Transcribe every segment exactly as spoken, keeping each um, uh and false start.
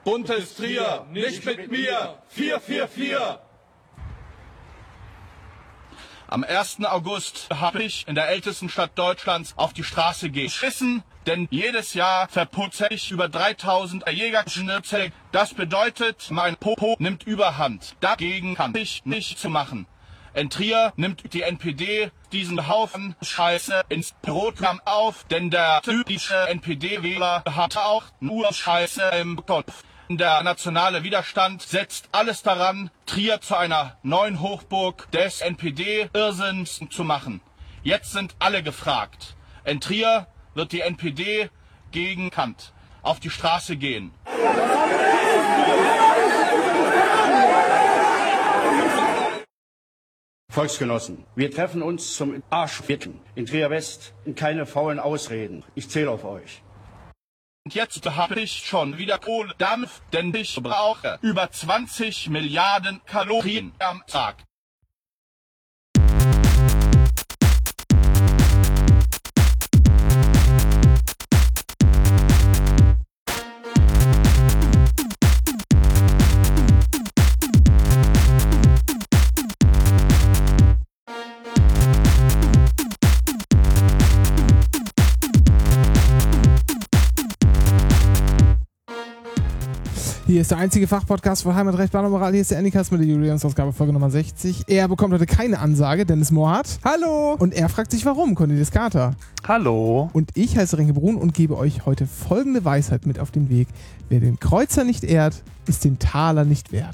Buntes Trier, nicht mit mir, vier vier vier. Am ersten August habe ich in der ältesten Stadt Deutschlands auf die Straße geschissen, denn jedes Jahr verputze ich über dreitausend Jägerschnitzel. Das bedeutet, mein Popo nimmt Überhand. Dagegen kann ich nichts machen. In Trier nimmt die N P D diesen Haufen Scheiße ins Programm auf, denn der typische N P D-Wähler hat auch nur Scheiße im Kopf. Der nationale Widerstand setzt alles daran, Trier zu einer neuen Hochburg des N P D-Irrsinns zu machen. Jetzt sind alle gefragt. In Trier wird die N P D gegen Kant auf die Straße gehen. Volksgenossen, wir treffen uns zum Arschficken in Trier West in keine faulen Ausreden. Ich zähle auf euch. Und jetzt habe ich schon wieder Kohlendampf, denn ich brauche über zwanzig Milliarden Kalorien am Tag. Hier ist der einzige Fachpodcast für Heimatrecht, Bahn und Moral. Hier ist der Endicast mit der Julians-Ausgabe, Folge Nummer sechzig. Er bekommt heute keine Ansage, Dennis Mohrhardt. Hallo! Und er fragt sich, warum, Cornelis Carter. Hallo! Und ich heiße Renke Brun und gebe euch heute folgende Weisheit mit auf den Weg. Wer den Kreuzer nicht ehrt, ist den Taler nicht wert.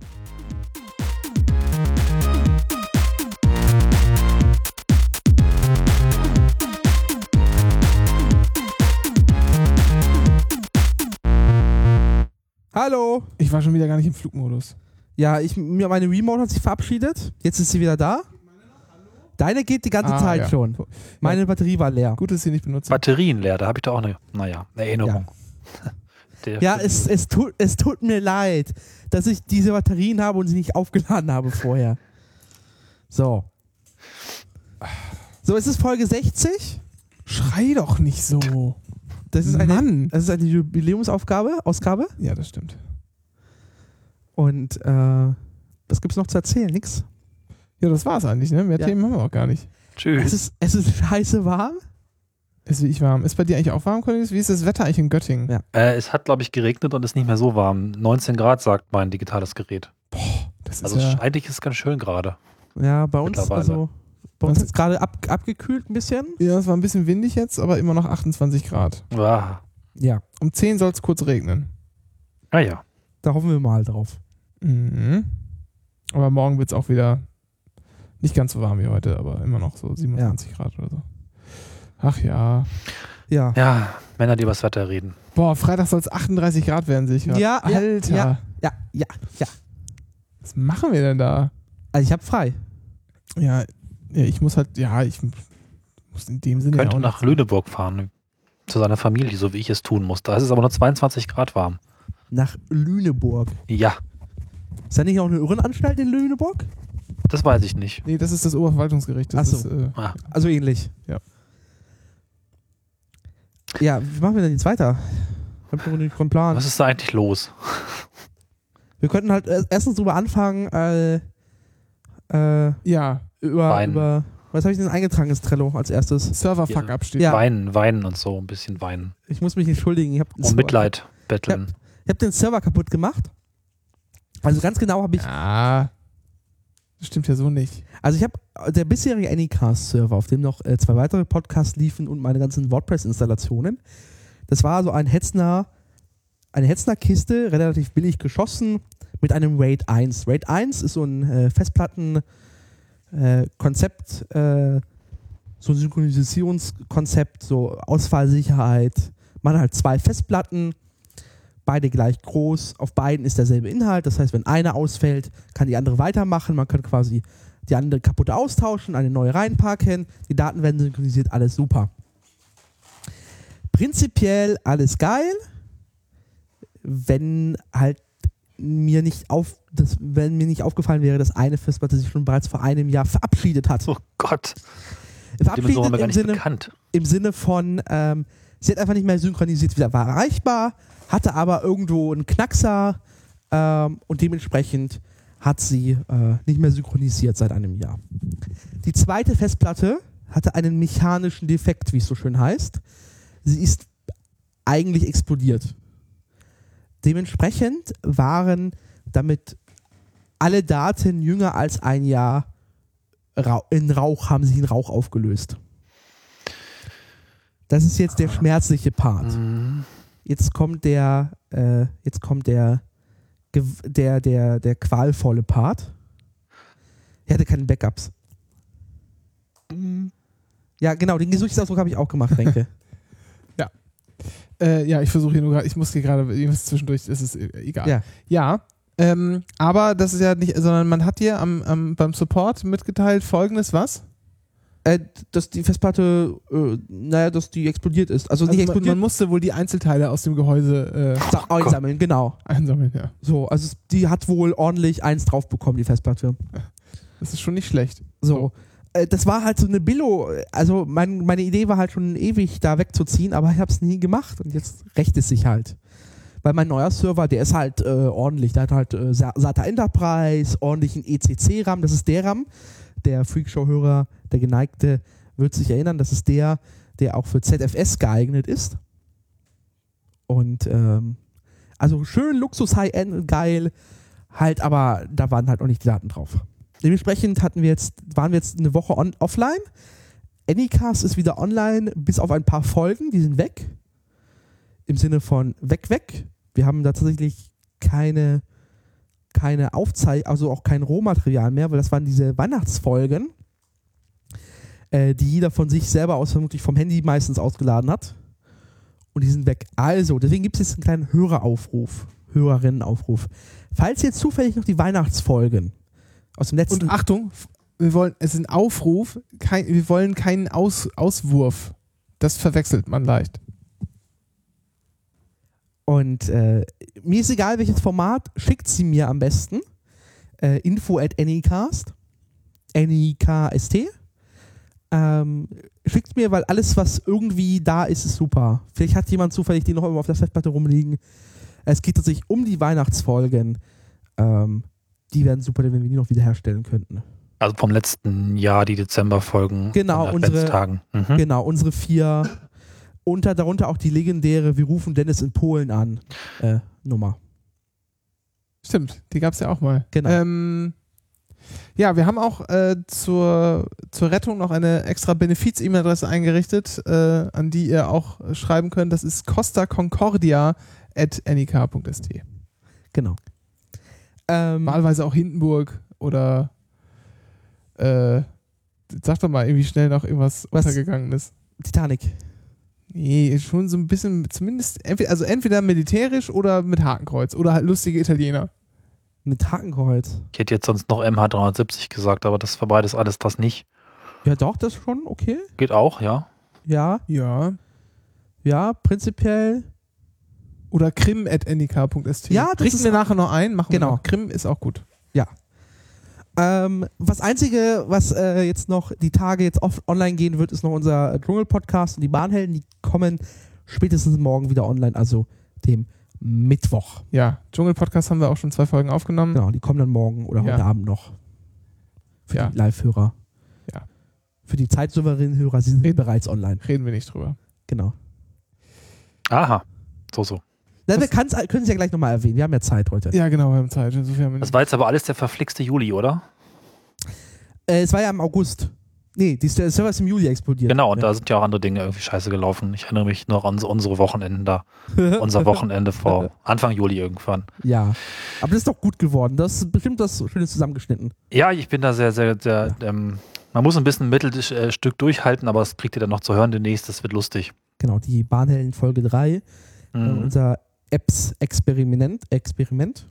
Hallo! Ich war schon wieder gar nicht im Flugmodus. Ja, ich, meine Remote hat sich verabschiedet. Jetzt ist sie wieder da. Deine geht die ganze Ah, Zeit ja. schon. Meine Ja. Batterie war leer. Gut, dass ich sie nicht benutze. Batterien leer, da habe ich doch auch eine, naja, eine Erinnerung. Der- Ja, es, es, tut, es tut mir leid, dass ich diese Batterien habe und sie nicht aufgeladen habe vorher. So. So, es ist Folge sechzig. Schrei doch nicht so. Das ist eine, Mann! das ist eine Jubiläumsaufgabe, Ausgabe. Ja, das stimmt. Und äh, was gibt's noch zu erzählen? Nix. Ja, das war's eigentlich, ne? Mehr Ja. Themen haben wir auch gar nicht. Es Tschüss. ist, es ist scheiße warm. Ist wie ich warm. Ist bei dir eigentlich auch warm, Cornelis? Wie ist das Wetter eigentlich in Göttingen? Ja. Äh, es hat, glaube ich, geregnet und ist nicht mehr so warm. neunzehn Grad sagt mein digitales Gerät. Das ist Also ja... eigentlich ist es ganz schön gerade. Ja, bei uns, Mittlerweile. also, bei uns Was- ist gerade ab, abgekühlt ein bisschen. Ja, es war ein bisschen windig jetzt, aber immer noch achtundzwanzig Grad. Ah, Ja, Um zehn soll es kurz regnen. ah ja. da hoffen wir mal drauf. Mhm. Aber morgen wird es auch wieder nicht ganz so warm wie heute, aber immer noch so siebenundzwanzig Grad oder so. Ach ja. Ja. Ja, Männer, die über das Wetter reden. Boah, Freitag soll es achtunddreißig Grad werden, sehe ich gerade. Ja, ja, Alter. ja. Ja, ja, ja. Was machen wir denn da? Also ich habe frei. Ja, ja, ich muss halt, ja, ich muss in dem Sinne Könnte ja auch nach nicht- Lüneburg fahren. Zu seiner Familie, so wie ich es tun muss. Da ist es aber nur zweiundzwanzig Grad warm. Nach Lüneburg. Ja, Ist da nicht auch eine Irrenanstalt in Lüneburg? das weiß ich nicht. Nee, das ist das Oberverwaltungsgericht. Das Ach so. ist, äh, Ah, Also ähnlich. Ja. Ja, wie machen wir denn jetzt weiter? Ich hab noch nicht einen Plan. was ist da eigentlich los? Wir könnten halt erst- erstens drüber anfangen, äh, äh, ja, über, Weinen. über, was habe ich denn eingetragen ins Trello als erstes? Server-Fuck-Up steht. Ja. Weinen, weinen und so, ein bisschen weinen. Ich muss mich entschuldigen. Ich habe Und Mitleid betteln. Ich hab den Server kaputt gemacht. Also ganz genau habe ich, Ja, das stimmt ja so nicht. also ich habe der bisherige Anycast-Server, auf dem noch äh, zwei weitere Podcasts liefen und meine ganzen WordPress-Installationen. Das war so ein Hetzner, eine Hetzner-Kiste, relativ billig geschossen, mit einem RAID eins. RAID eins ist so ein äh, Festplatten-Konzept, äh, so ein Synchronisationskonzept, so Ausfallsicherheit. Man hat halt zwei Festplatten, beide gleich groß, auf beiden ist derselbe Inhalt. Das heißt, wenn eine ausfällt, kann die andere weitermachen. Man kann quasi die andere kaputte austauschen, eine neue reinpacken, die Daten werden synchronisiert, alles super. Prinzipiell alles geil, wenn halt mir nicht auf, das, wenn mir nicht aufgefallen wäre, dass eine Festplatte sich schon bereits vor einem Jahr verabschiedet hat. Oh Gott, die Dimension haben wir Verabschiedet gar im nicht Sinne, bekannt. im Sinne von, ähm, Sie hat einfach nicht mehr synchronisiert, wieder war erreichbar, hatte aber irgendwo einen Knackser ähm, und dementsprechend hat sie äh, nicht mehr synchronisiert seit einem Jahr. Die zweite Festplatte hatte einen mechanischen Defekt, wie es so schön heißt. Sie ist eigentlich explodiert. Dementsprechend waren damit alle Daten jünger als ein Jahr in Rauch, haben sich in Rauch aufgelöst. Das ist jetzt der schmerzliche Part. Mhm. Jetzt kommt der, äh, jetzt kommt der, der, der, der qualvolle Part. Er hatte keine Backups. Ja, genau, den Gesichtsausdruck habe ich auch gemacht, Renke. ja. Äh, ja, ich versuche hier nur gerade, ich muss hier gerade, irgendwas zwischendurch, es ist egal. Ja. Ja, ähm, aber das ist ja nicht, sondern man hat dir am, am, beim Support mitgeteilt, folgendes, was? Äh, dass die Festplatte, äh, naja, dass die explodiert ist. Also, Also nicht man, explodiert, man musste wohl die Einzelteile aus dem Gehäuse äh, sa- einsammeln, genau. einsammeln, ja. So, also es- die hat wohl ordentlich eins drauf bekommen, die Festplatte. Das ist schon nicht schlecht. So. Äh, das war halt so eine Billo, also mein, meine Idee war halt schon ewig da wegzuziehen, aber ich habe es nie gemacht und jetzt rächt es sich halt. Weil mein neuer Server, der ist halt äh, ordentlich, der hat halt äh, SATA Enterprise, ordentlichen E C C-RAM, das ist der RAM. Der Freakshow-Hörer, der Geneigte, wird sich erinnern, das ist der, der auch für Z F S geeignet ist. Und ähm, also schön Luxus, High-End, geil, halt, aber da waren halt auch nicht die Daten drauf. Dementsprechend hatten wir jetzt, waren wir jetzt eine Woche on, offline. Anycast ist wieder online, bis auf ein paar Folgen, die sind weg. Im Sinne von weg, weg. Wir haben da tatsächlich keine, keine Aufzeichnung, also auch kein Rohmaterial mehr, weil das waren diese Weihnachtsfolgen, äh, die jeder von sich selber aus vermutlich vom Handy meistens ausgeladen hat. Und die sind weg. Also, deswegen gibt es jetzt einen kleinen Höreraufruf, Hörerinnenaufruf. Falls jetzt zufällig noch die Weihnachtsfolgen aus dem letzten... Und Achtung, wir wollen, es ist ein Aufruf, kein, wir wollen keinen Aus, Auswurf. Das verwechselt man leicht. Und äh, mir ist egal, welches Format, schickt sie mir am besten. Äh, info at anycast. N-I-K-S-T. Ähm, schickt mir, weil alles, was irgendwie da ist, ist super. Vielleicht hat jemand zufällig die noch immer auf der Festplatte rumliegen. Es geht tatsächlich um die Weihnachtsfolgen. Ähm, die wären super, wenn wir die noch wiederherstellen könnten. Also vom letzten Jahr, die Dezemberfolgen. Genau, von unsere- Adventstagen. Mhm. Genau, unsere vier. Und darunter auch die legendäre Wir rufen Dennis in Polen an äh, Nummer. Stimmt, die gab es ja auch mal. Genau. Ähm, ja, wir haben auch äh, zur, zur Rettung noch eine extra Benefiz-E-Mail-Adresse eingerichtet, äh, an die ihr auch schreiben könnt. Das ist costa concordia at n i k punkt s t. Genau. Ähm, Wahlweise auch Hindenburg oder äh, sag doch mal irgendwie schnell noch irgendwas Was? untergegangen ist. Titanic. Nee, schon so ein bisschen, zumindest, entweder, also entweder militärisch oder mit Hakenkreuz oder halt lustige Italiener. Mit Hakenkreuz. Ich hätte jetzt sonst noch M H dreihundertsiebzig gesagt, aber das verbreitet alles das nicht. Ja, doch, das ist schon okay. Geht auch, ja. Ja, Ja. ja, prinzipiell. Oder krim at n i k punkt s t. Ja, das Richten ist- wir nachher noch ein. Machen Genau. wir noch. Krim ist auch gut. Ähm, was Einzige, was äh, jetzt noch die Tage jetzt off online gehen wird, ist noch unser Dschungel-Podcast und die Bahnhelden. Die kommen spätestens morgen wieder online, also dem Mittwoch. Ja, Dschungel-Podcast haben wir auch schon zwei Folgen aufgenommen. Genau, die kommen dann morgen oder Ja. heute Abend noch. Für Ja. die Live-Hörer. Ja. Für die zeitsouveränen Hörer, sie sind Reden- bereits online. Reden wir nicht drüber. Genau. Aha. So, so. Na, wir kann's, können es ja gleich nochmal erwähnen. Wir haben ja Zeit heute. Ja, genau, wir haben Zeit. Insofern haben wir Das war jetzt aber alles der verflixte Juli, oder? Äh, es war ja im August. Nee, die, der Server ist im Juli explodiert. Genau, und ja. da sind ja auch andere Dinge irgendwie scheiße gelaufen. Ich erinnere mich noch an so unsere Wochenenden da. Unser Wochenende vor Anfang Juli irgendwann. Ja. Aber das ist doch gut geworden. Das ist bestimmt das Schönes zusammengeschnitten. Ja, ich bin da sehr, sehr, sehr, ähm, man muss ein bisschen ein Mittelstück durchhalten, aber das kriegt ihr dann noch zu hören demnächst, das wird lustig. Genau, die Bahnhelden Folge drei. Äh, Mhm. unser Apps-Experiment. Experiment.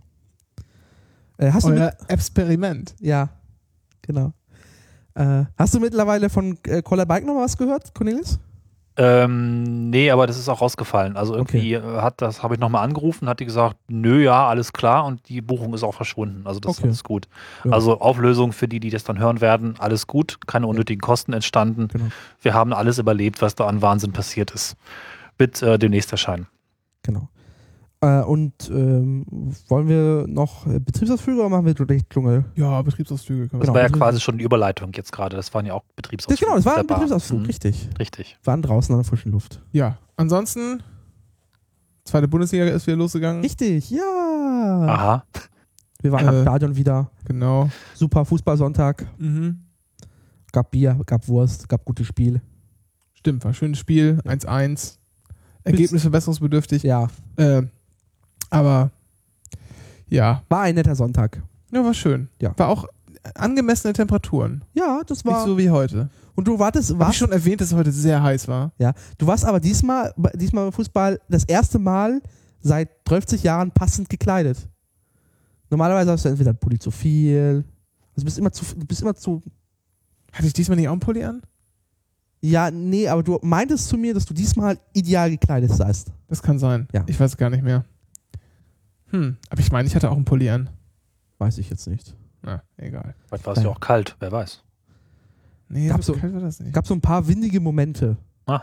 Äh, hast du Euer mit, Experiment. Ja, genau. Äh, hast du mittlerweile von äh, Collar Bike noch was gehört, Cornelis? Ähm, nee, aber das ist auch rausgefallen. Also irgendwie äh, hat das, habe ich nochmal angerufen, hat die gesagt, nö, ja, alles klar und die Buchung ist auch verschwunden. Also das Okay. ist alles gut. Ja. Also Auflösung für die, die das dann hören werden, alles gut, keine unnötigen Kosten entstanden. Genau. Wir haben alles überlebt, was da an Wahnsinn passiert ist. Wird äh, demnächst erscheinen. Genau. Äh, und ähm, wollen wir noch äh, Betriebsausflüge oder machen wir gleich Dschungel? Ja, Betriebsausflüge. Können wir Das Genau, war ja Betriebs- quasi schon die Überleitung jetzt gerade. Das waren ja auch Das, Betriebsausflüge. genau, das war ein mit der Bar. Betriebsausflug, Mhm. richtig. Richtig. Wir waren draußen an der frischen Luft. Ja, ansonsten, zweite Bundesliga ist wieder losgegangen. Richtig, ja. Aha. Wir waren Äh. am Stadion wieder. Genau. Super Fußballsonntag. Mhm. Gab Bier, gab Wurst, gab gutes Spiel. Stimmt, war ein schönes Spiel. eins eins. Ergebnis verbesserungsbedürftig. Ja, Äh, aber ja, war ein netter Sonntag. ja, war schön. Ja. War auch angemessene Temperaturen. Ja, das Nicht war. so wie heute. Und du wartest, Habe ich warst, schon erwähnt, dass es heute sehr heiß war? ja, du warst aber diesmal, bei- diesmal beim Fußball das erste Mal seit dreißig Jahren passend gekleidet. Normalerweise hast du entweder einen Pulli zu viel. Also du bist immer zu, du bist immer zu. Hatte ich diesmal nicht auch einen Pulli an? Ja, nee, aber du meintest zu mir, dass du diesmal ideal gekleidet seist. Das kann sein. Ja. Ich weiß es gar nicht mehr. Hm, aber ich meine, ich hatte auch einen Pulli an. Weiß ich jetzt nicht. Na, egal. Vielleicht war es ja Ja. auch kalt, wer weiß. Nee, Gab's so so- kalt war das nicht. Gab so ein paar windige Momente. Ah,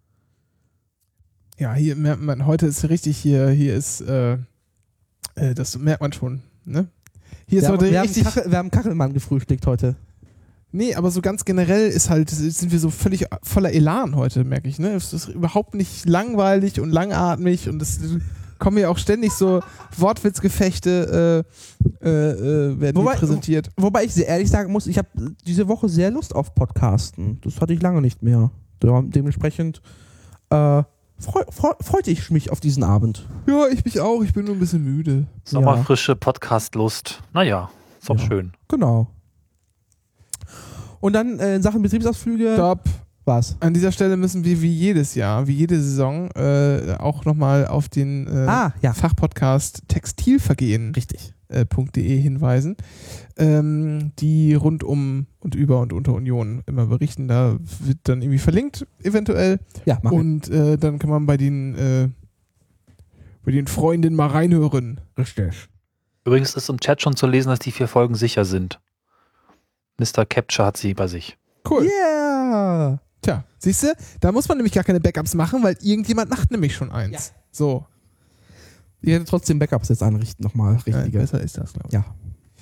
Ja, hier merkt man, heute ist richtig hier, hier ist, äh, äh, das merkt man schon, ne? Hier ist Wir haben, heute wir, haben richtig, Kachel, wir haben Kachelmann gefrühstückt heute. nee, aber so ganz generell ist halt, sind wir so völlig voller Elan heute, merke ich, ne? Es ist überhaupt nicht langweilig und langatmig und es kommen ja auch ständig so Wortwitzgefechte, äh, äh, äh, werden Wobei- hier präsentiert. Wobei ich sehr ehrlich sagen muss, ich habe diese Woche sehr Lust auf Podcasten. Das hatte ich lange nicht mehr. Da- Dementsprechend äh, freu, freu, freute ich mich auf diesen Abend. Ja, ich mich auch, ich bin nur ein bisschen müde. Sommerfrische Podcast-Lust. Naja, ist doch Ja. schön. Genau. Und dann äh, in Sachen Betriebsausflüge Stopp. was? An dieser Stelle müssen wir wie jedes Jahr, wie jede Saison, äh, auch nochmal auf den äh, Ah, ja. Fachpodcast Textilvergehen. Richtig. Äh, .de hinweisen, ähm, die rund um und über und unter Union immer berichten. Da wird dann irgendwie verlinkt, eventuell. Ja, mach Und äh, dann kann man bei den, äh, bei den Freundinnen mal reinhören. richtig. Übrigens ist im Chat schon zu lesen, dass die vier Folgen sicher sind. Mister Capture hat sie bei sich. Cool. Yeah! Tja, siehst du, da muss man nämlich gar keine Backups machen, weil irgendjemand macht nämlich schon eins. Ja. So. Ich hätte trotzdem Backups jetzt einrichten, nochmal. Ja, Richtige. besser ist das, glaube ich. Ja.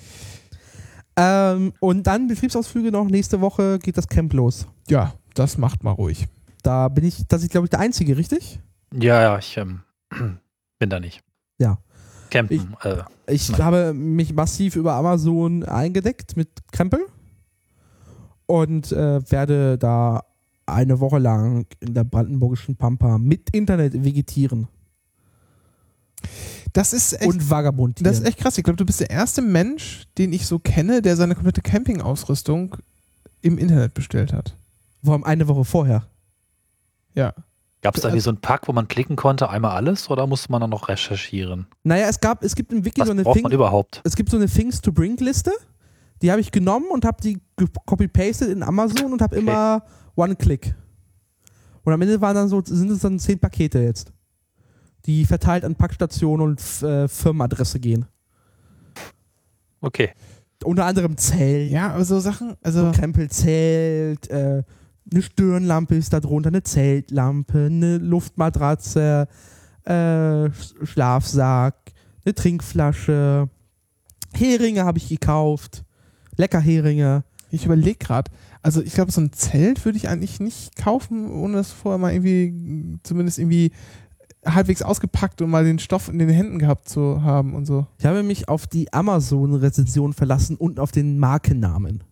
Ähm, und dann Betriebsausflüge noch. Nächste Woche geht das Camp los. Ja, das macht mal ruhig. Da bin ich, das ist glaube ich der Einzige, richtig? Ja, ja, ich ähm, bin da nicht. Ja. Campen. äh, Ich Nein. habe mich massiv über Amazon eingedeckt mit Krempel und äh, werde da eine Woche lang in der brandenburgischen Pampa mit Internet vegetieren Das ist echt, und vagabundieren. das ist echt krass. Ich glaube, du bist der erste Mensch, den ich so kenne, der seine komplette Campingausrüstung im Internet bestellt hat. Vor allem eine Woche vorher. Ja. Gab es da wie so einen Pack, wo man klicken konnte, einmal alles, oder musste man dann noch recherchieren? Naja, es gab, es gibt im Wiki Was so eine braucht Thing, man überhaupt? es gibt so eine Things to Bring Liste. Die habe ich genommen und habe die copy-pasted in Amazon und habe Okay. immer One-Click. Und am Ende waren dann so, sind es dann zehn Pakete jetzt, die verteilt an Packstationen und äh, Firmenadresse gehen. Okay. Unter anderem Zelt, Ja, aber so Sachen, also so Krempelzelt, äh, eine Stirnlampe ist da drunter, eine Zeltlampe, eine Luftmatratze, äh, Schlafsack, eine Trinkflasche, Heringe habe ich gekauft, lecker Heringe. ich überlege gerade, also ich glaube, so ein Zelt würde ich eigentlich nicht kaufen, ohne das vorher mal irgendwie, zumindest irgendwie halbwegs ausgepackt und mal den Stoff in den Händen gehabt zu haben und so. Ich habe mich auf die Amazon-Rezension verlassen und auf den Markennamen.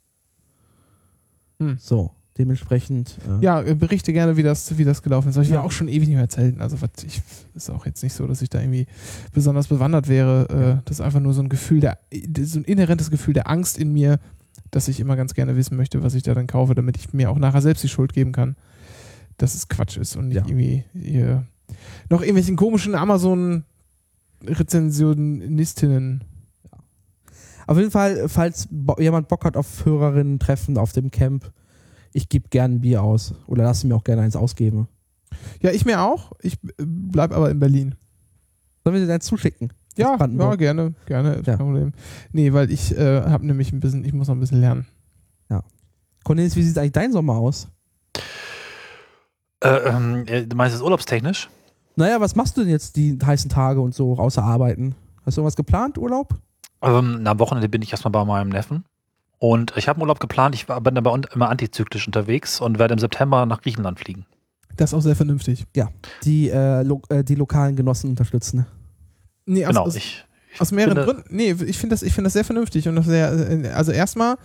Hm. So, dementsprechend. Äh, Ja, äh, berichte gerne, wie das, wie das gelaufen ist. Aber ich war Ja. auch schon ewig nicht mehr zelten. Also was, ich ist auch jetzt nicht so, dass ich da irgendwie besonders bewandert wäre. Äh, das ist einfach nur so ein Gefühl, der, so ein inhärentes Gefühl der Angst in mir, dass ich immer ganz gerne wissen möchte, was ich da dann kaufe, damit ich mir auch nachher selbst die Schuld geben kann, dass es Quatsch ist und nicht Ja. irgendwie hier noch irgendwelchen komischen Amazon-Rezensionistinnen. Auf jeden Fall, falls bo jemand Bock hat auf Hörerinnen-Treffen auf dem Camp, ich gebe gerne ein Bier aus. Oder lasse mir auch gerne eins ausgeben. Ja, ich mir auch. Ich äh, bleib aber in Berlin. Sollen wir dir eins zuschicken? Ja, Aus Brandenburg? ja, gerne, gerne, ist Ja. kein Problem. Nee, weil ich äh, habe nämlich ein bisschen, ich muss noch ein bisschen lernen. Cornelis, wie sieht eigentlich dein Sommer aus? Äh, ähm, du meinst es urlaubstechnisch? Naja, was machst du denn jetzt die heißen Tage und so außer arbeiten? Hast du irgendwas geplant, Urlaub? Ähm, na, am Wochenende bin ich erstmal bei meinem Neffen. Und ich habe einen Urlaub geplant. Ich war- bin aber un- immer antizyklisch unterwegs und werde im September nach Griechenland fliegen. Das ist auch sehr vernünftig. Ja, die, äh, lo äh, die lokalen Genossen unterstützen. Nee, aus, Genau. aus, Ich, ich aus mehreren finde- Gründen. Nee, ich finde das, ich finde das sehr vernünftig und das sehr, äh, also erstmal,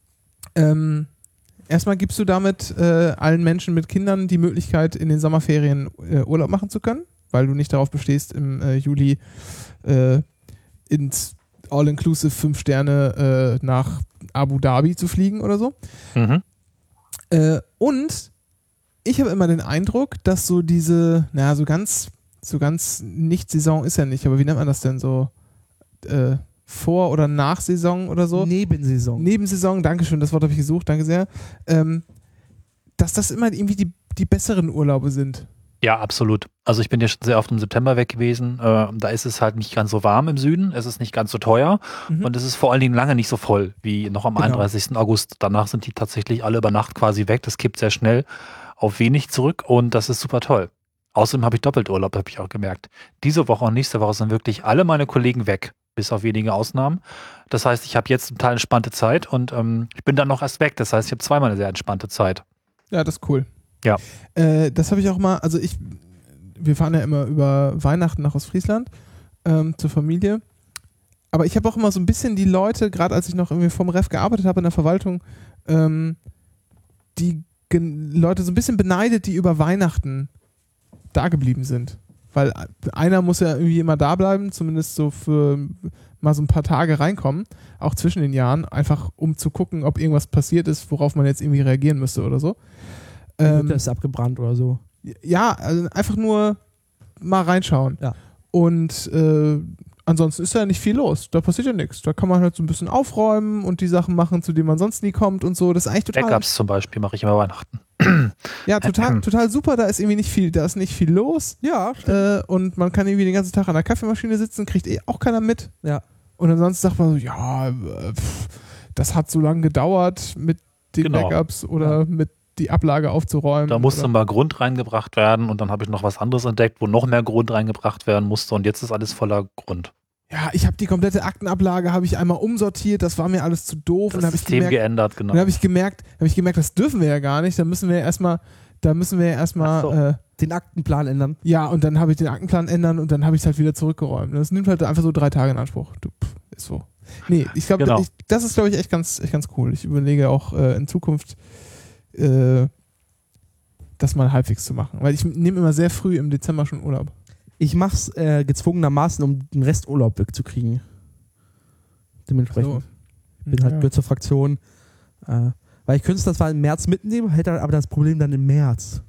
ähm, erstmal gibst du damit äh, allen Menschen mit Kindern die Möglichkeit, in den Sommerferien äh, Urlaub machen zu können, weil du nicht darauf bestehst, im äh, Juli äh, ins All-Inclusive fünf Sterne äh, nach Abu Dhabi zu fliegen oder so. Mhm. Äh, und ich habe immer den Eindruck, dass so diese, naja, so ganz, so ganz Nicht-Saison ist ja nicht, aber wie nennt man das denn so? Äh, Vor- oder Nach-Saison oder so? Nebensaison. Nebensaison, Dankeschön, das Wort habe ich gesucht, danke sehr. Ähm, dass das immer irgendwie die, die besseren Urlaube sind. Ja, absolut. Also ich bin ja schon sehr oft im September weg gewesen. Äh, da ist es halt nicht ganz so warm im Süden, es ist nicht ganz so teuer Mhm. und es ist vor allen Dingen lange nicht so voll wie noch am Genau. einunddreißigsten August. Danach sind die tatsächlich alle über Nacht quasi weg. Das kippt sehr schnell auf wenig zurück und das ist super toll. Außerdem habe ich Doppelturlaub, habe ich auch gemerkt. Diese Woche und nächste Woche sind wirklich alle meine Kollegen weg, bis auf wenige Ausnahmen. Das heißt, ich habe jetzt zum Teil entspannte Zeit und ähm, ich bin dann noch erst weg. Das heißt, ich habe zweimal eine sehr entspannte Zeit. Ja, das ist cool. Ja. Äh, das habe ich auch mal, also ich, wir fahren ja immer über Weihnachten nach Ostfriesland ähm, zur Familie. Aber ich habe auch immer so ein bisschen die Leute, gerade als ich noch irgendwie vom Ref gearbeitet habe in der Verwaltung, ähm, die gen- Leute so ein bisschen beneidet, die über Weihnachten da geblieben sind. Weil einer muss ja irgendwie immer da bleiben, zumindest so für mal so ein paar Tage reinkommen, auch zwischen den Jahren, einfach um zu gucken, ob irgendwas passiert ist, worauf man jetzt irgendwie reagieren müsste oder so. Ähm, Ähm, das ist abgebrannt oder so. ja, also einfach nur mal reinschauen. Ja. Und äh, ansonsten ist ja nicht viel los. Da passiert ja nichts. Da kann man halt so ein bisschen aufräumen und die Sachen machen, zu denen man sonst nie kommt und so. Das ist eigentlich total, Backups zum Beispiel mache ich immer Weihnachten. ja, total, total super. Da ist irgendwie nicht viel, da ist nicht viel los. Ja, Äh, und man kann irgendwie den ganzen Tag an der Kaffeemaschine sitzen, kriegt eh auch keiner mit. Ja. Und ansonsten sagt man so, ja, äh, pff, das hat so lange gedauert mit den Genau. Backups oder mit die Ablage aufzuräumen. Da musste oder, mal Grund reingebracht werden und dann habe ich noch was anderes entdeckt, wo noch mehr Grund reingebracht werden musste und jetzt ist alles voller Grund. ja, ich habe die komplette Aktenablage habe ich einmal umsortiert, das war mir alles zu doof. Das und dann habe ich System gemerkt, geändert, genau. dann habe ich gemerkt, habe ich gemerkt, das dürfen wir ja gar nicht. Da müssen wir ja erstmal, da müssen wir ja erstmal, Ach so. äh, Den Aktenplan ändern. ja, und dann habe ich den Aktenplan ändern und dann habe ich es halt wieder zurückgeräumt. Das nimmt halt einfach so drei Tage in Anspruch. Du, pff, ist so. Nee, ich glaube, Genau. ich, das ist, glaube ich, echt ganz, echt ganz cool. Ich überlege auch äh, in Zukunft, äh, das mal halbwegs zu machen. Weil ich nehme immer sehr früh im Dezember schon Urlaub. Ich mach's äh, gezwungenermaßen, um den Resturlaub wegzukriegen. Dementsprechend. So. Bin halt Ja. gehört zur Fraktion. Äh, weil ich könnte es das zwar im März mitnehmen, hätte aber das Problem dann im März.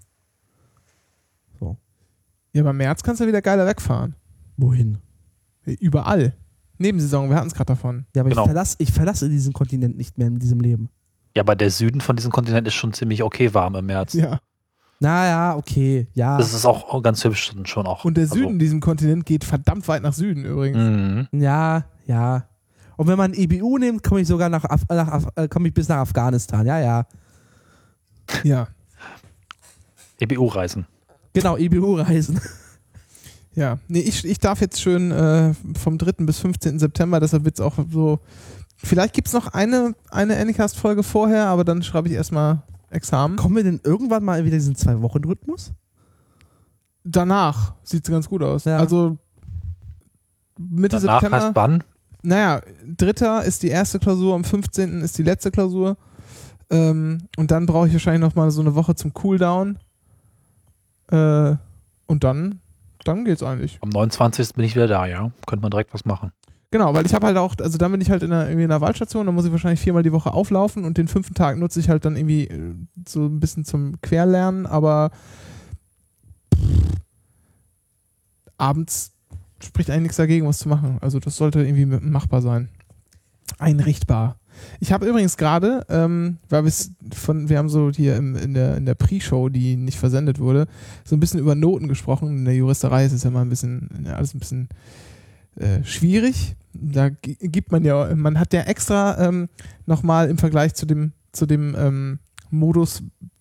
Ja, aber im März kannst du wieder geiler wegfahren. Wohin? Überall. Nebensaison, wir hatten es gerade davon. Ja, aber Genau. ich, verlasse, ich verlasse diesen Kontinent nicht mehr in diesem Leben. Ja, aber der Süden von diesem Kontinent ist schon ziemlich okay warm im März. Ja. Naja, okay, ja. Das ist auch ganz hübsch schon auch. Und der Also, Süden diesem Kontinent geht verdammt weit nach Süden übrigens. Mhm. Ja, ja. Und wenn man E B U nimmt, komme ich sogar nach, Af nach Af äh, komme ich bis nach Afghanistan. Ja, ja. Ja. E B U-Reisen. Genau, E B U-Reisen. Ja. Nee, ich, ich darf jetzt schön äh, vom dritten bis fünfzehnten September, deshalb wird es auch so. Vielleicht gibt es noch eine, eine Anycast-Folge vorher, aber dann schreibe ich erstmal Examen. Kommen wir denn irgendwann mal wieder diesen Zwei-Wochen-Rhythmus? Danach sieht es ganz gut aus. Ja. Also Mitte Danach September. heißt wann? Naja, dritter ist die erste Klausur, am fünfzehnten ist die letzte Klausur. Ähm, und dann brauche ich wahrscheinlich noch mal so eine Woche zum Cooldown. Äh, und dann, dann geht's eigentlich. Am neunundzwanzigsten bin ich wieder da, ja. Könnte man direkt was machen. Genau, weil ich habe halt auch, also dann bin ich halt in einer, irgendwie in einer Waldstation, da muss ich wahrscheinlich viermal die Woche auflaufen und den fünften Tag nutze ich halt dann irgendwie äh, so ein bisschen zum Querlernen, aber pff, abends spricht eigentlich nichts dagegen, was zu machen. Also das sollte irgendwie machbar sein. Einrichtbar. Ich habe übrigens gerade, ähm, weil wir's von, wir haben so hier im, in der, in der Pre-Show, die nicht versendet wurde, so ein bisschen über Noten gesprochen. In der Juristerei ist es ja mal ein bisschen, ja, alles ein bisschen äh, schwierig. Da g- gibt man ja, man hat ja extra ähm, nochmal im Vergleich zu dem, zu dem ähm, Modus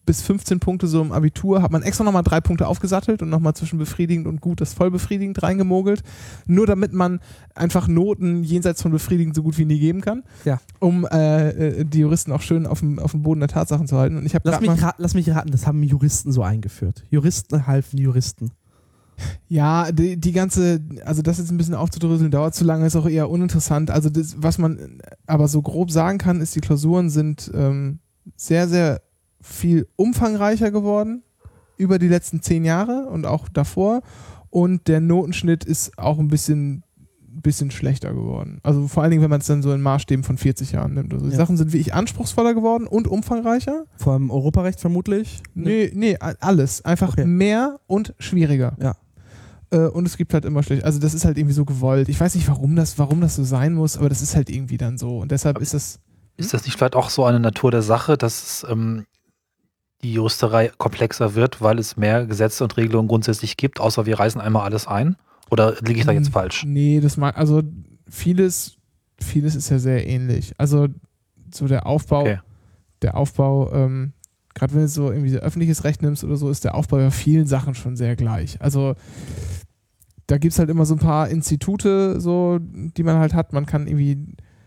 bis fünfzehn Punkte so im Abitur, hat man extra nochmal drei Punkte aufgesattelt und nochmal zwischen befriedigend und gut das voll befriedigend reingemogelt. Nur damit man einfach Noten jenseits von befriedigend so gut wie nie geben kann, Ja. um äh, die Juristen auch schön auf dem, auf dem Boden der Tatsachen zu halten. Und ich habe Lass mich, ra- lass mich raten, das haben Juristen so eingeführt. Juristen halfen Juristen. Ja, die, die ganze, also das jetzt ein bisschen aufzudröseln, dauert zu lange, ist auch eher uninteressant. Also das, was man aber so grob sagen kann, ist, die Klausuren sind ähm, sehr, sehr viel umfangreicher geworden über die letzten zehn Jahre und auch davor. Und der Notenschnitt ist auch ein bisschen, bisschen schlechter geworden. Also vor allen Dingen, wenn man es dann so in Maßstäben von vierzig Jahren nimmt. Also die Ja. Sachen sind wirklich anspruchsvoller geworden und umfangreicher. Vor allem Europarecht vermutlich. Nee, nee, alles. Einfach Okay. mehr und schwieriger. Ja. Äh, und es gibt halt immer schlecht. Also das ist halt irgendwie so gewollt. Ich weiß nicht, warum das, warum das so sein muss, aber das ist halt irgendwie dann so. Und deshalb ist das. Ist das nicht vielleicht auch so eine Natur der Sache, dass ähm, die Juristerei komplexer wird, weil es mehr Gesetze und Regelungen grundsätzlich gibt, außer wir reißen einmal alles ein? Oder liege ich da jetzt falsch? Nee, das mag, also vieles, vieles ist ja sehr ähnlich. Also so der Aufbau, Okay. der Aufbau, ähm, gerade wenn du so irgendwie so öffentliches Recht nimmst oder so, ist der Aufbau bei vielen Sachen schon sehr gleich. Also da gibt es halt immer so ein paar Institute, so, die man halt hat. Man kann irgendwie,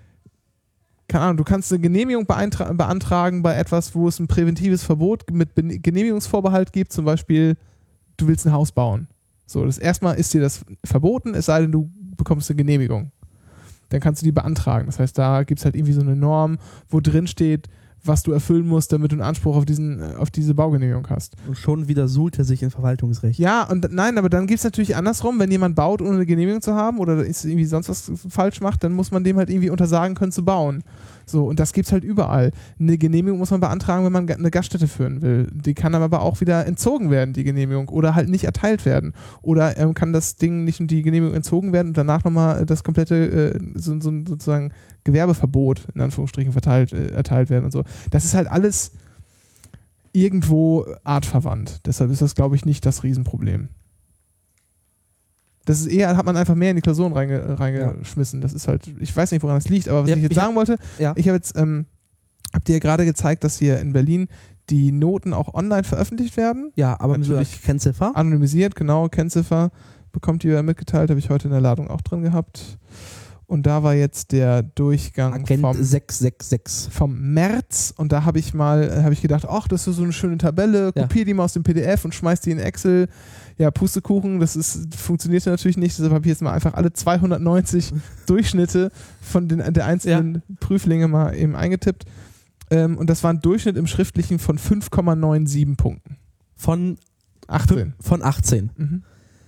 keine Ahnung, du kannst eine Genehmigung beeintra- beantragen bei etwas, wo es ein präventives Verbot mit Be- Genehmigungsvorbehalt gibt, zum Beispiel, du willst ein Haus bauen. So, das erstmal ist dir das verboten, es sei denn, du bekommst eine Genehmigung. Dann kannst du die beantragen. Das heißt, da gibt es halt irgendwie so eine Norm, wo drin steht, was du erfüllen musst, damit du einen Anspruch auf, diesen, auf diese Baugenehmigung hast. Und schon wieder suhlt er sich in Verwaltungsrecht. Ja, und nein, aber dann gibt es natürlich andersrum, wenn jemand baut, ohne eine Genehmigung zu haben oder ist irgendwie sonst was falsch macht, dann muss man dem halt irgendwie untersagen können zu bauen. So, und das gibt es halt überall. Eine Genehmigung muss man beantragen, wenn man eine Gaststätte führen will. Die kann aber auch wieder entzogen werden, die Genehmigung, oder halt nicht erteilt werden. Oder ähm, kann das Ding nicht und die Genehmigung entzogen werden und danach nochmal das komplette äh, so, so, sozusagen Gewerbeverbot in Anführungsstrichen verteilt, äh, erteilt werden und so. Das ist halt alles irgendwo artverwandt. Deshalb ist das, glaube ich, nicht das Riesenproblem. Das ist eher, hat man einfach mehr in die Klausuren reinge, reingeschmissen. Das ist halt, ich weiß nicht, woran das liegt, aber was Ja, ich jetzt ich sagen wollte, Ja. ich habe jetzt, ähm, habt ihr ja gerade gezeigt, dass hier in Berlin die Noten auch online veröffentlicht werden. Ja, aber mit so einer Natürlich. Kennziffer. Anonymisiert, genau, Kennziffer bekommt ihr mitgeteilt, habe ich heute in der Ladung auch drin gehabt. Und da war jetzt der Durchgang Agent vom, sechs sechs sechs. vom März und da habe ich mal, äh, habe ich gedacht, ach, das ist so eine schöne Tabelle, Ja. kopier die mal aus dem P D F und schmeiß die in Excel. Ja, Pustekuchen, das ist, funktionierte natürlich nicht, deshalb habe ich jetzt mal einfach alle zweihundertneunzig Durchschnitte von den der einzelnen Prüflinge mal eben eingetippt. Ähm, und das war ein Durchschnitt im Schriftlichen von fünf Komma siebenundneunzig Punkten. Von, achtzehn. von achtzehn. Mhm.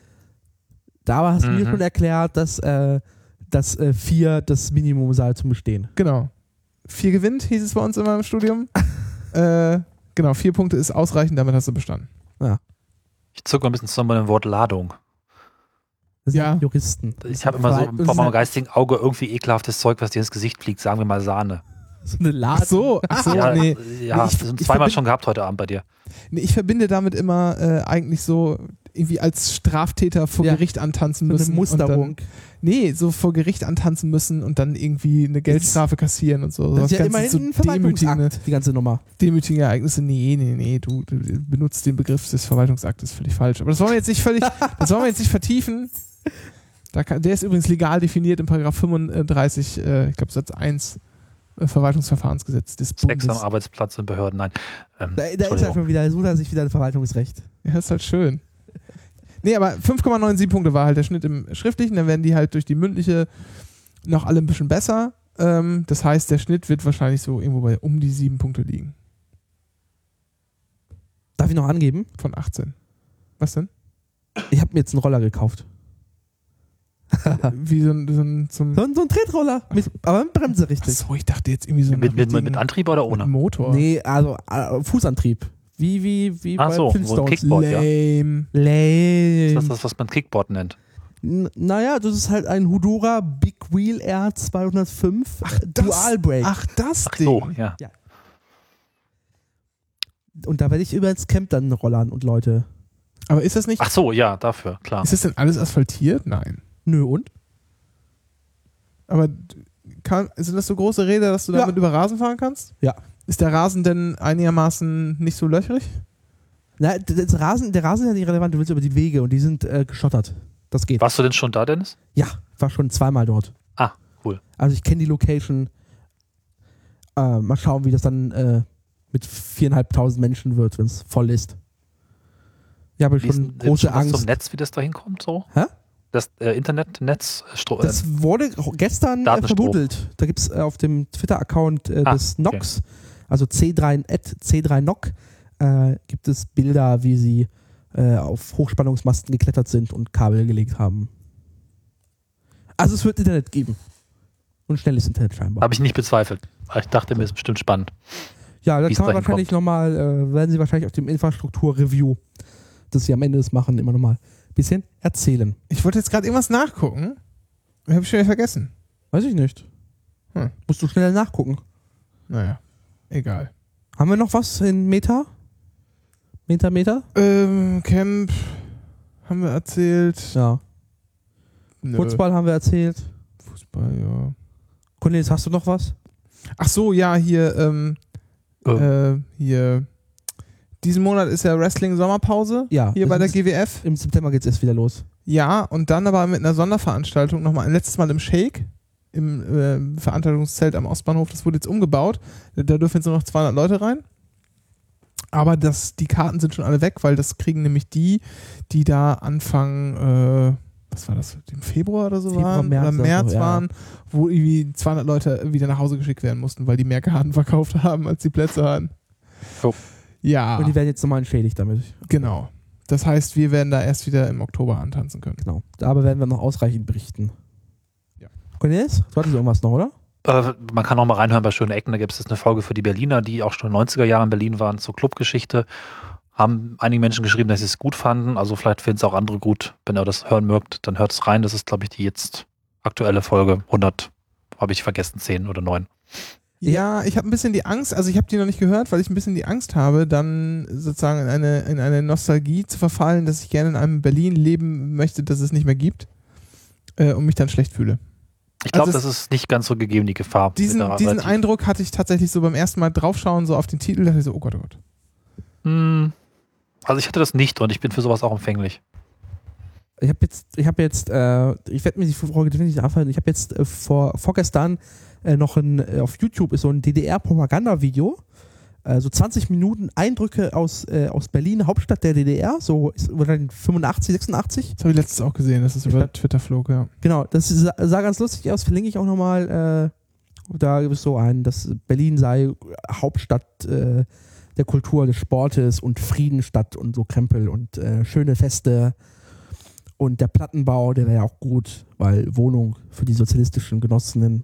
Da hast du mir Mhm. schon erklärt, dass, äh, dass äh, vier das Minimum sei zum Bestehen. Genau. Vier gewinnt, hieß es bei uns immer im Studium. äh, genau, vier Punkte ist ausreichend, damit hast du bestanden. Ich zucke ein bisschen zusammen bei dem Wort Ladung. Das sind Ja. Juristen. Ich habe immer so Das ist vor meinem eine- geistigen Auge irgendwie ekelhaftes Zeug, was dir ins Gesicht fliegt. Sagen wir mal Sahne. So eine Ladung. Ach so, ach so, ja, nee. ja Nee, ich- das sind ich zweimal verbind- schon gehabt heute Abend bei dir. Nee, ich verbinde damit immer äh, eigentlich so irgendwie als Straftäter vor Ja. Gericht antanzen So eine müssen. Musterung. Und dann, nee, so vor Gericht antanzen müssen und dann irgendwie eine Geldstrafe kassieren und so. Das ist ja Ganz immerhin so ein demütigende, Verwaltungsakt, die ganze Nummer. demütigende Ereignisse. Nee, nee, nee, du, du benutzt den Begriff des Verwaltungsaktes völlig falsch. Aber das wollen wir jetzt nicht völlig, das wollen wir jetzt nicht vertiefen. Da kann, der ist übrigens legal definiert im Paragraph fünfunddreißig, äh, ich glaube Satz eins äh, Verwaltungsverfahrensgesetz des Sex am Bundes. Arbeitsplatz und Behörden, nein. Ähm, Da, da ist halt Entschuldigung. schon wieder, sucht er sich wieder ein Verwaltungsrecht. Ja, ist halt schön. Nee, aber fünf Komma siebenundneunzig Punkte war halt der Schnitt im Schriftlichen, dann werden die halt durch die mündliche noch alle ein bisschen besser. Ähm, das heißt, der Schnitt wird wahrscheinlich so irgendwo bei um die sieben Punkte liegen. Darf ich noch angeben? Von achtzehn. Was denn? Ich habe mir jetzt einen Roller gekauft. Wie so ein, so ein zum. So, ein- so ein Tretroller, mit, aber mit Bremse richtig. Achso, ich dachte jetzt irgendwie so mit, mit, mit, richtigen- mit Antrieb oder mit ohne? Motor. Nee, also äh, Fußantrieb. Wie, wie, wie Ach bei so, so ein Flintstones. Kickboard, ja. Lame. Lame. Ist das das, was man Kickboard nennt? N- Naja, das ist halt ein Hudura Big Wheel R zweihundertfünf Ach, das- Dual Brake. Ach, das Ach Ding. so, ja. Und da werde ich über ins Camp dann rollern und Leute. Aber ist das nicht. Ach so, ja, dafür, klar. Ist das denn alles asphaltiert? Nein. Nö, und? Aber kann, sind das so große Räder, dass du Ja. damit über Rasen fahren kannst? Ja. Ist der Rasen denn einigermaßen nicht so löchrig? Na, das Rasen, der Rasen ist ja nicht relevant, du willst über die Wege und die sind äh, geschottert. Das geht. Warst du denn schon da, Dennis? Ja, ich war schon zweimal dort. Ah, cool. Also ich kenne die Location. Äh, mal schauen, wie das dann äh, mit viereinhalbtausend Menschen wird, wenn es voll ist. Ich habe Wie ist schon denn große schon was Angst. zum Netz, wie das da hinkommt, so? Hä? Das äh, Internetnetz, Stro Das wurde gestern äh, Datenstrom. verbuddelt. Da gibt es äh, auf dem Twitter-Account äh, Ah, des N O X, also C drei, at C drei N O C, äh, gibt es Bilder, wie sie äh, auf Hochspannungsmasten geklettert sind und Kabel gelegt haben. Also es wird Internet geben. Und schnelles Internet scheinbar. habe ich nicht bezweifelt. Aber ich dachte mir, es ist bestimmt spannend. Ja, da Wie's kann man dahin wahrscheinlich nochmal, äh, werden sie wahrscheinlich auf dem Infrastruktur-Review, das sie am Ende des machen, immer nochmal ein bisschen erzählen. Ich wollte jetzt gerade irgendwas nachgucken. Habe ich schon wieder vergessen. Weiß ich nicht. Hm. Musst du schnell nachgucken. Naja, egal. Haben wir noch was in Meta? Meter, Meter? Ähm, Camp haben wir erzählt. Ja. Nö. Fußball haben wir erzählt. Fußball, ja. Cornelis, hast du noch was? Ach so, ja, hier, ähm, Oh. äh, hier. Diesen Monat ist ja Wrestling-Sommerpause. Ja. Hier bei der Im- G W F. Im September geht es erst wieder los. Ja, und dann aber mit einer Sonderveranstaltung nochmal ein letztes Mal im Shake, im äh, Veranstaltungszelt am Ostbahnhof. Das wurde jetzt umgebaut. Da dürfen jetzt nur noch zweihundert Leute rein. Aber das, die Karten sind schon alle weg, weil das kriegen nämlich die, die da Anfang, äh, was war das, im Februar oder so Februar, waren, März oder oder März so, ja. waren, wo irgendwie zweihundert Leute wieder nach Hause geschickt werden mussten, weil die mehr Karten verkauft haben, als die Plätze hatten. Oh. Ja, Und die werden jetzt nochmal entschädigt damit. genau. Das heißt, wir werden da erst wieder im Oktober antanzen können. Genau. Aber werden wir noch ausreichend berichten. Ja. Cornelis, du hattest irgendwas noch, oder? Äh, man kann auch mal reinhören bei Schöne Ecken. Da gibt es eine Folge für die Berliner, die auch schon in den neunziger Jahren in Berlin waren, zur Clubgeschichte. Haben einige Menschen geschrieben, dass sie es gut fanden. Also vielleicht finden es auch andere gut. Wenn ihr das hören mögt, dann hört es rein. Das ist, glaube ich, die jetzt aktuelle Folge hundert, habe ich vergessen, zehn oder neun. Ja, ich habe ein bisschen die Angst, also ich habe die noch nicht gehört, weil ich ein bisschen die Angst habe, dann sozusagen in eine, in eine Nostalgie zu verfallen, dass ich gerne in einem Berlin leben möchte, das es nicht mehr gibt äh, und mich dann schlecht fühle. Ich glaube, Also das ist nicht ganz so gegeben, die Gefahr. Diesen, Mit der diesen relativ- Eindruck hatte ich tatsächlich so beim ersten Mal draufschauen, so auf den Titel, dachte ich so, oh Gott, oh Gott. Hm, Also ich hatte das nicht und ich bin für sowas auch empfänglich. Ich habe jetzt, ich habe jetzt, äh, ich werde mir die Folge definitiv anfangen. Ich habe jetzt äh, vor, vorgestern äh, noch ein, äh, auf YouTube ist so ein D D R-Propaganda-Video. Äh, so zwanzig Minuten Eindrücke aus, äh, aus Berlin, Hauptstadt der D D R, so ist oder fünfundachtzig, sechsundachtzig. Das habe ich letztens auch gesehen, das ist über Twitter flog, ja. Genau, das sah, sah ganz lustig aus, verlinke ich auch nochmal. Äh, da gibt es so einen, dass Berlin sei Hauptstadt äh, der Kultur, des Sportes und Friedenstadt und so Krempel und äh, schöne Feste. Und der Plattenbau, der wäre ja auch gut, weil Wohnung für die sozialistischen Genossinnen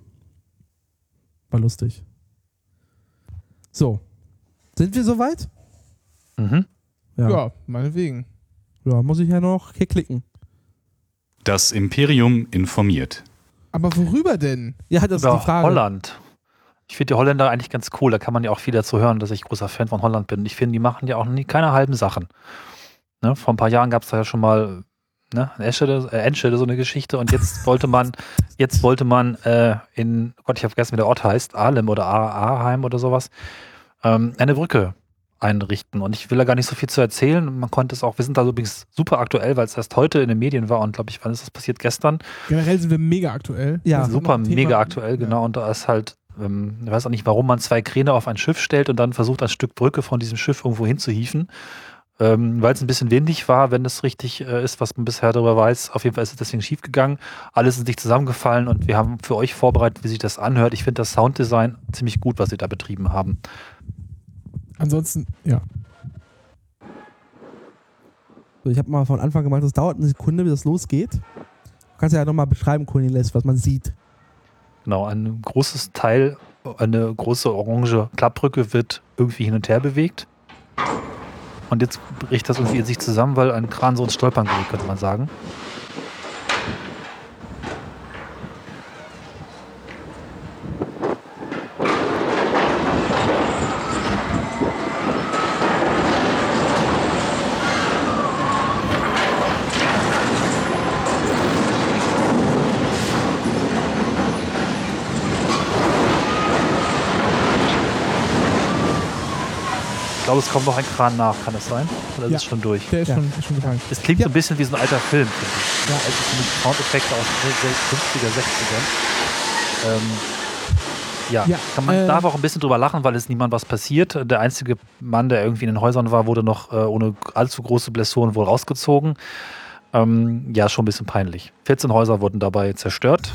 war lustig. So, sind wir soweit? Mhm. Ja, Ja. meinetwegen. Ja, muss ich ja noch hier klicken. Das Imperium informiert. Aber worüber denn? Ja, das ist Über die Frage. Holland. Ich finde die Holländer eigentlich ganz cool. Da kann man ja auch viel dazu hören, dass ich großer Fan von Holland bin. Ich finde, die machen ja auch nie, keine halben Sachen. Ne? Vor ein paar Jahren gab es da ja schon mal ne, in Enschede, äh, Enschede so eine Geschichte und jetzt wollte man, jetzt wollte man äh, in, Gott, ich habe vergessen, wie der Ort heißt, Ahlem oder Aarheim oder sowas, ähm, eine Brücke einrichten. Und ich will da gar nicht so viel zu erzählen. Man konnte es auch, wir sind da übrigens super aktuell, weil es erst heute in den Medien war und glaube ich, wann ist das passiert? Gestern? Generell sind wir mega aktuell. Ja. Das ist Super, noch ein Thema. mega aktuell, Ja. genau. Und da ist halt, ähm, ich weiß auch nicht, warum man zwei Kräne auf ein Schiff stellt und dann versucht, ein Stück Brücke von diesem Schiff irgendwo hinzuhieven. Ähm, weil es ein bisschen windig war, wenn es richtig äh, ist, was man bisher darüber weiß. Auf jeden Fall ist es deswegen schief gegangen. Alles ist nicht zusammengefallen und wir haben für euch vorbereitet, wie sich das anhört. Ich finde das Sounddesign ziemlich gut, was sie da betrieben haben. Ansonsten, ja. So, ich habe mal von Anfang gemacht, es dauert eine Sekunde, bis das losgeht. Du kannst ja nochmal beschreiben, Cornelis, was man sieht. Genau, ein großes Teil, eine große orange Klappbrücke wird irgendwie hin und her bewegt. Und jetzt bricht das irgendwie in sich zusammen, weil ein Kran so ins Stolpern gerät, könnte man sagen. glaube, es kommt noch ein Kran nach, kann es sein? Oder ist Ja. es schon durch? Der ist, Ja. schon, ist schon gefallen. Es klingt Ja. so ein bisschen wie so ein alter Film, finde ich. Ja. Also so Soundeffekte aus den fünfziger, sechzigern. Ähm, ja, Ja, kann man äh, darf auch ein bisschen drüber lachen, weil es niemand was passiert. Der einzige Mann, der irgendwie in den Häusern war, wurde noch äh, ohne allzu große Blessuren wohl rausgezogen. Ähm, ja, schon ein bisschen peinlich. vierzehn Häuser wurden dabei zerstört,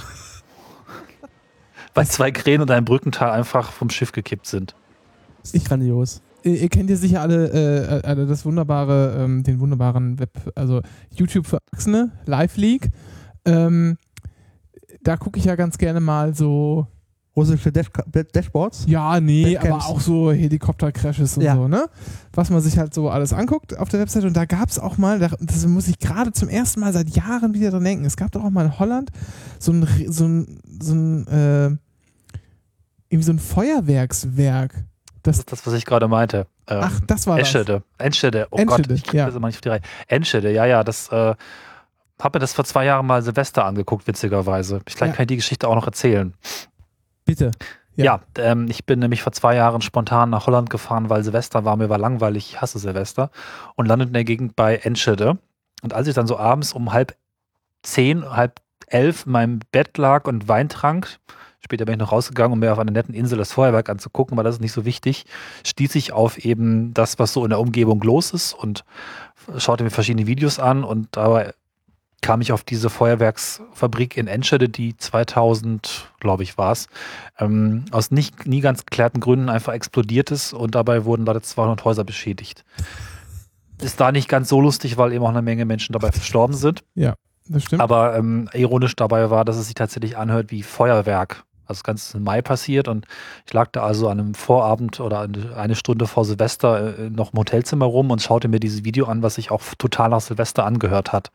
weil zwei Kräne und ein Brückenteil einfach vom Schiff gekippt sind. Das ist grandios. Ihr, ihr kennt ja sicher alle, äh, alle das wunderbare, ähm, den wunderbaren Web, also YouTube für Erwachsene, Live League. Ähm, da gucke ich ja ganz gerne mal so, Russische Dash Dashboards. ja, nee, aber Webcams. auch so Helikopter-Crashes und Ja. so, ne? Was man sich halt so alles anguckt auf der Website. Und da gab es auch mal, da, das muss ich gerade zum ersten Mal seit Jahren wieder dran denken, es gab doch auch mal in Holland so ein, so ein, so ein, äh, irgendwie so ein Feuerwerkswerk. Das ist das, was ich gerade meinte. Ähm, Ach, das war das. Enschede. Enschede. Oh Enschede, Gott, ich kriege ja. das immer nicht auf die Reihe. Enschede, ja, ja, das äh, habe mir das vor zwei Jahren mal Silvester angeguckt, witzigerweise. Vielleicht Ja. kann ich die Geschichte auch noch erzählen. Bitte. Ja. Ja, ähm, ich bin nämlich vor zwei Jahren spontan nach Holland gefahren, weil Silvester war, mir war langweilig, ich hasse Silvester und landete in der Gegend bei Enschede. Und als ich dann so abends um halb zehn, halb elf in meinem Bett lag und Wein trank, später bin ich noch rausgegangen, um mir auf einer netten Insel das Feuerwerk anzugucken, weil das ist nicht so wichtig, stieß ich auf eben das, was so in der Umgebung los ist und schaute mir verschiedene Videos an und dabei kam ich auf diese Feuerwerksfabrik in Enschede, die zweitausend, glaube ich, war es, ähm, aus nicht nie ganz geklärten Gründen einfach explodiert ist und dabei wurden leider zweihundert Häuser beschädigt. Ist da nicht ganz so lustig, weil eben auch eine Menge Menschen dabei verstorben sind. Das stimmt. Aber ähm, ironisch dabei war, dass es sich tatsächlich anhört wie Feuerwerk. Also das Ganze ist im Mai passiert und ich lag da also an einem Vorabend oder eine Stunde vor Silvester äh, noch im Hotelzimmer rum und schaute mir dieses Video an, was sich auch total nach Silvester angehört hat.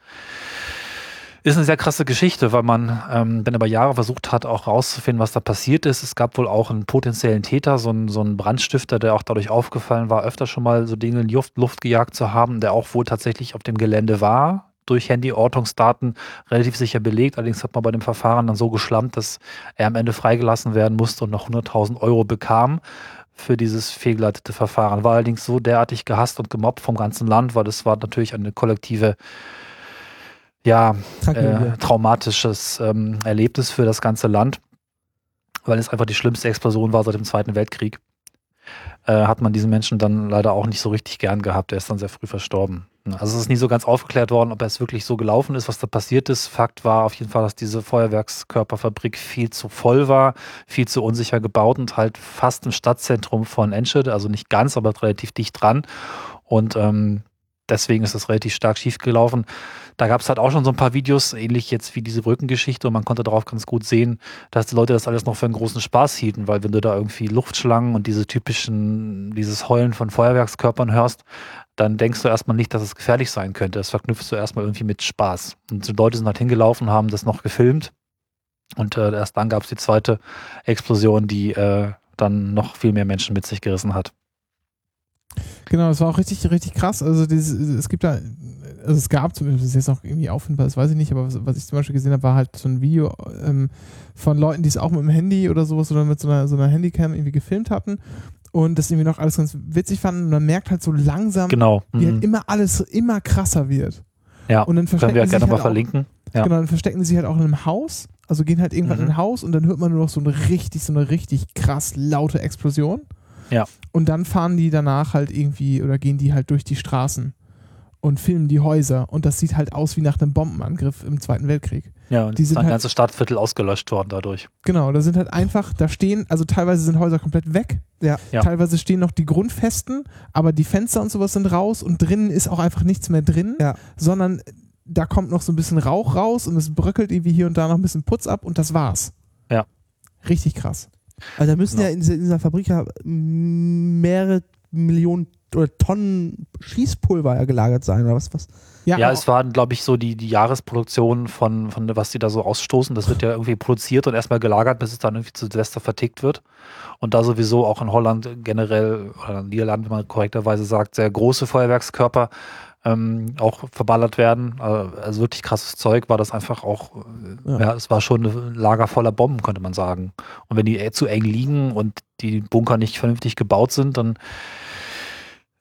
Ist eine sehr krasse Geschichte, weil man ähm, dann über Jahre versucht hat, auch rauszufinden, was da passiert ist. Es gab wohl auch einen potenziellen Täter, so einen, so einen Brandstifter, der auch dadurch aufgefallen war, öfter schon mal so Dinge in die Luft, Luft gejagt zu haben, der auch wohl tatsächlich auf dem Gelände war, durch Handy-Ortungsdaten relativ sicher belegt. Allerdings hat man bei dem Verfahren dann so geschlampt, dass er am Ende freigelassen werden musste und noch hunderttausend Euro bekam für dieses fehlgeleitete Verfahren. War allerdings so derartig gehasst und gemobbt vom ganzen Land, weil das war natürlich eine kollektive ja, äh, traumatisches ähm, Erlebnis für das ganze Land, weil es einfach die schlimmste Explosion war seit dem Zweiten Weltkrieg. Äh, hat man diesen Menschen dann leider auch nicht so richtig gern gehabt. Er ist dann sehr früh verstorben. Also es ist nie so ganz aufgeklärt worden, ob es wirklich so gelaufen ist, was da passiert ist. Fakt war auf jeden Fall, dass diese Feuerwerkskörperfabrik viel zu voll war, viel zu unsicher gebaut und halt fast im Stadtzentrum von Enschede, also nicht ganz, aber relativ dicht dran. Und ähm, deswegen ist das relativ stark schief gelaufen. Da gab es halt auch schon so ein paar Videos, ähnlich jetzt wie diese Brückengeschichte, und man konnte darauf ganz gut sehen, dass die Leute das alles noch für einen großen Spaß hielten, weil wenn du da irgendwie Luftschlangen und diese typischen, dieses Heulen von Feuerwerkskörpern hörst, dann denkst du erstmal nicht, dass es gefährlich sein könnte. Das verknüpfst du erstmal irgendwie mit Spaß. Und die Leute sind halt hingelaufen, haben das noch gefilmt und äh, erst dann gab es die zweite Explosion, die äh, dann noch viel mehr Menschen mit sich gerissen hat. Genau, das war auch richtig, richtig krass. Also dieses, es gibt da, also es gab, zumindest ist jetzt noch irgendwie auffindbar, das weiß ich nicht, aber was, was ich zum Beispiel gesehen habe, war halt so ein Video ähm, von Leuten, die es auch mit dem Handy oder sowas oder mit so einer, so einer Handycam irgendwie gefilmt hatten und das irgendwie noch alles ganz witzig fanden. Und man merkt halt so langsam, Genau. wie Mhm. halt immer alles immer krasser wird. Ja, Und dann können verstecken wir sie gerne sich mal halt auch, verlinken. Ja. Genau, dann verstecken sie sich halt auch in einem Haus, also gehen halt irgendwann Mhm. in ein Haus und dann hört man nur noch so eine richtig, so eine richtig krass laute Explosion. Ja. Und dann fahren die danach halt irgendwie oder gehen die halt durch die Straßen und filmen die Häuser und das sieht halt aus wie nach einem Bombenangriff im Zweiten Weltkrieg. Ja, und Die es sind ist ein halt- ganzes Stadtviertel ausgelöscht worden dadurch. Genau, da sind halt einfach, da stehen, also teilweise sind Häuser komplett weg, Ja. Ja. teilweise stehen noch die Grundfesten, aber die Fenster und sowas sind raus und drinnen ist auch einfach nichts mehr drin, Ja. sondern da kommt noch so ein bisschen Rauch raus und es bröckelt irgendwie hier und da noch ein bisschen Putz ab und das war's. Ja. Richtig krass. Also da müssen Genau. ja in dieser, in dieser Fabrik ja mehrere Millionen oder Tonnen Schießpulver ja gelagert sein, oder was? was? Ja, es waren, glaube ich, so die, die Jahresproduktion von, von was die da so ausstoßen. Das wird ja irgendwie produziert und erstmal gelagert, bis es dann irgendwie zu Silvester vertickt wird. Und da sowieso auch in Holland generell, oder in Niederlanden, wenn man korrekterweise sagt, sehr große Feuerwerkskörper ähm, auch verballert werden. Also wirklich krasses Zeug, war das einfach auch, ja, Ja. es war schon ein Lager voller Bomben, könnte man sagen. Und wenn die zu eng liegen und die Bunker nicht vernünftig gebaut sind, dann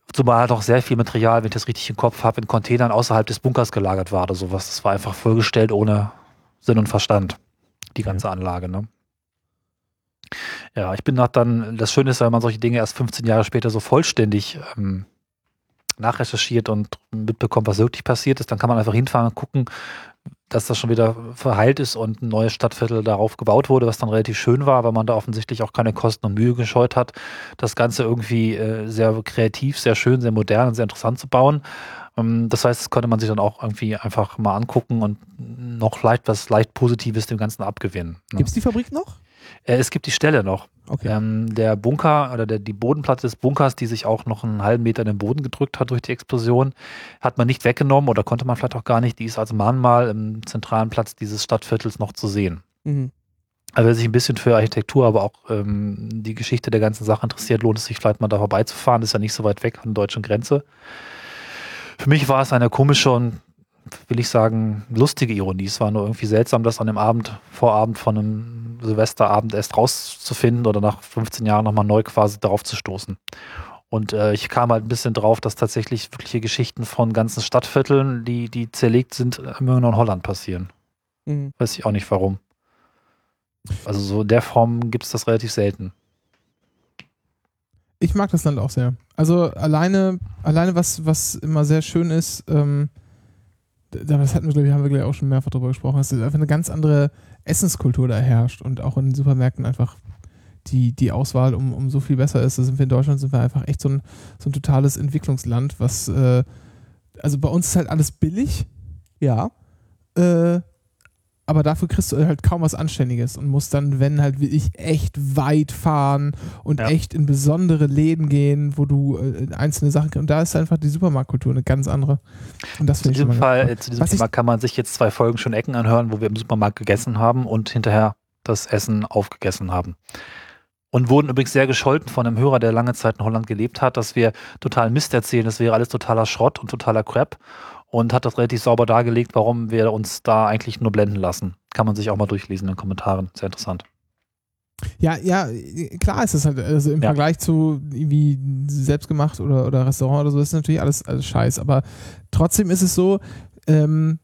Zumal halt auch sehr viel Material, wenn ich das richtig im Kopf habe, in Containern außerhalb des Bunkers gelagert war oder sowas. Das war einfach vollgestellt ohne Sinn und Verstand, die ganze ja. Anlage. Ne? Ja, ich bin nach dann, das Schöne ist, wenn man solche Dinge erst fünfzehn Jahre später so vollständig ähm, nachrecherchiert und mitbekommt, was wirklich passiert ist, dann kann man einfach hinfahren und gucken, dass das schon wieder verheilt ist und ein neues Stadtviertel darauf gebaut wurde, was dann relativ schön war, weil man da offensichtlich auch keine Kosten und Mühe gescheut hat, das Ganze irgendwie äh, sehr kreativ, sehr schön, sehr modern und sehr interessant zu bauen. Ähm, das heißt, das konnte man sich dann auch irgendwie einfach mal angucken und noch leicht was leicht Positives dem Ganzen abgewinnen. Ne? Gibt es die Fabrik noch? Äh, es gibt die Stelle noch. Okay. Ähm, der Bunker oder der, die Bodenplatte des Bunkers, die sich auch noch einen halben Meter in den Boden gedrückt hat durch die Explosion, hat man nicht weggenommen oder konnte man vielleicht auch gar nicht. Die ist als Mahnmal im zentralen Platz dieses Stadtviertels noch zu sehen. Mhm. Also wer sich ein bisschen für Architektur, aber auch ähm, die Geschichte der ganzen Sache interessiert, lohnt es sich vielleicht mal da vorbeizufahren. Das ist ja nicht so weit weg von der deutschen Grenze. Für mich war es eine komische und, will ich sagen, lustige Ironie. Es war nur irgendwie seltsam, das an dem Abend, Vorabend von einem Silvesterabend erst rauszufinden oder nach fünfzehn Jahren nochmal neu quasi darauf zu stoßen. Und äh, ich kam halt ein bisschen drauf, dass tatsächlich wirkliche Geschichten von ganzen Stadtvierteln, die, die zerlegt sind, immer nur in Holland passieren. Mhm. Weiß ich auch nicht warum. Also so in der Form gibt es das relativ selten. Ich mag das Land auch sehr. Also alleine, alleine was, was immer sehr schön ist, ähm, das hatten wir, glaube ich, haben wir gleich auch schon mehrfach drüber gesprochen, dass einfach eine ganz andere Essenskultur da herrscht und auch in den Supermärkten einfach die, die Auswahl um, um so viel besser ist. Da sind wir in Deutschland, sind wir einfach echt so ein, so ein totales Entwicklungsland, was, äh, also bei uns ist halt alles billig, Ja. äh, aber dafür kriegst du halt kaum was Anständiges und musst dann, wenn halt wirklich echt weit fahren und Ja. echt in besondere Läden gehen, wo du äh, einzelne Sachen kriegst. Und da ist einfach die Supermarktkultur eine ganz andere. Und das Zu finde ich schon diesem, mal Fall, ganz äh, zu diesem Was Thema ich- kann man sich jetzt zwei Folgen schon Ecken anhören, wo wir im Supermarkt gegessen haben und hinterher das Essen aufgegessen haben. Und wurden übrigens sehr gescholten von einem Hörer, der lange Zeit in Holland gelebt hat, dass wir total Mist erzählen, das wäre alles totaler Schrott und totaler Crap. Und hat das relativ sauber dargelegt, warum wir uns da eigentlich nur blenden lassen. Kann man sich auch mal durchlesen in den Kommentaren. Sehr interessant. Ja, ja, klar ist es halt, also im Ja. Vergleich zu irgendwie selbstgemacht oder, oder Restaurant oder so, ist natürlich alles, alles scheiß, aber trotzdem ist es so, ähm,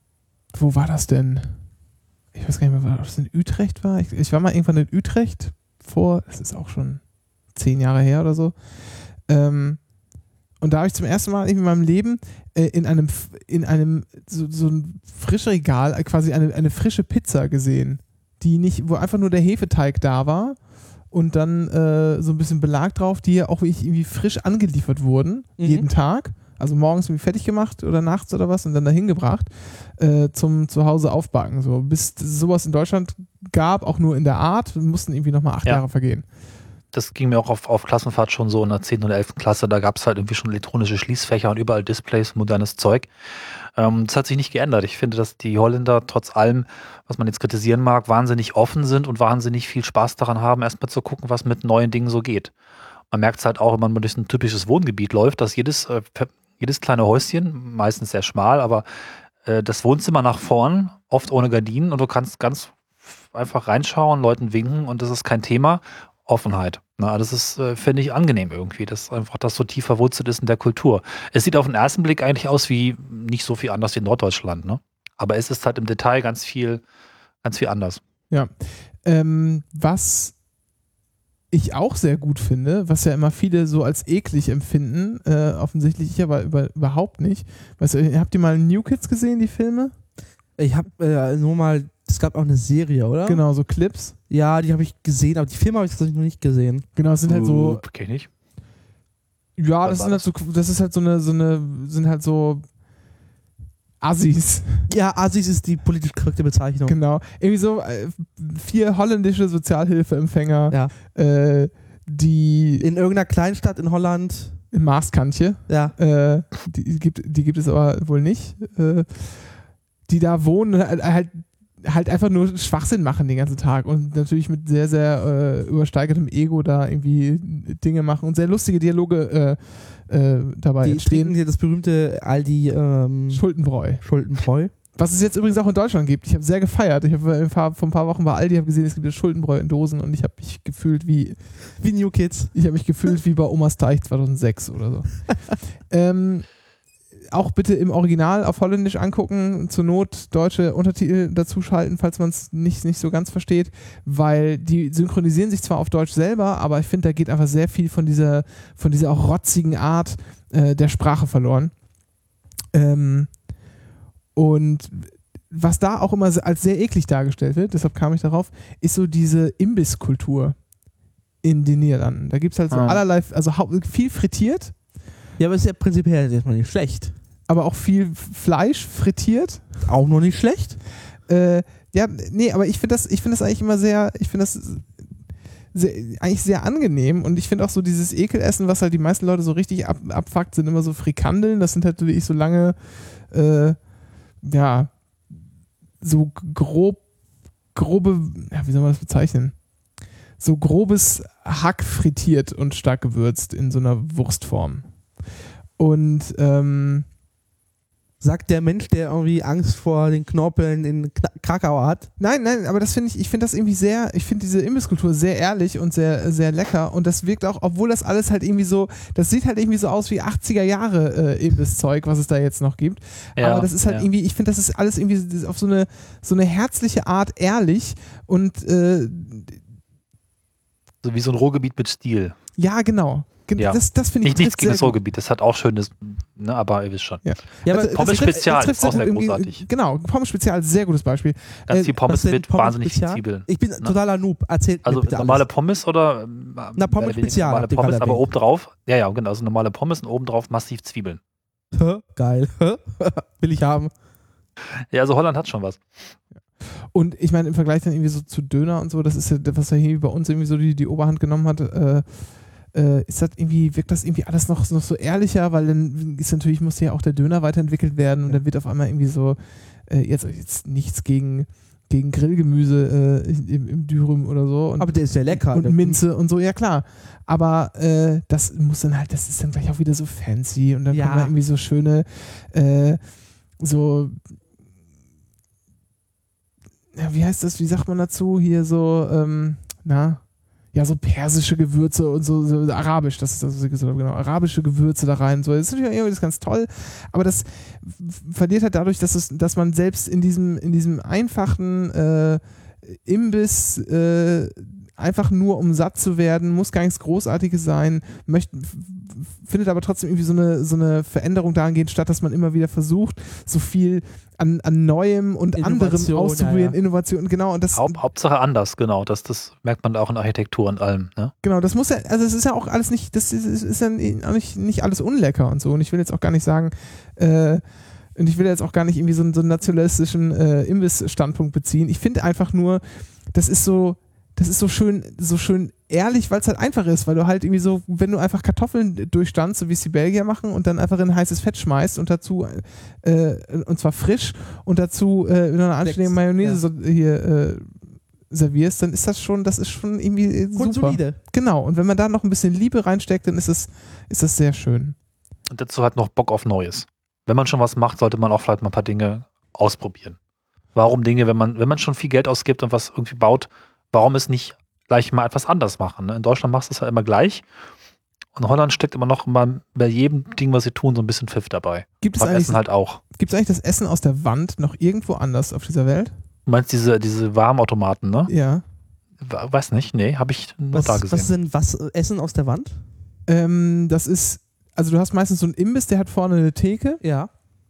wo war das denn? Ich weiß gar nicht mehr, ob das in Utrecht war. Ich, ich war mal irgendwann in Utrecht vor, das ist auch schon zehn Jahre her oder so. Ähm, und da habe ich zum ersten Mal in meinem Leben äh, in einem, in einem so, so ein Frischregal äh, quasi eine, eine frische Pizza gesehen, die nicht, wo einfach nur der Hefeteig da war und dann äh, so ein bisschen Belag drauf, die ja auch wirklich irgendwie frisch angeliefert wurden, Mhm. jeden Tag. Also morgens irgendwie fertig gemacht oder nachts oder was und dann dahin gebracht äh, zum Zuhause aufbacken. So. Bis es sowas in Deutschland gab, auch nur in der Art, mussten irgendwie nochmal acht Ja. Jahre vergehen. Das ging mir auch auf, auf Klassenfahrt schon so in der zehnten oder elften Klasse. Da gab es halt irgendwie schon elektronische Schließfächer und überall Displays, modernes Zeug. Ähm, das hat sich nicht geändert. Ich finde, dass die Holländer trotz allem, was man jetzt kritisieren mag, wahnsinnig offen sind und wahnsinnig viel Spaß daran haben, erstmal zu gucken, was mit neuen Dingen so geht. Man merkt es halt auch, wenn man durch ein typisches Wohngebiet läuft, dass jedes, äh, jedes kleine Häuschen, meistens sehr schmal, aber äh, das Wohnzimmer nach vorn, oft ohne Gardinen und du kannst ganz einfach reinschauen, Leuten winken und das ist kein Thema. Offenheit. Na, das ist, äh, finde ich, angenehm irgendwie, dass einfach das so tief verwurzelt ist in der Kultur. Es sieht auf den ersten Blick eigentlich aus wie nicht so viel anders wie in Norddeutschland, ne? Aber es ist halt im Detail ganz viel, ganz viel anders. Ja. Ähm, was ich auch sehr gut finde, was ja immer viele so als eklig empfinden, äh, offensichtlich ich aber über, überhaupt nicht. Weißt du, habt ihr mal New Kids gesehen, die Filme? Ich habe äh, nur mal, es gab auch eine Serie, oder? Genau, so Clips. Ja, die habe ich gesehen, aber die Filme habe ich tatsächlich noch nicht gesehen. Genau, es sind halt so, Uh, kenn ich nicht. ja, Was das war sind halt so, das ist halt so eine, so eine, sind halt so Assis. Ja, Assis ist die politisch korrekte Bezeichnung. Genau. Irgendwie so äh, vier holländische Sozialhilfeempfänger, Ja. äh, die In irgendeiner Kleinstadt in Holland. im Maßkantje, Ja. äh, die, gibt, die gibt es aber wohl nicht, äh, die da wohnen, halt, halt, halt einfach nur Schwachsinn machen den ganzen Tag und natürlich mit sehr, sehr äh, übersteigertem Ego da irgendwie Dinge machen und sehr lustige Dialoge äh, äh, dabei Die entstehen. trinken hier das berühmte Aldi ähm, Schuldenbräu. Schuldenbräu. Was es jetzt übrigens auch in Deutschland gibt. Ich habe sehr gefeiert. Ich habe vor ein paar Wochen bei Aldi hab gesehen, es gibt jetzt Schuldenbräu in Dosen und ich habe mich gefühlt wie Wie New Kids. ich habe mich gefühlt wie bei Omas Teich zweitausendsechs oder so. ähm, auch bitte im Original auf Holländisch angucken, zur Not deutsche Untertitel dazuschalten, falls man es nicht, nicht so ganz versteht, weil die synchronisieren sich zwar auf Deutsch selber, aber ich finde, da geht einfach sehr viel von dieser, von dieser auch rotzigen Art äh, der Sprache verloren. Ähm, und was da auch immer als sehr eklig dargestellt wird, deshalb kam ich darauf, ist so diese Imbisskultur in den Niederlanden. Da gibt es halt so Ah. allerlei, also hau- viel frittiert, Ja, aber ist ja prinzipiell erstmal nicht schlecht. aber auch viel Fleisch frittiert. Auch noch nicht schlecht. Äh, ja, nee, aber ich finde das, ich finde das eigentlich immer sehr, ich finde das sehr, eigentlich sehr angenehm und ich finde auch so dieses Ekelessen, was halt die meisten Leute so richtig ab, abfuckt, sind immer so Frikandeln. Das sind halt wirklich so lange, äh, ja, so grob, grobe, ja, wie soll man das bezeichnen? So grobes Hack frittiert und stark gewürzt in so einer Wurstform. Und ähm, Sagt der Mensch, der irgendwie Angst vor den Knorpeln in Kna- Krakau hat. nein, nein, aber das finde ich, ich finde das irgendwie sehr, ich finde diese Imbisskultur sehr ehrlich und sehr, sehr lecker und das wirkt auch, obwohl das alles halt irgendwie so, das sieht halt irgendwie so aus wie achtziger Jahre äh, Imbisszeug, was es da jetzt noch gibt. Ja, aber das ist halt ja. irgendwie, ich finde, das ist alles irgendwie auf so eine, so eine herzliche Art ehrlich und äh, So wie so ein Ruhrgebiet mit Stil. ja, genau. Gen- Ja. Das, das finde ich Nicht nichts trifft gegen das sehr gut. Ruhrgebiet, das hat auch schönes, ne, aber ihr wisst schon. Ja. Ja, aber Also, Pommes das trifft- Spezial, das trifft ist auch sehr irgendwie- großartig. Genau, Pommes Spezial, sehr gutes Beispiel. Ganz Äh, viel was Pommes denn mit Pommes wahnsinnig viel Spezial? Zwiebeln. Ich bin Ne? totaler Noob. Erzählt Also mir bitte normale alles. Pommes oder ähm, Na, Pommes mehr oder weniger Spezial normale habt ihr Pommes, gerade aber erwähnt. obendrauf, ja, ja, genau, also normale Pommes und obendrauf massiv Zwiebeln. Hä? Geil. Hä? Will ich haben. Ja, also Holland hat schon was. Und ich meine, im Vergleich dann irgendwie so zu Döner und so, das ist ja, das, was ja hier bei uns irgendwie so die, die Oberhand genommen hat, äh, äh, ist das irgendwie, wirkt das irgendwie alles noch, noch so ehrlicher, weil dann ist natürlich, muss ja auch der Döner weiterentwickelt werden und dann wird auf einmal irgendwie so, äh, jetzt, jetzt nichts gegen, gegen Grillgemüse äh, im, im Dürüm oder so. Und, Aber der ist ja lecker. und Der- Minze und so, ja klar. Aber äh, das muss dann halt, das ist dann gleich auch wieder so fancy und dann Ja. kommen da irgendwie so schöne, äh, so, ja, wie heißt das, wie sagt man dazu? Hier so, ähm, na, ja, so persische Gewürze und so, so arabisch, das ist das, was ich gesagt habe, genau, arabische Gewürze da rein. So, das ist natürlich irgendwie das ganz toll, aber das f- verliert halt dadurch, dass, es, dass man selbst in diesem, in diesem einfachen äh, Imbiss äh, einfach nur um satt zu werden, muss gar nichts Großartiges sein, möchte, f- f- findet aber trotzdem irgendwie so eine, so eine Veränderung dahingehend statt, dass man immer wieder versucht, so viel an, an Neuem und anderem Innovation, auszuprobieren, ja, ja. Innovation, genau, und das, Haupt, Hauptsache anders, genau. Das, das merkt man auch in Architektur und allem. Ne? genau, das muss ja, also es ist ja auch alles nicht, das ist, ist, ist ja auch nicht, nicht alles unlecker und so, und ich will jetzt auch gar nicht sagen, äh, und ich will jetzt auch gar nicht irgendwie so einen, so einen nationalistischen äh, Imbiss-Standpunkt beziehen. Ich finde einfach nur, das ist so, das ist so schön, so schön ehrlich, weil es halt einfach ist, weil du halt irgendwie so, wenn du einfach Kartoffeln durchstanzt, so wie es die Belgier machen, und dann einfach in heißes Fett schmeißt und dazu, äh, und zwar frisch, und dazu äh, mit einer anständigen Mayonnaise ja. so hier äh, servierst, dann ist das schon, das ist schon irgendwie äh, super. Grundsolide. Genau, und wenn man da noch ein bisschen Liebe reinsteckt, dann ist es, ist das sehr schön. Und dazu hat noch Bock auf Neues. Wenn man schon was macht, sollte man auch vielleicht mal ein paar Dinge ausprobieren. Warum Dinge, wenn man, wenn man schon viel Geld ausgibt und was irgendwie baut, warum es nicht gleich mal etwas anders machen? Ne? In Deutschland machst du es ja immer gleich. Und in Holland steckt immer noch mal bei jedem Ding, was sie tun, so ein bisschen Pfiff dabei. Gibt es Beim eigentlich, Essen halt auch. gibt's eigentlich das Essen aus der Wand noch irgendwo anders auf dieser Welt? Du meinst diese, diese Warmautomaten, ne? Ja. We- Weiß nicht, nee, habe ich nur Was, da was gesehen. ist denn was? Essen aus der Wand? Ähm, das ist, also du hast meistens so einen Imbiss, der hat vorne eine Theke Ja.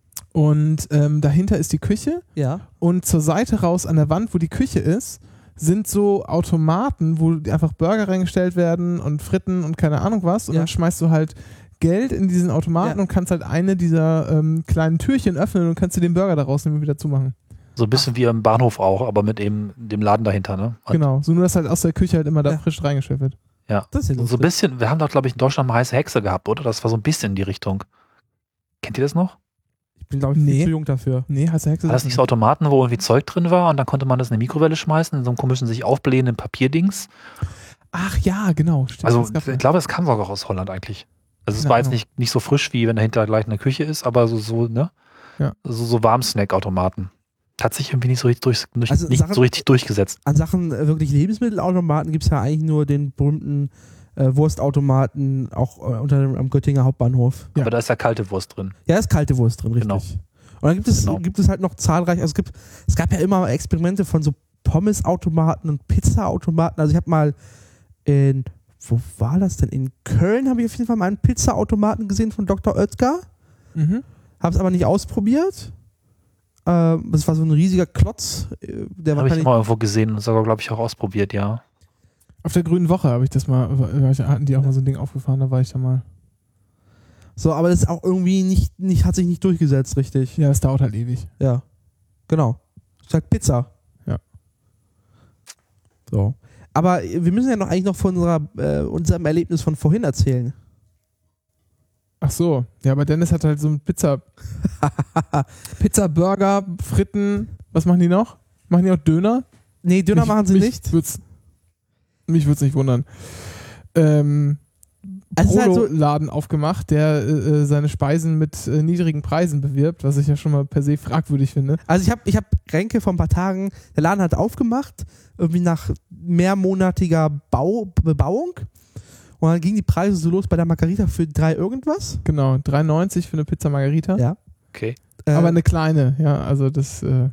und ähm, dahinter ist die Küche Ja. und zur Seite raus an der Wand, wo die Küche ist, sind so Automaten, wo einfach Burger reingestellt werden und Fritten und keine Ahnung was und Ja. dann schmeißt du halt Geld in diesen Automaten Ja. und kannst halt eine dieser ähm, kleinen Türchen öffnen und kannst dir den Burger daraus nehmen und wieder zumachen. So ein bisschen wie im Bahnhof auch, aber mit eben dem Laden dahinter, ne? Und Genau, so nur, dass halt aus der Küche halt immer da Ja. frisch reingestellt wird. Ja. Das ist ja So ein lustig. bisschen, wir haben doch, glaube ich, in Deutschland mal heiße Hexe gehabt, oder? Das war so ein bisschen in die Richtung. Kennt ihr das noch? Ich bin, glaube ich, Nee. viel zu jung dafür. Nee, heiße Hexe. War das nicht so Automaten, wo irgendwie Zeug drin war und dann konnte man das in eine Mikrowelle schmeißen, in so einem komischen, sich aufblähenden Papierdings? Ach ja, genau. Stimmt, Also das gab's ja. ich glaube, es kam sogar aus Holland eigentlich. Also es Keine war jetzt Ahnung. nicht, nicht so frisch, wie wenn dahinter gleich eine Küche ist, aber so, so ne? Ja. So, so Warmsnack-Automaten. Hat sich irgendwie nicht so richtig, durch, durch, Also nicht Sachen- so richtig durchgesetzt. An Sachen äh, wirklich Lebensmittelautomaten gibt es ja eigentlich nur den berühmten äh, Wurstautomaten, auch äh, unter dem, am Göttinger Hauptbahnhof. Ja. Aber da ist ja kalte Wurst drin. Ja, da ist kalte Wurst drin, richtig. Genau. Und dann gibt es, Genau. gibt es halt noch zahlreich, also es gibt, es gab ja immer Experimente von so Pommesautomaten und Pizzaautomaten. Also ich habe mal in, wo war das denn? In Köln habe ich auf jeden Fall mal einen Pizzaautomaten gesehen von Doktor Oetker. Mhm. Habe es aber nicht ausprobiert. Ähm, das war so ein riesiger Klotz. äh, Der Habe ich wahrscheinlich mal irgendwo gesehen und sogar, glaube ich, auch ausprobiert, ja. Auf der Grünen Woche habe ich das mal, hatten die auch mal so ein Ding aufgefahren, da war ich da mal. so, aber das ist auch irgendwie nicht, nicht, hat sich nicht durchgesetzt, richtig. Ja, das dauert halt ewig. Ja, genau. Ist halt Pizza. Ja. So. Aber wir müssen ja noch eigentlich noch von unserer, äh, unserem Erlebnis von vorhin erzählen. Ach so, ja, aber Dennis hat halt so ein Pizza, Pizza, Burger, Fritten, was machen die noch? Machen die auch Döner? Nee, Döner mich, machen sie mich nicht. Würd's, mich würde es nicht wundern. Ähm, Also es ist halt so- Prolo-Laden aufgemacht, der äh, seine Speisen mit äh, niedrigen Preisen bewirbt, was ich ja schon mal per se fragwürdig finde. Also ich habe ich hab Renke vor ein paar Tagen, der Laden hat aufgemacht, irgendwie nach mehrmonatiger Bau, Bebauung. Und dann gingen die Preise so los bei der Margarita für drei irgendwas. Genau, drei neunzig für eine Pizza Margherita. Ja. Okay. Äh, Aber eine kleine, ja, also das, äh,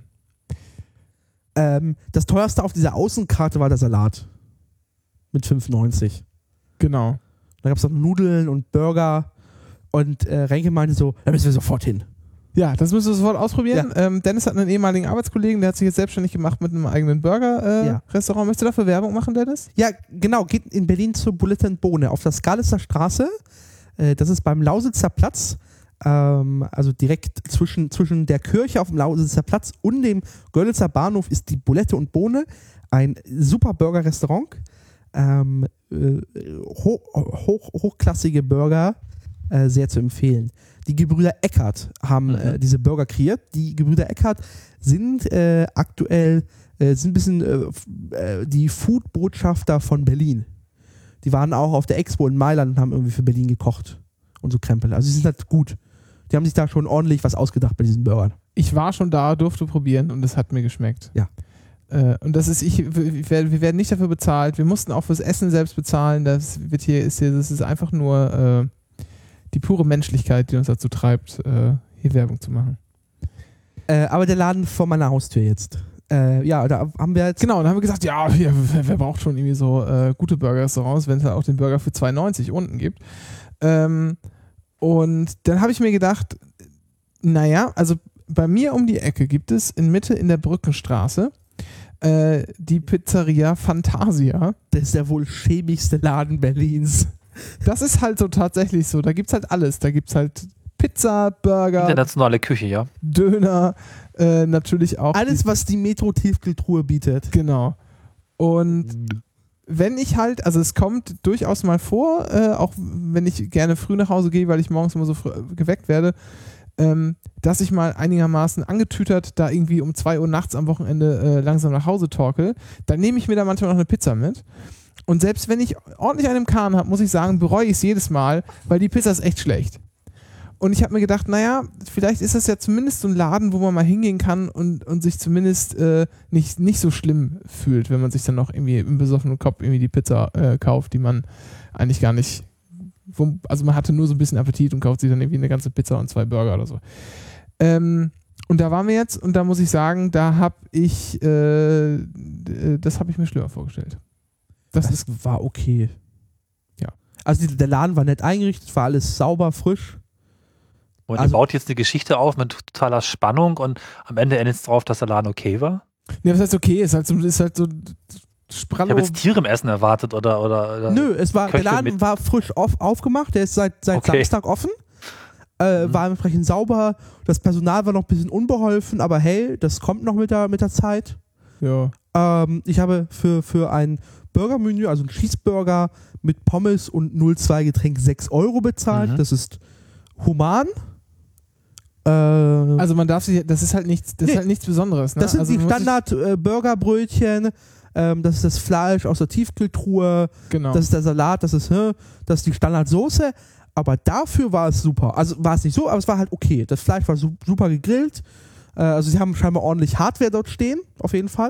ähm, das teuerste auf dieser Außenkarte war der Salat. Mit fünf neunzig. genau. Da gab es noch Nudeln und Burger. Und äh, Renke meinte so, da müssen wir sofort hin. Ja, das müssen wir sofort ausprobieren. Ähm, Dennis hat einen ehemaligen Arbeitskollegen, der hat sich jetzt selbstständig gemacht mit einem eigenen Burger-Restaurant. Äh, Ja. Restaurant. Möchtest du dafür Werbung machen, Dennis? Ja, genau, geht in Berlin zur Bulette und Bohne auf der Skalitzer Straße. Äh, das ist beim Lausitzer Platz. Ähm, also direkt zwischen, zwischen der Kirche auf dem Lausitzer Platz und dem Görlitzer Bahnhof ist die Bulette und Bohne. Ein super Burger-Restaurant. Ähm, äh, hoch, hoch, hochklassige Burger, äh, sehr zu empfehlen. Die Gebrüder Eckert haben Mhm. äh, diese Burger kreiert. Die Gebrüder Eckert sind äh, aktuell äh, sind ein bisschen äh, f- äh, die Food-Botschafter von Berlin. Die waren auch auf der Expo in Mailand und haben irgendwie für Berlin gekocht und so Krempel. Also sie sind halt gut. Die haben sich da schon ordentlich was ausgedacht bei diesen Burgern. Ich war schon da, durfte probieren und es hat mir geschmeckt. Ja. Äh, und das ist, ich, wir, wir werden nicht dafür bezahlt. Wir mussten auch fürs Essen selbst bezahlen. Das wird hier, ist hier, das ist einfach nur äh, die pure Menschlichkeit, die uns dazu treibt, äh, hier Werbung zu machen. Äh, aber der Laden vor meiner Haustür jetzt. Äh, ja, da haben wir jetzt. Genau, und dann haben wir gesagt, ja, wer, wer braucht schon irgendwie so äh, gute Burger-Restaurants, wenn es halt auch den Burger für zwei neunzig unten gibt. Ähm, und dann habe ich mir gedacht, naja, also bei mir um die Ecke gibt es in Mitte in der Brückenstraße äh, die Pizzeria Fantasia. Das ist der wohl schäbigste Laden Berlins. Das ist halt so tatsächlich so, da gibt es halt alles. Da gibt es halt Pizza, Burger, Internationale Küche, ja. Döner, äh, natürlich auch. Alles, die- was die Metro-Tiefkühltruhe bietet. Genau. Und wenn ich halt, also es kommt durchaus mal vor, äh, auch wenn ich gerne früh nach Hause gehe, weil ich morgens immer so früh geweckt werde, ähm, dass ich mal einigermaßen angetütert da irgendwie um zwei Uhr nachts am Wochenende äh, langsam nach Hause torkel, dann nehme ich mir da manchmal noch eine Pizza mit. Und selbst wenn ich ordentlich einen im Kahn habe, muss ich sagen, bereue ich es jedes Mal, weil die Pizza ist echt schlecht. Und ich habe mir gedacht, naja, vielleicht ist das ja zumindest so ein Laden, wo man mal hingehen kann und, und sich zumindest äh, nicht, nicht so schlimm fühlt, wenn man sich dann noch irgendwie im besoffenen Kopf irgendwie die Pizza äh, kauft, die man eigentlich gar nicht, wo, also man hatte nur so ein bisschen Appetit und kauft sich dann irgendwie eine ganze Pizza und zwei Burger oder so. Ähm, und da waren wir jetzt und da muss ich sagen, da habe ich, äh, das habe ich mir schlimmer vorgestellt. Das, Das ist, war okay. Ja. Also die, der Laden war nett eingerichtet, war alles sauber, frisch. Und Also- ihr baut jetzt eine Geschichte auf mit totaler Spannung und am Ende endet es darauf, dass der Laden okay war. ja, das heißt okay, ist halt so, ist halt so Ich Sprallo. habe jetzt Tiere im Essen erwartet oder. oder, oder Nö, es war, der Köche Laden mit- war frisch auf, aufgemacht, der ist seit, seit Okay. Samstag offen. Äh, Mhm. War entsprechend sauber, das Personal war noch ein bisschen unbeholfen, aber hey, das kommt noch mit der, mit der Zeit. Ja. Ähm, ich habe für, für ein Burgermenü, also ein Cheeseburger mit Pommes und null Komma zwei Getränk sechs Euro bezahlt. Mhm. Das ist human. Äh, Also man darf sich, das ist halt nichts, das Nee. ist halt nichts Besonderes. Ne? das sind also die man muss sich- Standard-Burgerbrötchen. Ähm, das ist das Fleisch aus der Tiefkühltruhe. Genau. Das ist der Salat. Das ist, hä, das ist die Standardsoße. Aber dafür war es super. Also war es nicht so, aber es war halt okay. Das Fleisch war su super gegrillt. Äh, also sie haben scheinbar ordentlich Hardware dort stehen, auf jeden Fall.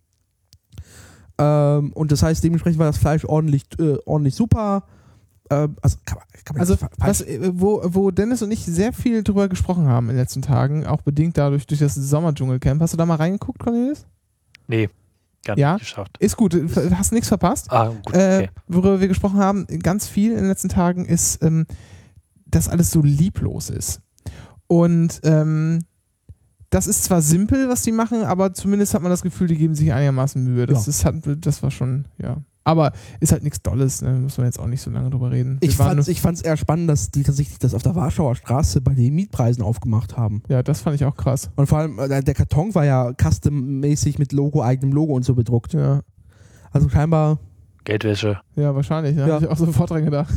Ähm, und das heißt, dementsprechend war das Fleisch ordentlich, äh, ordentlich super. Äh, also kann man, kann man Also nicht was, äh, wo, wo Dennis und ich sehr viel drüber gesprochen haben in den letzten Tagen, auch bedingt dadurch durch das Sommerdschungelcamp. Hast du da mal reingeguckt, Cornelius? Nee, gar Ja? nicht geschafft. Ist gut, du hast nichts verpasst. Ah, gut, Äh, okay. worüber wir gesprochen haben, ganz viel in den letzten Tagen, ist, ähm, dass alles so lieblos ist. Und ähm, das ist zwar simpel, was die machen, aber zumindest hat man das Gefühl, die geben sich einigermaßen Mühe. Das, Ja. ist, hat, das war schon, ja. Aber ist halt nichts Dolles, ne? Muss man jetzt auch nicht so lange drüber reden. Wir Ich waren fand's, ich fand's eher spannend, dass die tatsächlich das auf der Warschauer Straße bei den Mietpreisen aufgemacht haben. nur, ja, das fand ich auch krass. Und vor allem, äh, der Karton war ja custom-mäßig mit Logo, eigenem Logo und so bedruckt. Ja, Also scheinbar Geldwäsche. ja wahrscheinlich. Da Ja. habe ich auch sofort dran gedacht.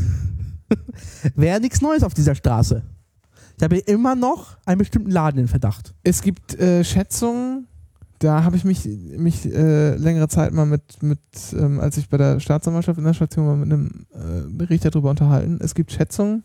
wäre nichts Neues auf dieser Straße. Ich habe immer noch einen bestimmten Laden in Verdacht. Es gibt äh, Schätzungen, da habe ich mich, mich äh, längere Zeit mal mit, mit ähm, als ich bei der Staatsanwaltschaft in der Station war, mit einem äh, Richter darüber unterhalten. Es gibt Schätzungen,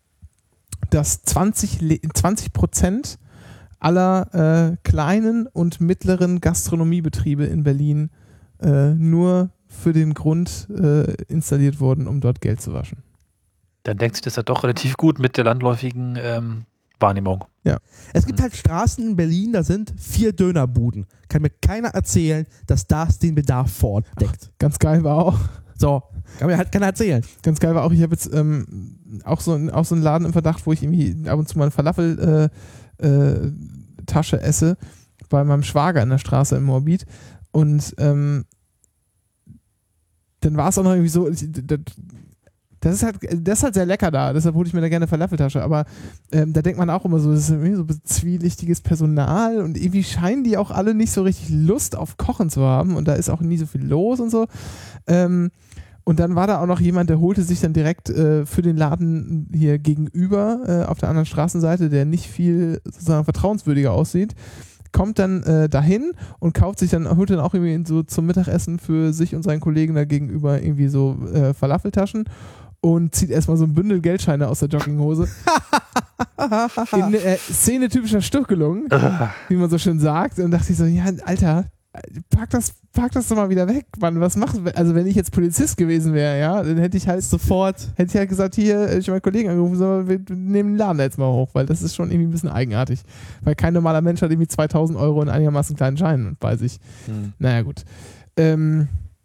dass zwanzig Prozent aller äh, kleinen und mittleren Gastronomiebetriebe in Berlin äh, nur für den Grund äh, installiert wurden, um dort Geld zu waschen. Dann denkt sich das ja doch relativ gut mit der landläufigen ähm, Wahrnehmung. Es gibt halt Straßen in Berlin, da sind vier Dönerbuden. Kann mir keiner erzählen, dass das den Bedarf vor Ort deckt. Ganz geil war auch, So, kann mir halt keiner erzählen. ganz geil war auch, ich habe jetzt ähm, auch, so, ein- auch so einen Laden im Verdacht, wo ich irgendwie ab und zu mal eine Falafel äh, äh, Tasche esse, bei meinem Schwager in der Straße in Moabit. Und ähm, dann war es auch noch irgendwie so, das, das ist halt, das ist halt sehr lecker da, deshalb hole ich mir da gerne eine Falafeltasche, aber ähm, da denkt man auch immer so, das ist irgendwie so zwielichtiges Personal und irgendwie scheinen die auch alle nicht so richtig Lust auf Kochen zu haben und da ist auch nie so viel los und so. Ähm, und dann war da auch noch jemand, der holte sich dann direkt äh, für den Laden hier gegenüber äh, auf der anderen Straßenseite, der nicht viel sozusagen vertrauenswürdiger aussieht, kommt dann äh, dahin und kauft sich dann, holt dann auch irgendwie so zum Mittagessen für sich und seinen Kollegen da gegenüber irgendwie so äh, Falafeltaschen und zieht erstmal so ein Bündel Geldscheine aus der Jogginghose. In äh, Szene typischer Stückelung, wie man so schön sagt. Und dachte ich so, ja, Alter, pack das, pack das doch mal wieder weg, Mann. Was machst du? Also wenn ich jetzt Polizist gewesen wäre, ja, dann hätte ich halt sofort, hätte ich halt gesagt, hier, ich habe meinen Kollegen angerufen, so, wir nehmen den Laden da jetzt mal hoch, weil das ist schon irgendwie ein bisschen eigenartig. Weil kein normaler Mensch hat irgendwie zweitausend Euro in einigermaßen kleinen Scheinen bei sich. Hm. Naja, gut. Ähm,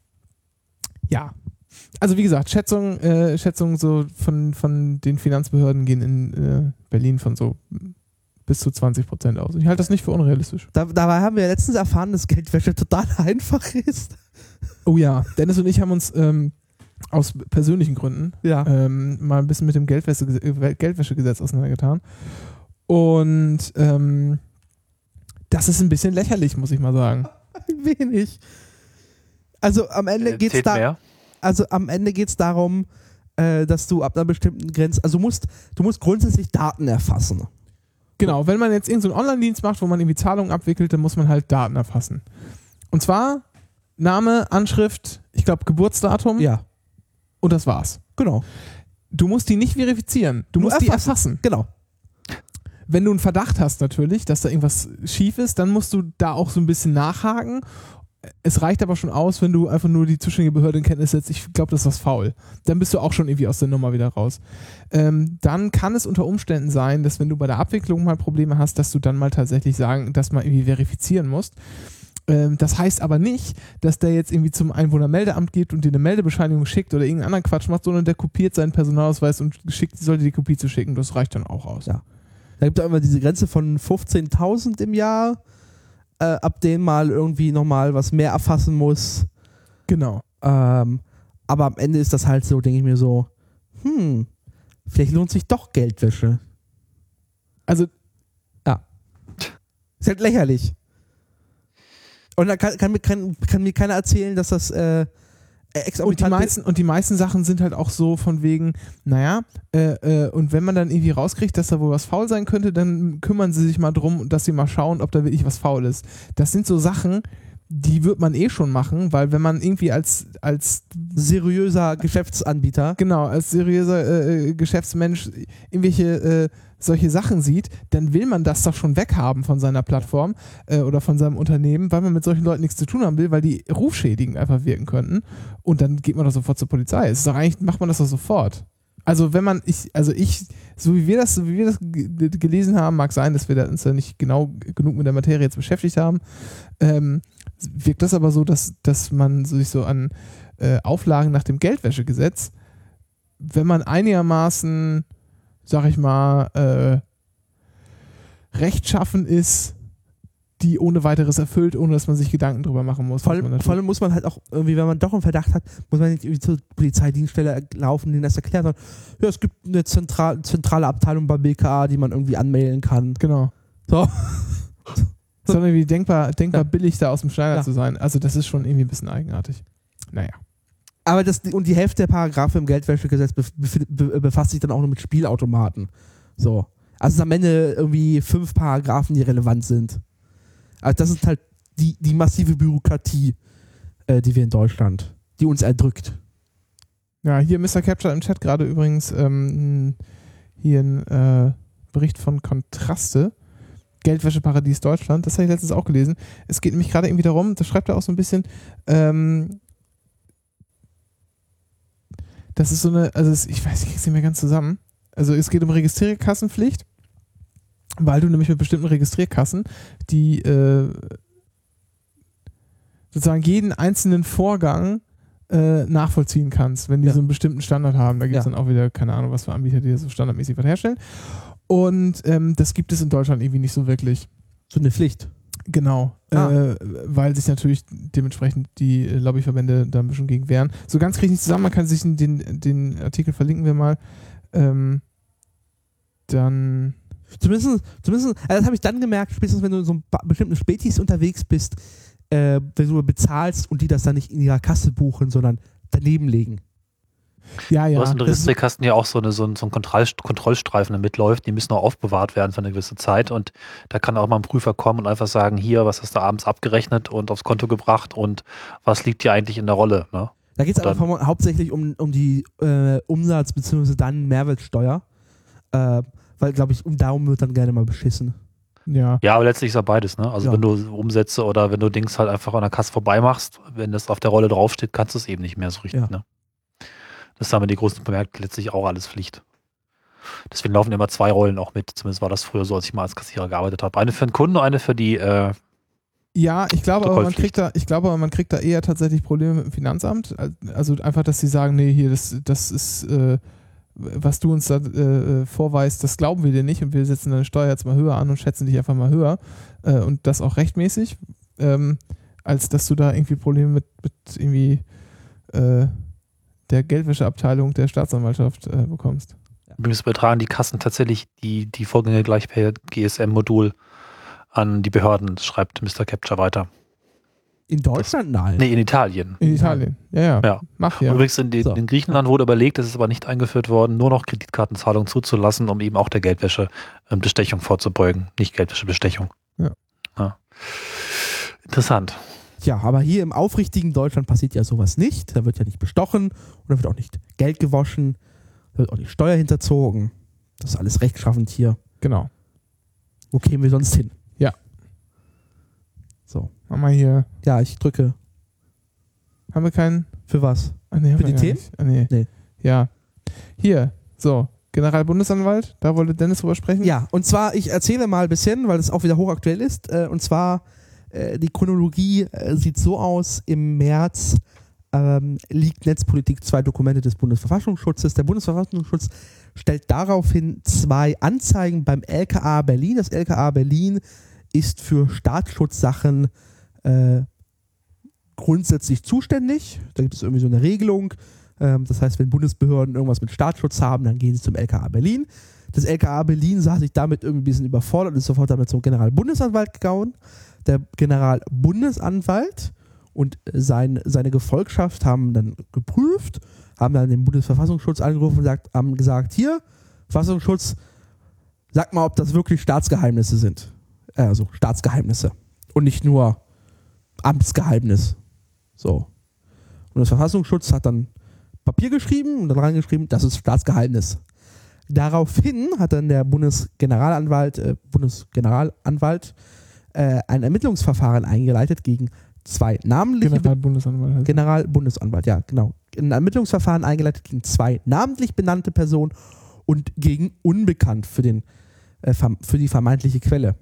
ja. Also wie gesagt, Schätzungen, äh, Schätzungen so von, von den Finanzbehörden gehen in äh, Berlin von so bis zu zwanzig Prozent aus. Ich halte das nicht für unrealistisch. Da, dabei haben wir letztens erfahren, dass Geldwäsche total einfach ist. Oh ja, Dennis und ich haben uns ähm, aus persönlichen Gründen Ja. ähm, mal ein bisschen mit dem Geldwäsche, äh, Geldwäschegesetz auseinandergetan. Und ähm, das ist ein bisschen lächerlich, muss ich mal sagen. Ein wenig. Also am Ende geht's Erzählt da. mehr. Also am Ende geht es darum, äh, dass du ab einer bestimmten Grenze, also du musst, du musst grundsätzlich Daten erfassen. Genau, wenn man jetzt irgendeinen so Online-Dienst macht, wo man irgendwie Zahlungen abwickelt, dann muss man halt Daten erfassen. Und zwar Name, Anschrift, ich glaube Geburtsdatum Ja, und das war's. genau. Du musst die nicht verifizieren, du Nur musst die erfassen. erfassen. Genau. Wenn du einen Verdacht hast natürlich, dass da irgendwas schief ist, dann musst du da auch so ein bisschen nachhaken. Es reicht aber schon aus, wenn du einfach nur die zuständige Behörde in Kenntnis setzt, ich glaube, das ist was faul. Dann bist du auch schon irgendwie aus der Nummer wieder raus. Ähm, dann kann es unter Umständen sein, dass wenn du bei der Abwicklung mal Probleme hast, dass du dann mal tatsächlich sagen, dass man irgendwie verifizieren musst. Ähm, das heißt aber nicht, dass der jetzt irgendwie zum Einwohnermeldeamt geht und dir eine Meldebescheinigung schickt oder irgendeinen anderen Quatsch macht, sondern der kopiert seinen Personalausweis und schickt, sollte die Kopie zu schicken. Das reicht dann auch aus. Ja. Da gibt es immer diese Grenze von fünfzehntausend im Jahr, äh, ab dem mal irgendwie nochmal was mehr erfassen muss. Genau. Ähm, aber am Ende ist das halt so, denke ich mir so, hm, vielleicht lohnt sich doch Geldwäsche. Also Ist halt lächerlich. Und da kann, kann, mir, kann, kann mir keiner erzählen, dass das äh, Und die, exorbitant meisten, und die meisten Sachen sind halt auch so von wegen, naja, äh, äh, und wenn man dann irgendwie rauskriegt, dass da wohl was faul sein könnte, dann kümmern sie sich mal drum, dass sie mal schauen, ob da wirklich was faul ist. Das sind so Sachen, die wird man eh schon machen, weil wenn man irgendwie als, als Seriöser Geschäftsanbieter. genau, als seriöser äh, Geschäftsmensch irgendwelche äh, solche Sachen sieht, dann will man das doch schon weghaben von seiner Plattform äh, oder von seinem Unternehmen, weil man mit solchen Leuten nichts zu tun haben will, weil die rufschädigend einfach wirken könnten. Und dann geht man doch sofort zur Polizei. Es ist doch eigentlich, macht man das doch sofort. Also wenn man, ich, also ich, so wie wir das, so wie wir das g- gelesen haben, mag sein, dass wir da uns da nicht genau genug mit der Materie jetzt beschäftigt haben, ähm, wirkt das aber so, dass, dass man sich so an äh, Auflagen nach dem Geldwäschegesetz, wenn man einigermaßen, sag ich mal, äh, rechtschaffen ist, die ohne weiteres erfüllt, ohne dass man sich Gedanken drüber machen muss. Vor was man allem, da vor tut. allem muss man halt auch irgendwie, wenn man doch einen Verdacht hat, muss man nicht irgendwie zur Polizeidienststelle laufen, denen das erklären, sondern ja, es gibt eine zentral, zentrale Abteilung bei B K A, die man irgendwie anmelden kann. Genau. So. Sondern wie denkbar, denkbar Ja. billig da aus dem Schneider Ja. zu sein. Also das ist schon irgendwie ein bisschen eigenartig. Naja. Aber das, und die Hälfte der Paragraphen im Geldwäschegesetz bef- bef- be- befasst sich dann auch nur mit Spielautomaten. So. Also es sind am Ende irgendwie fünf Paragraphen, die relevant sind. Also das ist halt die, die massive Bürokratie, äh, die wir in Deutschland, die uns erdrückt. Ja, hier Mister Capture im Chat gerade übrigens ähm, hier ein äh, Bericht von Kontraste. Geldwäscheparadies Deutschland. Das habe ich letztens auch gelesen. Es geht nämlich gerade irgendwie darum, das schreibt er auch so ein bisschen, ähm, das ist so eine, also es, ich weiß, ich kriege es nicht mehr ganz zusammen. Also es geht um Registrierkassenpflicht, weil du nämlich mit bestimmten Registrierkassen, die äh, sozusagen jeden einzelnen Vorgang äh, nachvollziehen kannst, wenn die Ja. so einen bestimmten Standard haben. Da gibt es Ja. dann auch wieder, keine Ahnung, was für Anbieter, die so standardmäßig was herstellen. Und ähm, das gibt es in Deutschland irgendwie nicht so wirklich. So eine Pflicht. Genau, Ah. äh, weil sich natürlich dementsprechend die äh, Lobbyverbände da ein bisschen gegen wehren. So ganz kriege ich nicht zusammen, man kann sich den, den Artikel verlinken wir mal. Ähm, dann, Zumindest, zumindest also das habe ich dann gemerkt, spätestens wenn du in so einem ba- bestimmten Spätis unterwegs bist, äh, wenn du bezahlst und die das dann nicht in ihrer Kasse buchen, sondern daneben legen. ja, Du ja, hast in das ist, Registrierkasten ja auch so, eine, so ein, so ein Kontroll, Kontrollstreifen, der mitläuft. Die müssen auch aufbewahrt werden für eine gewisse Zeit. Und da kann auch mal ein Prüfer kommen und einfach sagen, hier, was hast du abends abgerechnet und aufs Konto gebracht und was liegt dir eigentlich in der Rolle? Ne? Da geht es Dann- aber vom- hauptsächlich um, um die äh, Umsatz- bzw. dann Mehrwertsteuer. Äh, weil, glaube ich, um darum wird dann gerne mal beschissen. ja. Ja, aber letztlich ist ja beides. Ne? Also Ja. wenn du Umsätze oder wenn du Dings halt einfach an der Kasse vorbei machst, wenn das auf der Rolle draufsteht, kannst du es eben nicht mehr so richtig. Ja. Ne? Das haben wir die großen bemerkt, letztlich auch alles Pflicht. Deswegen laufen immer zwei Rollen auch mit. Zumindest war das früher so, als ich mal als Kassierer gearbeitet habe. Eine für den Kunden und eine für die äh, Ja, ich glaube, aber man Protokollpflicht. kriegt da, ich glaube, aber man kriegt da eher tatsächlich Probleme mit dem Finanzamt. Also einfach, dass sie sagen, nee, hier, das, das ist, äh, was du uns da äh, vorweist, das glauben wir dir nicht und wir setzen deine Steuer jetzt mal höher an und schätzen dich einfach mal höher. Äh, und das auch rechtmäßig, ähm, als dass du da irgendwie Probleme mit, mit irgendwie äh, der Geldwäscheabteilung der Staatsanwaltschaft äh, bekommst. Übrigens übertragen die Kassen tatsächlich die, die Vorgänge gleich per G S M-Modul an die Behörden, das schreibt Mister Capture weiter. In Deutschland? Nein. Nee, in Italien. In Italien. Ja, ja. Ja. Mach ja. Übrigens in, den, So. in Griechenland wurde überlegt, das ist aber nicht eingeführt worden, nur noch Kreditkartenzahlungen zuzulassen, um eben auch der Geldwäschebestechung vorzubeugen. Nicht Geldwäschebestechung. Ja. Ja. Interessant. Tja, aber hier im aufrichtigen Deutschland passiert ja sowas nicht. Da wird ja nicht bestochen und da wird auch nicht Geld gewaschen, da wird auch nicht Steuer hinterzogen. Das ist alles rechtschaffend hier. Genau. Wo kämen wir sonst hin? Ja. So. Mach mal hier. Ja, ich drücke. Haben wir keinen? Für was? Ah, nee, haben Für wir die gar Themen? nicht. Ah, nee. Nee. Ja. Hier. So. Generalbundesanwalt. Da wollte Dennis drüber sprechen. Ja, und zwar, ich erzähle mal ein bisschen, weil es auch wieder hochaktuell ist. Äh, und zwar, äh, die Chronologie äh, sieht so aus: Im März ähm, liegt Netzpolitik zwei Dokumente des Bundesverfassungsschutzes. Der Bundesverfassungsschutz stellt daraufhin zwei Anzeigen beim L K A Berlin. Das L K A Berlin ist für Staatsschutzsachen äh, grundsätzlich zuständig. Da gibt es irgendwie so eine Regelung. Ähm, das heißt, wenn Bundesbehörden irgendwas mit Staatsschutz haben, dann gehen sie zum L K A Berlin. Das L K A Berlin sah sich damit irgendwie ein bisschen überfordert und ist sofort damit zum Generalbundesanwalt gegangen. Der Generalbundesanwalt und sein, seine Gefolgschaft haben dann geprüft, haben dann den Bundesverfassungsschutz angerufen und sagt, haben gesagt, hier, Verfassungsschutz, sag mal, ob das wirklich Staatsgeheimnisse sind. Also Staatsgeheimnisse. Und nicht nur Amtsgeheimnis. So. Und das Verfassungsschutz hat dann Papier geschrieben und dann reingeschrieben, das ist Staatsgeheimnis. Daraufhin hat dann der Bundesgeneralanwalt, äh, Bundesgeneralanwalt äh, ein Ermittlungsverfahren eingeleitet gegen zwei namentliche Generalbundesanwalt. Halt. Generalbundesanwalt, ja, genau. Ein Ermittlungsverfahren eingeleitet gegen zwei namentlich benannte Personen und gegen unbekannt für, den, äh, für die vermeintliche Quelle.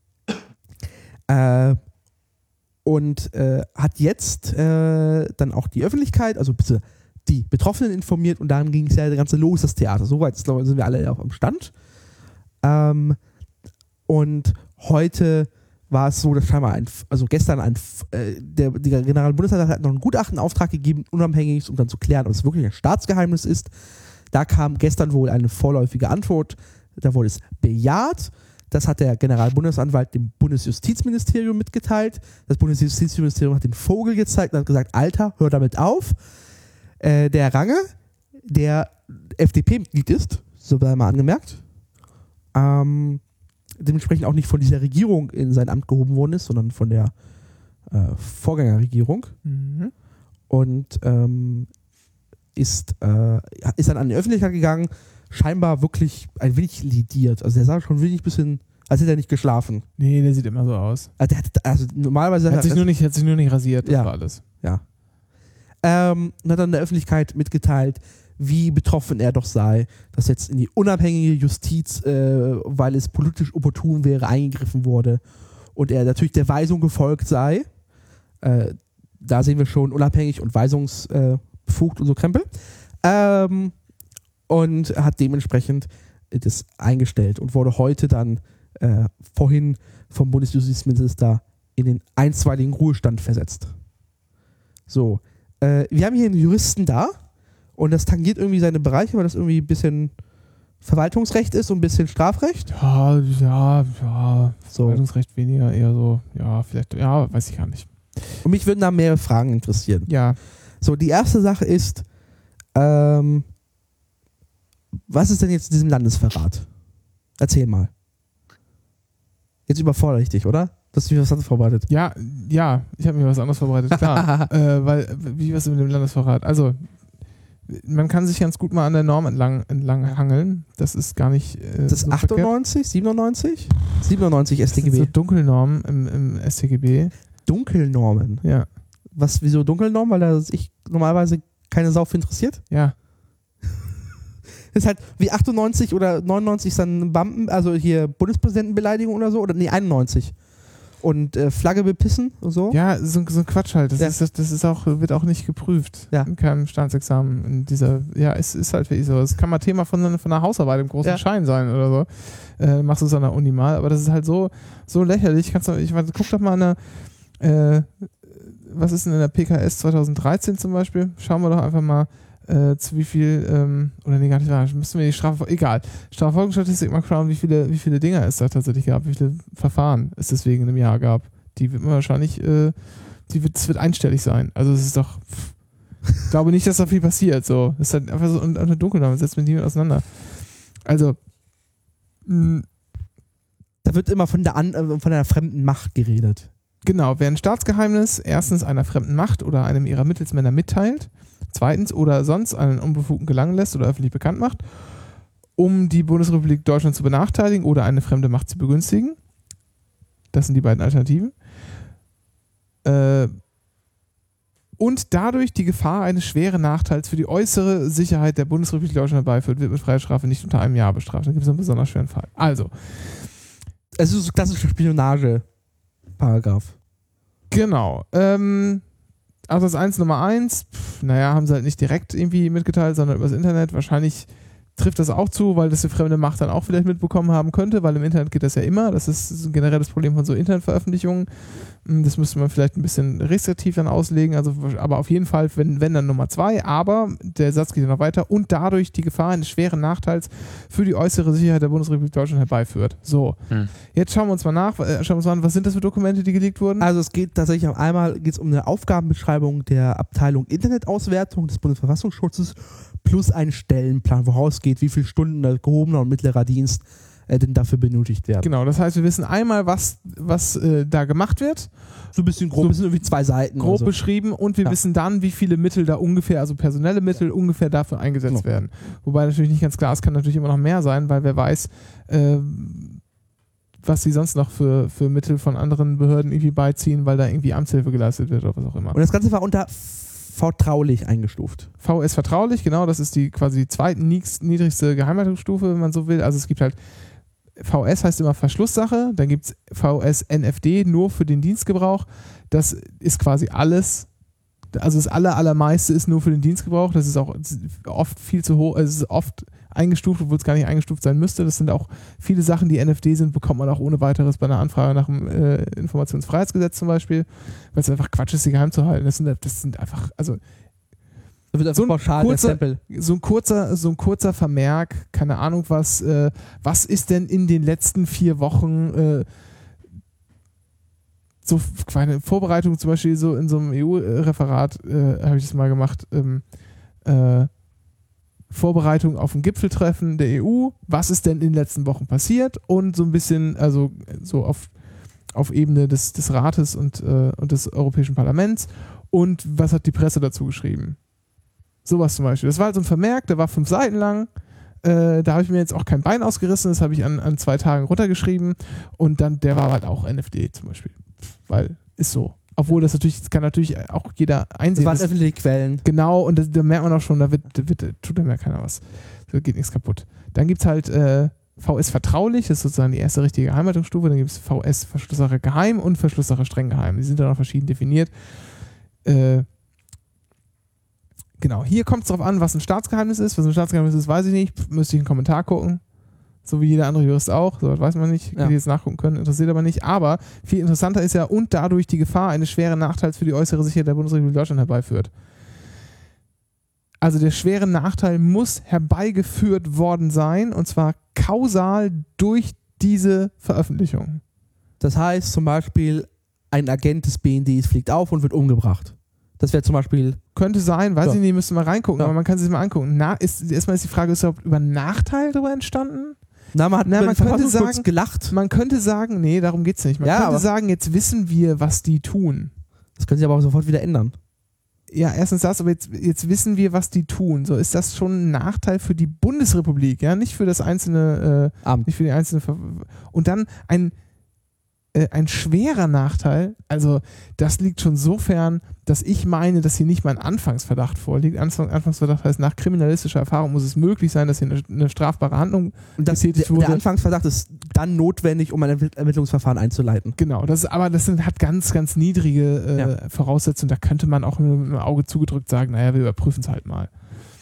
Äh, und äh, hat jetzt äh, dann auch die Öffentlichkeit, also bitte die Betroffenen informiert und dann ging es ja das ganze los, das Theater. Soweit sind wir alle auf dem Stand. Ähm, und heute war es so, dass scheinbar ein, also gestern ein, äh, der, der Generalbundesanwalt hat noch einen Gutachtenauftrag gegeben, unabhängig, um dann zu klären, ob es wirklich ein Staatsgeheimnis ist. Da kam gestern wohl eine vorläufige Antwort, da wurde es bejaht. Das hat der Generalbundesanwalt dem Bundesjustizministerium mitgeteilt. Das Bundesjustizministerium hat den Vogel gezeigt und hat gesagt, Alter, hör damit auf. Äh, der Range, der F D P-Mitglied ist, so sei mal angemerkt, ähm, dementsprechend auch nicht von dieser Regierung in sein Amt gehoben worden ist, sondern von der äh, Vorgängerregierung. Mhm. Und ähm, ist, äh, ist dann an die Öffentlichkeit gegangen, scheinbar wirklich ein wenig lidiert. Also der sah schon wirklich ein bisschen, als hätte er nicht geschlafen. Nee, der sieht immer so aus. Also, der hat, also normalerweise Hat sich, er, nur nicht, hat sich nur nicht rasiert, das Ja. war alles. Ja. Ähm, und hat dann der Öffentlichkeit mitgeteilt, wie betroffen er doch sei, dass jetzt in die unabhängige Justiz, äh, weil es politisch opportun wäre, eingegriffen wurde und er natürlich der Weisung gefolgt sei. Äh, da sehen wir schon unabhängig und weisungsbefugt und so Krempel. Ähm, und hat dementsprechend das eingestellt und wurde heute dann äh, vorhin vom Bundesjustizminister in den einstweiligen Ruhestand versetzt. So, äh, wir haben hier einen Juristen da und das tangiert irgendwie seine Bereiche, weil das irgendwie ein bisschen Verwaltungsrecht ist und ein bisschen Strafrecht. Ja, ja, ja. So. Verwaltungsrecht weniger, eher so, ja, vielleicht, ja, weiß ich gar nicht. Und mich würden da mehrere Fragen interessieren. Ja. So, die erste Sache ist, ähm, was ist denn jetzt in diesem Landesverrat? Erzähl mal. Jetzt überfordere ich dich, oder? Du hast mich was anderes vorbereitet. Ja, ja, ich habe mir was anderes vorbereitet, klar. äh, weil, wie was mit dem Landesverrat? Also, man kann sich ganz gut mal an der Norm entlang, entlang hangeln. Das ist gar nicht. Äh, Das ist so achtundneunzig, siebenundneunzig? siebenundneunzig verkehrt. Das sind so S t G B. Dunkelnormen im, im S t G B. Dunkelnormen. Ja, Was, wieso Dunkelnormen? Weil da sich normalerweise keine Sau für interessiert? ja. Das ist halt wie achtundneunzig oder neunundneunzig ist dann Bampen, also hier Bundespräsidentenbeleidigung oder so, oder nee, einundneunzig. Und äh, Flagge bepissen und so. Ja, so, so ein Quatsch halt. Das, Ja. ist, das, das ist auch, wird auch nicht geprüft. Ja. In keinem Staatsexamen. In dieser, ja, es ist halt wirklich so. Es kann mal Thema von, von einer Hausarbeit im großen Ja. Schein sein oder so. Äh, machst du es an der Uni mal, aber das ist halt so, so lächerlich. Kannst du, ich weiß, guck doch mal in der, äh, was ist denn in der P K S zweitausenddreizehn zum Beispiel? Schauen wir doch einfach mal, äh, zu wie viel, ähm, oder nee, gar nicht, müssen wir die Strafe, egal, Strafverfolgungsstatistik mal schauen, wie viele, wie viele Dinger es da tatsächlich gab, wie viele Verfahren es deswegen in einem Jahr gab. Die wird man wahrscheinlich, äh, die wird, es wird einstellig sein. Also es ist doch, pff, ich glaube nicht, dass da viel passiert, so. Es ist halt einfach so unter Dunkelnormen, setzt mit niemand auseinander. Also, mh, Da wird immer von der, an, äh, von einer fremden Macht geredet. genau, wer ein Staatsgeheimnis erstens einer fremden Macht oder einem ihrer Mittelsmänner mitteilt, zweitens oder sonst einen Unbefugten gelangen lässt oder öffentlich bekannt macht, um die Bundesrepublik Deutschland zu benachteiligen oder eine fremde Macht zu begünstigen. Das sind die beiden Alternativen. Äh, und dadurch die Gefahr eines schweren Nachteils für die äußere Sicherheit der Bundesrepublik Deutschland herbeiführt, wird mit Freiheitsstrafe nicht unter einem Jahr bestraft. Da gibt es einen besonders schweren Fall. Also, Es ist so klassischer Spionage-Paragraph. genau. Ähm, Absatz eins Nummer eins, pf, naja, haben sie halt nicht direkt irgendwie mitgeteilt, sondern übers Internet. Wahrscheinlich trifft das auch zu, weil das die fremde Macht dann auch vielleicht mitbekommen haben könnte, weil im Internet geht das ja immer. Das ist ein generelles Problem von so Internetveröffentlichungen. Das müsste man vielleicht ein bisschen restriktiv dann auslegen, also, aber auf jeden Fall, wenn, wenn dann Nummer zwei, aber der Satz geht ja noch weiter und dadurch die Gefahr eines schweren Nachteils für die äußere Sicherheit der Bundesrepublik Deutschland herbeiführt. So, Hm. jetzt schauen wir uns mal nach, äh, schauen wir uns mal an, was sind das für Dokumente, die geleakt wurden? Also es geht tatsächlich auf einmal geht's um eine Aufgabenbeschreibung der Abteilung Internetauswertung des Bundesverfassungsschutzes plus einen Stellenplan, woraus geht, wie viele Stunden der gehobener und mittlerer Dienst äh, denn dafür benötigt werden. Genau, das heißt, wir wissen einmal, was, was äh, da gemacht wird. So ein bisschen grob, So das sind irgendwie zwei Seiten. Grob oder so. beschrieben und wir Ja. wissen dann, wie viele Mittel da ungefähr, also personelle Mittel ungefähr dafür eingesetzt Genau. werden. Wobei natürlich nicht ganz klar, es kann natürlich immer noch mehr sein, weil wer weiß, äh, was sie sonst noch für, für Mittel von anderen Behörden irgendwie beiziehen, weil da irgendwie Amtshilfe geleistet wird oder was auch immer. Und das Ganze war unter vertraulich eingestuft. V S vertraulich, genau, das ist die quasi die zweitniedrigste Geheimhaltungsstufe, wenn man so will. Also es gibt halt, V S heißt immer Verschlusssache, dann gibt es V S N F D, nur für den Dienstgebrauch. Das ist quasi alles, also das aller, allermeiste ist nur für den Dienstgebrauch. Das ist auch oft viel zu hoch, es ist oft eingestuft, obwohl es gar nicht eingestuft sein müsste. Das sind auch viele Sachen, die N F D sind, bekommt man auch ohne weiteres bei einer Anfrage nach dem äh, Informationsfreiheitsgesetz zum Beispiel, weil es einfach Quatsch ist, sie geheim zu halten. Das sind, das sind einfach, also Da wird einfach so ein, pauschal der kurzer, Stempel. so, ein kurzer, so ein kurzer Vermerk, keine Ahnung was, äh, was ist denn in den letzten vier Wochen äh, so kleine Vorbereitung, zum Beispiel so in so einem E U-Referat äh, habe ich das mal gemacht, ähm, äh, Vorbereitung auf ein Gipfeltreffen der E U, was ist denn in den letzten Wochen passiert und so ein bisschen, also so auf, auf Ebene des, des Rates und, äh, und des Europäischen Parlaments und was hat die Presse dazu geschrieben. Sowas zum Beispiel. Das war halt so ein Vermerk, der war fünf Seiten lang, äh, da habe ich mir jetzt auch kein Bein ausgerissen, das habe ich an, an zwei Tagen runtergeschrieben und dann, der war halt auch N F D zum Beispiel, weil ist so. Obwohl das natürlich, das kann natürlich auch jeder einsehen. Das waren dass- öffentliche Quellen. Genau, und das, da merkt man auch schon, da wird, da wird, da tut dem ja keiner was. Da geht nichts kaputt. Dann gibt es halt äh, V S vertraulich, das ist sozusagen die erste richtige Geheimhaltungsstufe. Dann gibt es V S Verschlusssache geheim und Verschlusssache streng geheim. Die sind dann auch verschieden definiert. Äh, genau, hier kommt es darauf an, was ein Staatsgeheimnis ist. Was ein Staatsgeheimnis ist, weiß ich nicht. Müsste ich einen Kommentar gucken. So wie jeder andere Jurist auch. So, das weiß man nicht. Ja. Hätte ich jetzt nachgucken können. Interessiert aber nicht. Aber viel interessanter ist ja, und dadurch die Gefahr eines schweren Nachteils für die äußere Sicherheit der Bundesrepublik Deutschland herbeiführt. Also der schwere Nachteil muss herbeigeführt worden sein, und zwar kausal durch diese Veröffentlichung. Das heißt zum Beispiel, ein Agent des B N Ds fliegt auf und wird umgebracht. Das wäre zum Beispiel. Könnte sein, weiß Ja. ich nicht, müsste mal reingucken, Ja. aber man kann sich mal angucken. Na, ist, erstmal ist die Frage, ist überhaupt über einen Nachteil darüber entstanden? Na, man hat Na, über man den könnte Verfassungsschutz sagen- gelacht. Man könnte sagen, nee, darum geht's nicht. Man Ja, könnte aber- sagen, jetzt wissen wir, was die tun. Das können sie aber auch sofort wieder ändern. Ja, erstens das, aber jetzt, jetzt wissen wir, was die tun. So, ist das schon ein Nachteil für die Bundesrepublik, ja, nicht für das einzelne, äh, Amt. nicht für die einzelne Ver und dann ein, äh, ein schwerer Nachteil, also das liegt schon so fern, dass ich meine, dass hier nicht mal ein Anfangsverdacht vorliegt. Anfang, Anfangsverdacht heißt, nach kriminalistischer Erfahrung muss es möglich sein, dass hier eine, eine strafbare Handlung Und das, getätigt der, wurde. der Anfangsverdacht ist dann notwendig, um ein Ermitt- Ermittlungsverfahren einzuleiten. Genau, das ist, aber das sind, hat ganz, ganz niedrige äh, Ja. Voraussetzungen. Da könnte man auch mit dem Auge zugedrückt sagen, naja, wir überprüfen es halt mal.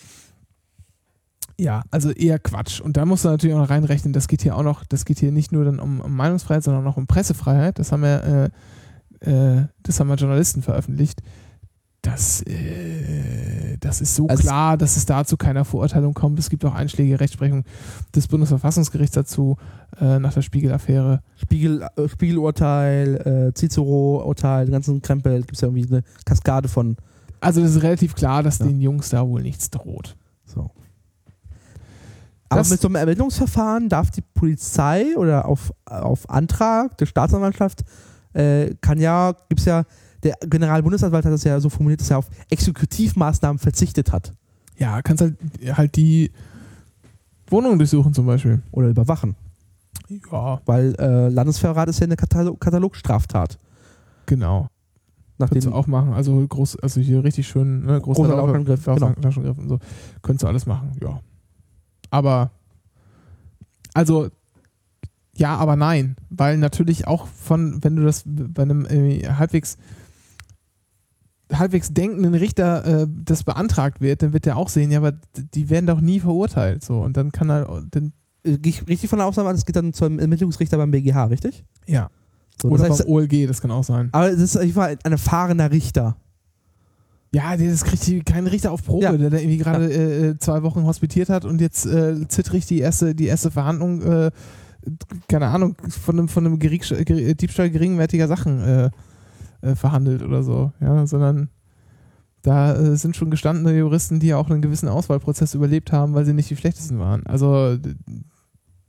Ja, also eher Quatsch. Und da musst du natürlich auch noch reinrechnen, das geht hier auch noch, das geht hier nicht nur dann um, um Meinungsfreiheit, sondern auch noch um Pressefreiheit. Das haben ja, äh, äh, das haben ja Journalisten veröffentlicht. Das, äh, das ist so Also- klar, dass es dazu keiner Verurteilung kommt. Es gibt auch einschlägige Rechtsprechung des Bundesverfassungsgerichts dazu, äh, nach der Spiegel-Affäre. Spiegel, äh, Spiegelurteil, äh, Cicero-Urteil, den ganzen Krempel, gibt es ja irgendwie eine Kaskade von. Also das ist relativ klar, dass Ja. den Jungs da wohl nichts droht. So. Aber Das- mit so einem Ermittlungsverfahren darf die Polizei oder auf, auf Antrag der Staatsanwaltschaft äh, kann ja, gibt es ja, der Generalbundesanwalt hat das ja so formuliert, dass er auf Exekutivmaßnahmen verzichtet hat Ja, kannst halt, halt die Wohnung durchsuchen zum Beispiel. oder überwachen, Ja, weil äh, Landesverrat ist ja eine Katalog Katalogstraftat. genau. Könntest du Nachdem auch machen. Also groß, also hier richtig schön, ne, großer Großer Lauschangriff, genau. Lauschangriff und so. Könntest du alles machen, ja. Aber, also, ja, aber nein. Weil natürlich auch von, wenn du das bei einem äh, halbwegs halbwegs denkenden Richter äh, das beantragt wird, dann wird der auch sehen, ja, aber die werden doch nie verurteilt. So, und dann kann er, dann, äh, gehe ich richtig von der Ausnahme an, das geht dann zum Ermittlungsrichter beim B G H, richtig? ja. So, Oder das heißt, beim O L G, das kann auch sein. aber es ist ich war ein erfahrener Richter. Ja, das kriegt hier kein Richter auf Probe, Ja. der da irgendwie gerade äh, zwei Wochen hospitiert hat und jetzt äh, zittrig die erste, die erste Verhandlung, äh, keine Ahnung, von einem, von einem Gering, Ger- Diebstahl geringwertiger Sachen äh, äh, verhandelt oder so, ja, sondern da äh, sind schon gestandene Juristen, die ja auch einen gewissen Auswahlprozess überlebt haben, weil sie nicht die schlechtesten waren. Also d-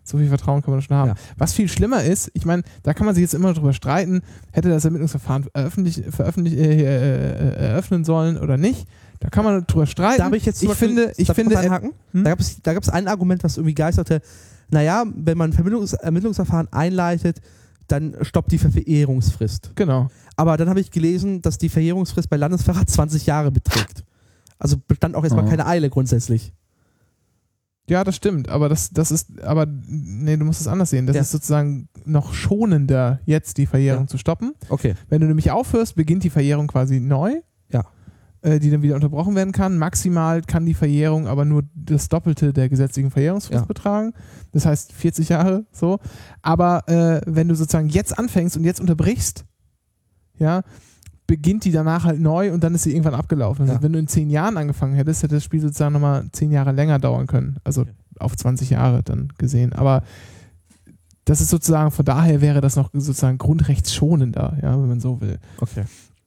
So viel Vertrauen kann man schon haben. Ja. Was viel schlimmer ist, ich meine, da kann man sich jetzt immer drüber streiten, hätte das Ermittlungsverfahren veröffentlich, veröffentlich, äh, äh, eröffnen sollen oder nicht. Da kann man drüber streiten. Da habe ich jetzt zum ich Beispiel, finde, ich darf finde, kurz einhaken? hm? Da gab es da gab's ein Argument, was irgendwie geisterte, naja, wenn man ein Vermittlungs Ermittlungsverfahren einleitet, dann stoppt die Verjährungsfrist. Genau. Aber dann habe ich gelesen, dass die Verjährungsfrist bei Landesverrat zwanzig Jahre beträgt. Also bestand auch erstmal Oh. keine Eile grundsätzlich. Ja, das stimmt, aber das, das ist, aber nee, du musst es anders sehen. Das Ja. ist sozusagen noch schonender, jetzt die Verjährung Ja. zu stoppen. Okay. Wenn du nämlich aufhörst, beginnt die Verjährung quasi neu. Ja. Äh, die dann wieder unterbrochen werden kann. Maximal kann die Verjährung aber nur das Doppelte der gesetzlichen Verjährungsfrist Ja. betragen. Das heißt vierzig Jahre so. Aber äh, wenn du sozusagen jetzt anfängst und jetzt unterbrichst, ja, beginnt die danach halt neu und dann ist sie irgendwann abgelaufen. Also Ja. wenn du in zehn Jahren angefangen hättest, hätte das Spiel sozusagen nochmal zehn Jahre länger dauern können. Also auf zwanzig Jahre dann gesehen. Aber das ist sozusagen, von daher wäre das noch sozusagen grundrechtsschonender, ja, wenn man so will. Okay.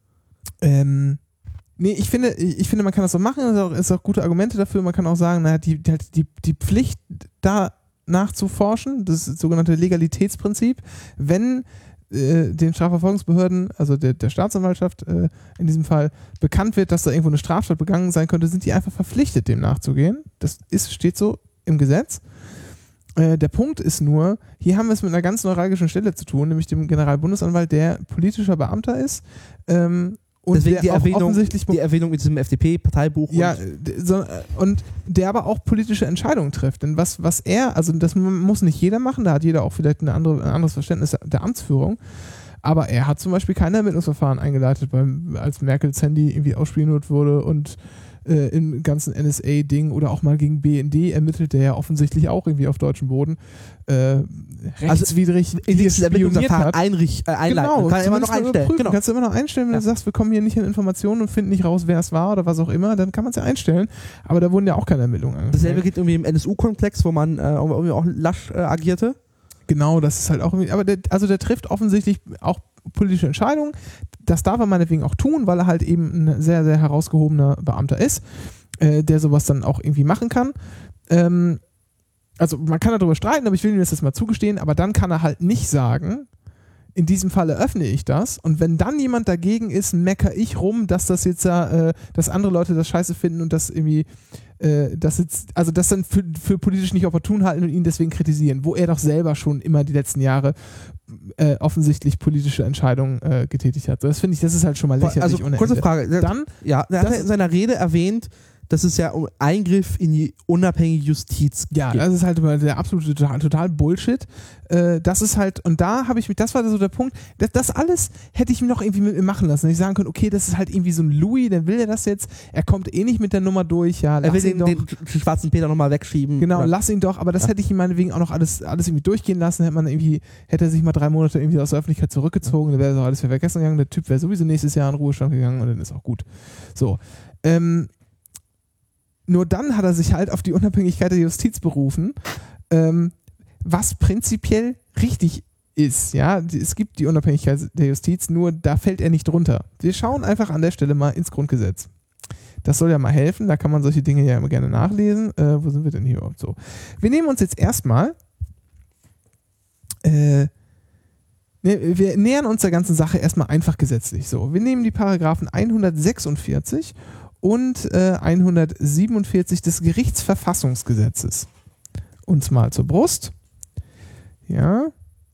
Ähm, nee, ich finde, ich, ich finde, man kann das so machen, es ist auch, ist auch gute Argumente dafür. Man kann auch sagen, naja, die, die, die, die Pflicht, da nachzuforschen, das ist das sogenannte Legalitätsprinzip, wenn äh, den Strafverfolgungsbehörden, also der, der Staatsanwaltschaft äh, in diesem Fall, bekannt wird, dass da irgendwo eine Straftat begangen sein könnte, sind die einfach verpflichtet, dem nachzugehen. Das ist, steht so im Gesetz. Äh, der Punkt ist nur, hier haben wir es mit einer ganz neuralgischen Stelle zu tun, nämlich dem Generalbundesanwalt, der politischer Beamter ist. Ähm, und Deswegen der die auch Erwähnung, offensichtlich die Erwähnung mit diesem F D P-Parteibuch. ja, und d- so, äh, und der aber auch politische Entscheidungen trifft. Denn was, was er, also das m- muss nicht jeder machen, da hat jeder auch vielleicht eine andere, ein anderes Verständnis der Amtsführung. Aber er hat zum Beispiel keine Ermittlungsverfahren eingeleitet, beim, als Merkels Handy irgendwie ausspioniert wurde und äh, im ganzen N S A-Ding oder auch mal gegen B N D ermittelt, der ja offensichtlich auch irgendwie auf deutschem Boden äh, rechtswidrig in hier dieses spioniert Ermittlungsverfahren hat. einrich, äh, einleiten. Genau, kann er immer noch zumindest mal einstellen. überprüfen. Genau. Kannst du immer noch einstellen, wenn Ja. du sagst, wir kommen hier nicht an Informationen und finden nicht raus, wer es war oder was auch immer, dann kann man es ja einstellen. Aber da wurden ja auch keine Ermittlungen angefangen. Dasselbe geht irgendwie im N S U-Komplex, wo man äh, irgendwie auch lasch äh, agierte. Genau, das ist halt auch irgendwie, aber der, also der trifft offensichtlich auch politische Entscheidungen. Das darf er meinetwegen auch tun, weil er halt eben ein sehr, sehr herausgehobener Beamter ist, äh, der sowas dann auch irgendwie machen kann. Ähm, also man kann darüber streiten, aber ich will ihm das jetzt mal zugestehen, aber dann kann er halt nicht sagen, in diesem Fall eröffne ich das und wenn dann jemand dagegen ist, mecker ich rum, dass das jetzt äh, dass andere Leute das scheiße finden und das irgendwie äh, das jetzt, also das dann für, für politisch nicht opportun halten und ihn deswegen kritisieren, wo er doch selber schon immer die letzten Jahre äh, offensichtlich politische Entscheidungen äh, getätigt hat. So, das finde ich, das ist halt schon mal lächerlich. Also ohne kurze Ende. Frage. Dann, Ja, er hat das- in seiner Rede erwähnt, dass es ja um Eingriff in die unabhängige Justiz ja, geht. das ist halt immer der absolute total, total Bullshit. Äh, das ist halt, und da habe ich mich, das war so der Punkt, das, das alles hätte ich ihm noch irgendwie mit mir machen lassen. Ich sagen können, okay, das ist halt irgendwie so ein Louis, der will ja das jetzt, er kommt eh nicht mit der Nummer durch, ja, er will lass ihn den, doch. den schwarzen Peter nochmal wegschieben. Genau, Oder- lass ihn doch, aber das Ja. hätte ich ihm meinetwegen auch noch alles, alles irgendwie durchgehen lassen, hätte man irgendwie, hätte er sich mal drei Monate irgendwie aus der Öffentlichkeit zurückgezogen, dann wäre so alles wieder vergessen gegangen, der Typ wäre sowieso nächstes Jahr in Ruhestand gegangen und dann ist auch gut. So. Ähm, nur dann hat er sich halt auf die Unabhängigkeit der Justiz berufen, ähm, was prinzipiell richtig ist, ja. Es gibt die Unabhängigkeit der Justiz, nur da fällt er nicht drunter. Wir schauen einfach an der Stelle mal ins Grundgesetz. Das soll ja mal helfen, da kann man solche Dinge ja immer gerne nachlesen. Äh, wo sind wir denn hier überhaupt so? Wir nehmen uns jetzt erstmal, äh, ne, wir nähern uns der ganzen Sache erstmal einfach gesetzlich. So, wir nehmen die Paragraphen hundertsechsundvierzig und äh, hundertsiebenundvierzig des Gerichtsverfassungsgesetzes uns mal zur Brust. Ja.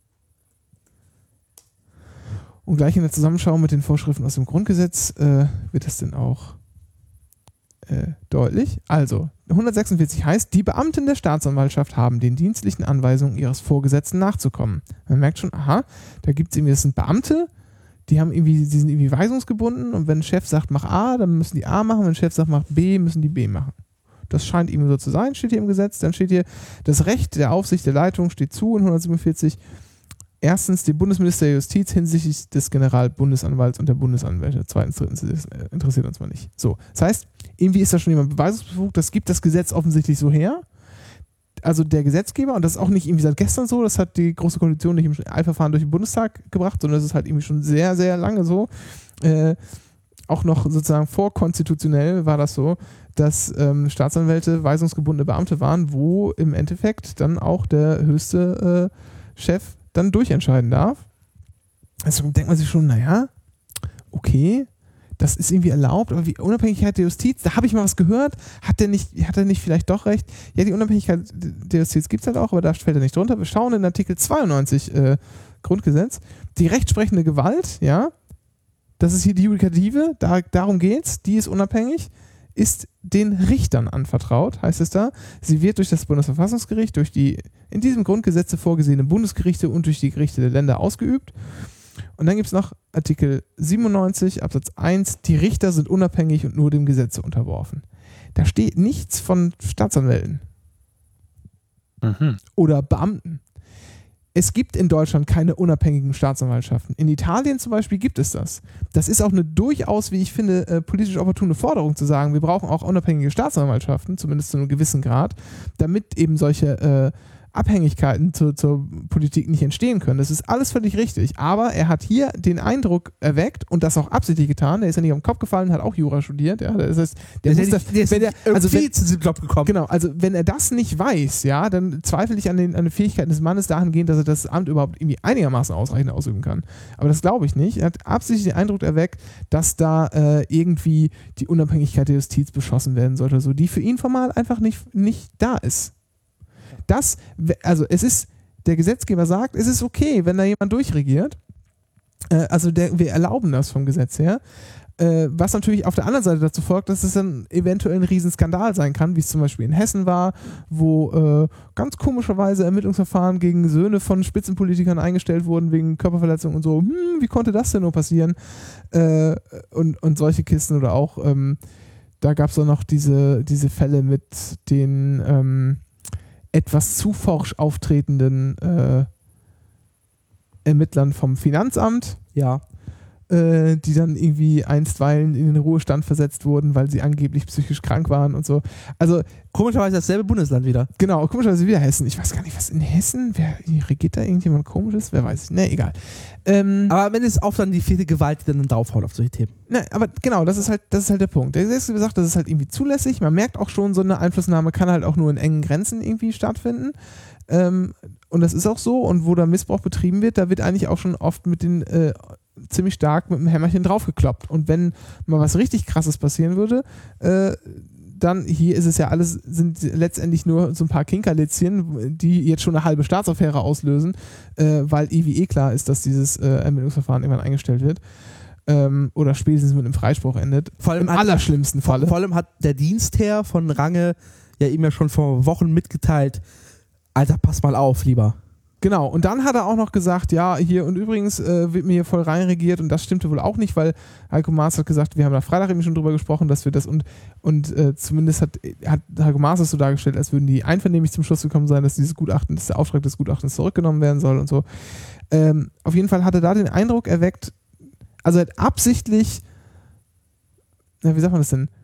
Und gleich in der Zusammenschau mit den Vorschriften aus dem Grundgesetz äh, wird das denn auch äh, deutlich. Also, hundertsechsundvierzig heißt, die Beamten der Staatsanwaltschaft haben den dienstlichen Anweisungen ihres Vorgesetzten nachzukommen. Man merkt schon, aha, da gibt es irgendwie, das sind Beamte, die haben irgendwie, die sind irgendwie weisungsgebunden und wenn ein Chef sagt, mach A, dann müssen die A machen, wenn ein Chef sagt, mach B, müssen die B machen. Das scheint ihm so zu sein, steht hier im Gesetz. Dann steht hier, das Recht der Aufsicht der Leitung steht zu in hundertsiebenundvierzig. Erstens, dem Bundesminister der Justiz hinsichtlich des Generalbundesanwalts und der Bundesanwälte. Zweitens, drittens, das interessiert uns mal nicht. So, das heißt, irgendwie ist da schon jemand beweisungsbefugt, das gibt das Gesetz offensichtlich so her. Also der Gesetzgeber, und das ist auch nicht irgendwie seit gestern so, das hat die Große Koalition nicht im Eilverfahren durch den Bundestag gebracht, sondern das ist halt irgendwie schon sehr, sehr lange so. Äh, auch noch sozusagen vorkonstitutionell war das so, dass ähm, Staatsanwälte weisungsgebundene Beamte waren, wo im Endeffekt dann auch der höchste äh, Chef dann durchentscheiden darf. Also denkt man sich schon, naja, okay, das ist irgendwie erlaubt, aber die Unabhängigkeit der Justiz, da habe ich mal was gehört, hat der nicht, hat er nicht vielleicht doch recht? Ja, die Unabhängigkeit der Justiz gibt es halt auch, aber da fällt er nicht drunter. Wir schauen in Artikel zweiundneunzig äh, Grundgesetz, die rechtsprechende Gewalt, ja, das ist hier die Judikative, da, darum geht's, die ist unabhängig, ist den Richtern anvertraut, heißt es da. Sie wird durch das Bundesverfassungsgericht, durch die in diesem Grundgesetze vorgesehenen Bundesgerichte und durch die Gerichte der Länder ausgeübt. Und dann gibt es noch Artikel siebenundneunzig Absatz eins, die Richter sind unabhängig und nur dem Gesetze unterworfen. Da steht nichts von Staatsanwälten Mhm. oder Beamten. Es gibt in Deutschland keine unabhängigen Staatsanwaltschaften. In Italien zum Beispiel gibt es das. Das ist auch eine durchaus, wie ich finde, äh, politisch opportune Forderung zu sagen, wir brauchen auch unabhängige Staatsanwaltschaften, zumindest zu einem gewissen Grad, damit eben solche äh, Abhängigkeiten zu, zur Politik nicht entstehen können. Das ist alles völlig richtig. Aber er hat hier den Eindruck erweckt und das auch absichtlich getan. Der ist ja nicht auf den Kopf gefallen, hat auch Jura studiert. Ja, das heißt, der, Der, muss der, das, der ist wenn der, also irgendwie wenn, zu diesem Job gekommen. Genau, also wenn er das nicht weiß, ja, dann zweifle ich an den, an den Fähigkeiten des Mannes dahingehend, dass er das Amt überhaupt irgendwie einigermaßen ausreichend ausüben kann. Aber das glaube ich nicht. Er hat absichtlich den Eindruck erweckt, dass da äh, irgendwie die Unabhängigkeit der Justiz beschossen werden sollte, so, die für ihn formal einfach nicht, nicht da ist. Das, also es ist, der Gesetzgeber sagt, es ist okay, wenn da jemand durchregiert. Äh, also der, wir erlauben das vom Gesetz her. Äh, was natürlich auf der anderen Seite dazu folgt, dass es dann eventuell ein Riesenskandal sein kann, wie es zum Beispiel in Hessen war, wo äh, ganz komischerweise Ermittlungsverfahren gegen Söhne von Spitzenpolitikern eingestellt wurden wegen Körperverletzung und so. Hm, wie konnte das denn nur passieren? Äh, und, und solche Kisten oder auch, ähm, da gab es auch noch diese, diese Fälle mit den ähm, etwas zu forsch auftretenden äh, Ermittlern vom Finanzamt, Ja. äh, die dann irgendwie einstweilen in den Ruhestand versetzt wurden, weil sie angeblich psychisch krank waren und so. Also Komischerweise dasselbe Bundesland wieder. genau, komischerweise wieder Hessen. Ich weiß gar nicht, was in Hessen, wer regiert da irgendjemand Komisches? Wer weiß. Ne, egal. Ähm, Aber am Ende ist auch dann die vierte Gewalt, die dann draufhaut auf solche Themen. Ne, aber genau, das ist halt, das ist halt der Punkt. Der Gesetzgeber sagt, das ist halt irgendwie zulässig. Man merkt auch schon, so eine Einflussnahme kann halt auch nur in engen Grenzen irgendwie stattfinden. Ähm, und das ist auch so. Und wo da Missbrauch betrieben wird, da wird eigentlich auch schon oft mit den äh, ziemlich stark mit dem Hämmerchen draufgekloppt. Und wenn mal was richtig Krasses passieren würde, äh, dann hier ist es ja alles, sind letztendlich nur so ein paar Kinkerlitzchen, die jetzt schon eine halbe Staatsaffäre auslösen, äh, weil eh wie eh klar ist, dass dieses äh, Ermittlungsverfahren irgendwann eingestellt wird. Ähm, oder spätestens mit einem Freispruch endet. Vor allem Im allerschlimmsten Falle. Vor allem hat der Dienstherr von Range ja ihm ja schon vor Wochen mitgeteilt, Alter, pass mal auf, lieber. Genau, und dann hat er auch noch gesagt, ja, hier und übrigens äh, wird mir hier voll reinregiert und das stimmte wohl auch nicht, weil Heiko Maas hat gesagt, wir haben da Freitag eben schon drüber gesprochen, dass wir das und, und äh, zumindest hat, hat Heiko Maas das so dargestellt, als würden die einvernehmlich zum Schluss gekommen sein, dass dieses Gutachten, dass der Auftrag des Gutachtens zurückgenommen werden soll und so. Ähm, auf jeden Fall hat er da den Eindruck erweckt, also er hat absichtlich, na, wie sagt man das denn?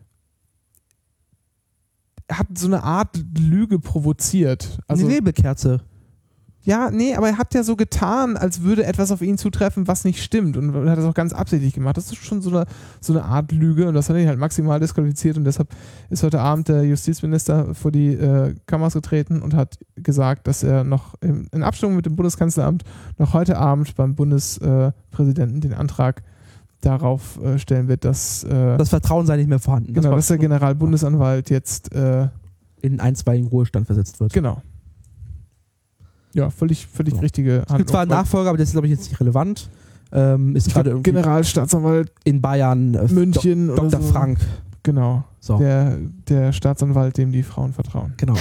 Er hat so eine Art Lüge provoziert. Also, Eine Nebelkerze. ja, nee, aber er hat ja so getan, als würde etwas auf ihn zutreffen, was nicht stimmt und hat das auch ganz absichtlich gemacht. Das ist schon so eine, so eine Art Lüge und das hat ihn halt maximal disqualifiziert und deshalb ist heute Abend der Justizminister vor die äh, Kameras getreten und hat gesagt, dass er noch im, in Abstimmung mit dem Bundeskanzleramt noch heute Abend beim Bundespräsidenten äh, den Antrag darauf äh, stellen wird, dass, äh, Das Vertrauen sei nicht mehr vorhanden. genau, war- dass der Generalbundesanwalt jetzt äh, in einstweiligen Ruhestand versetzt wird. genau. Ja, völlig, völlig So. richtige Es gibt zwar einen weil- Nachfolger, aber das ist, glaube ich, jetzt nicht relevant. Ähm, ist Ich gerade glaub, irgendwie Generalstaatsanwalt in Bayern äh, München Do- oder Doktor so. Frank. Genau. So. Der, der Staatsanwalt, dem die Frauen vertrauen. Genau.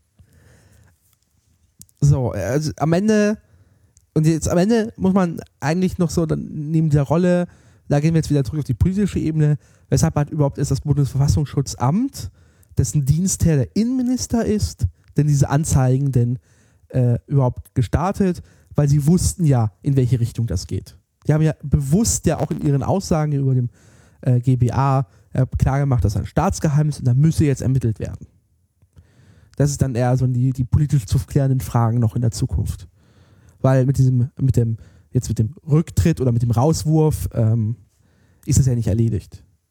So, also am Ende, und jetzt am Ende muss man eigentlich noch so, dann neben der Rolle, da gehen wir jetzt wieder zurück auf die politische Ebene, weshalb halt überhaupt ist das Bundesverfassungsschutzamt, dessen Dienstherr der Innenminister ist, denn diese Anzeigen denn äh, überhaupt gestartet, weil sie wussten ja, in welche Richtung das geht. Die haben ja bewusst ja auch in ihren Aussagen über dem äh, G B A äh, klargemacht, das ist ein Staatsgeheimnis und da müsse jetzt ermittelt werden. Das ist dann eher so die, die politisch zu klärenden Fragen noch in der Zukunft. Weil mit diesem, mit dem, jetzt mit dem Rücktritt oder mit dem Rauswurf ähm, ist das ja nicht erledigt.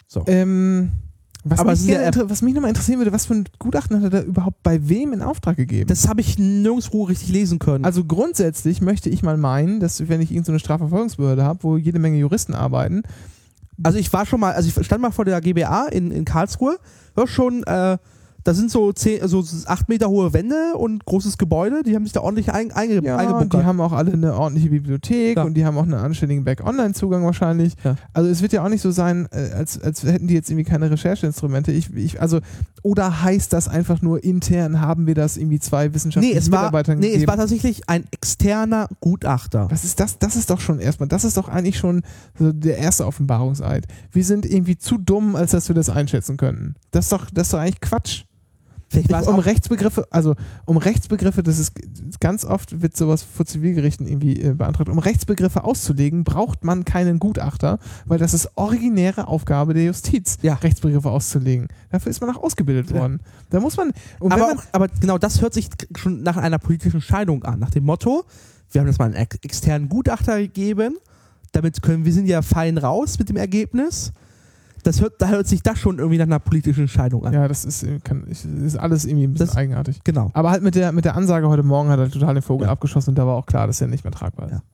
So. Ähm, was, Aber mich es ist ja- gerne inter- was mich nochmal interessieren würde, was für ein Gutachten hat er da überhaupt bei wem in Auftrag gegeben? Das habe ich nirgendwo richtig lesen können. Also grundsätzlich möchte ich mal meinen, dass wenn ich irgendeine Strafverfolgungsbehörde habe, wo jede Menge Juristen arbeiten, Also ich war schon mal, also ich stand mal vor der G B A in, in Karlsruhe, war schon, äh, da sind so zehn, also acht Meter hohe Wände und großes Gebäude, die haben sich da ordentlich ein, einge, ja, eingebunkert. die haben auch alle eine ordentliche Bibliothek Ja. und die haben auch einen anständigen Back-Online-Zugang wahrscheinlich. Ja. Also es wird ja auch nicht so sein, äh, als, als hätten die jetzt irgendwie keine Rechercheinstrumente. Ich, ich, also, oder heißt das einfach nur intern, haben wir das irgendwie zwei nee, wissenschaftlichen es war, Mitarbeitern nee, gegeben? es war tatsächlich ein externer Gutachter. Was ist das? Das ist doch schon erstmal, das ist doch eigentlich schon so der erste Offenbarungseid. Wir sind irgendwie zu dumm, als dass wir das einschätzen könnten. Das ist doch, das ist doch eigentlich Quatsch. Vielleicht war es Um auch, Rechtsbegriffe, also um Rechtsbegriffe, das ist ganz oft wird sowas vor Zivilgerichten irgendwie äh, beantragt, um Rechtsbegriffe auszulegen, braucht man keinen Gutachter, weil das ist originäre Aufgabe der Justiz, Ja. Rechtsbegriffe auszulegen. Dafür ist man auch ausgebildet Ja. worden. Da muss man, und wenn aber, man auch, aber genau das hört sich schon nach einer politischen Entscheidung an. Nach dem Motto, wir haben das mal einen ex externen Gutachter gegeben, damit können wir sind ja fein raus mit dem Ergebnis. Das hört, da hört sich das schon irgendwie nach einer politischen Entscheidung an. ja, das ist, äh, kann, ich, ist alles irgendwie ein bisschen Das- eigenartig. Genau. Aber halt mit der, mit der Ansage heute Morgen hat er total den Vogel Ja. abgeschossen und da war auch klar, dass er nicht mehr tragbar ist. Ja.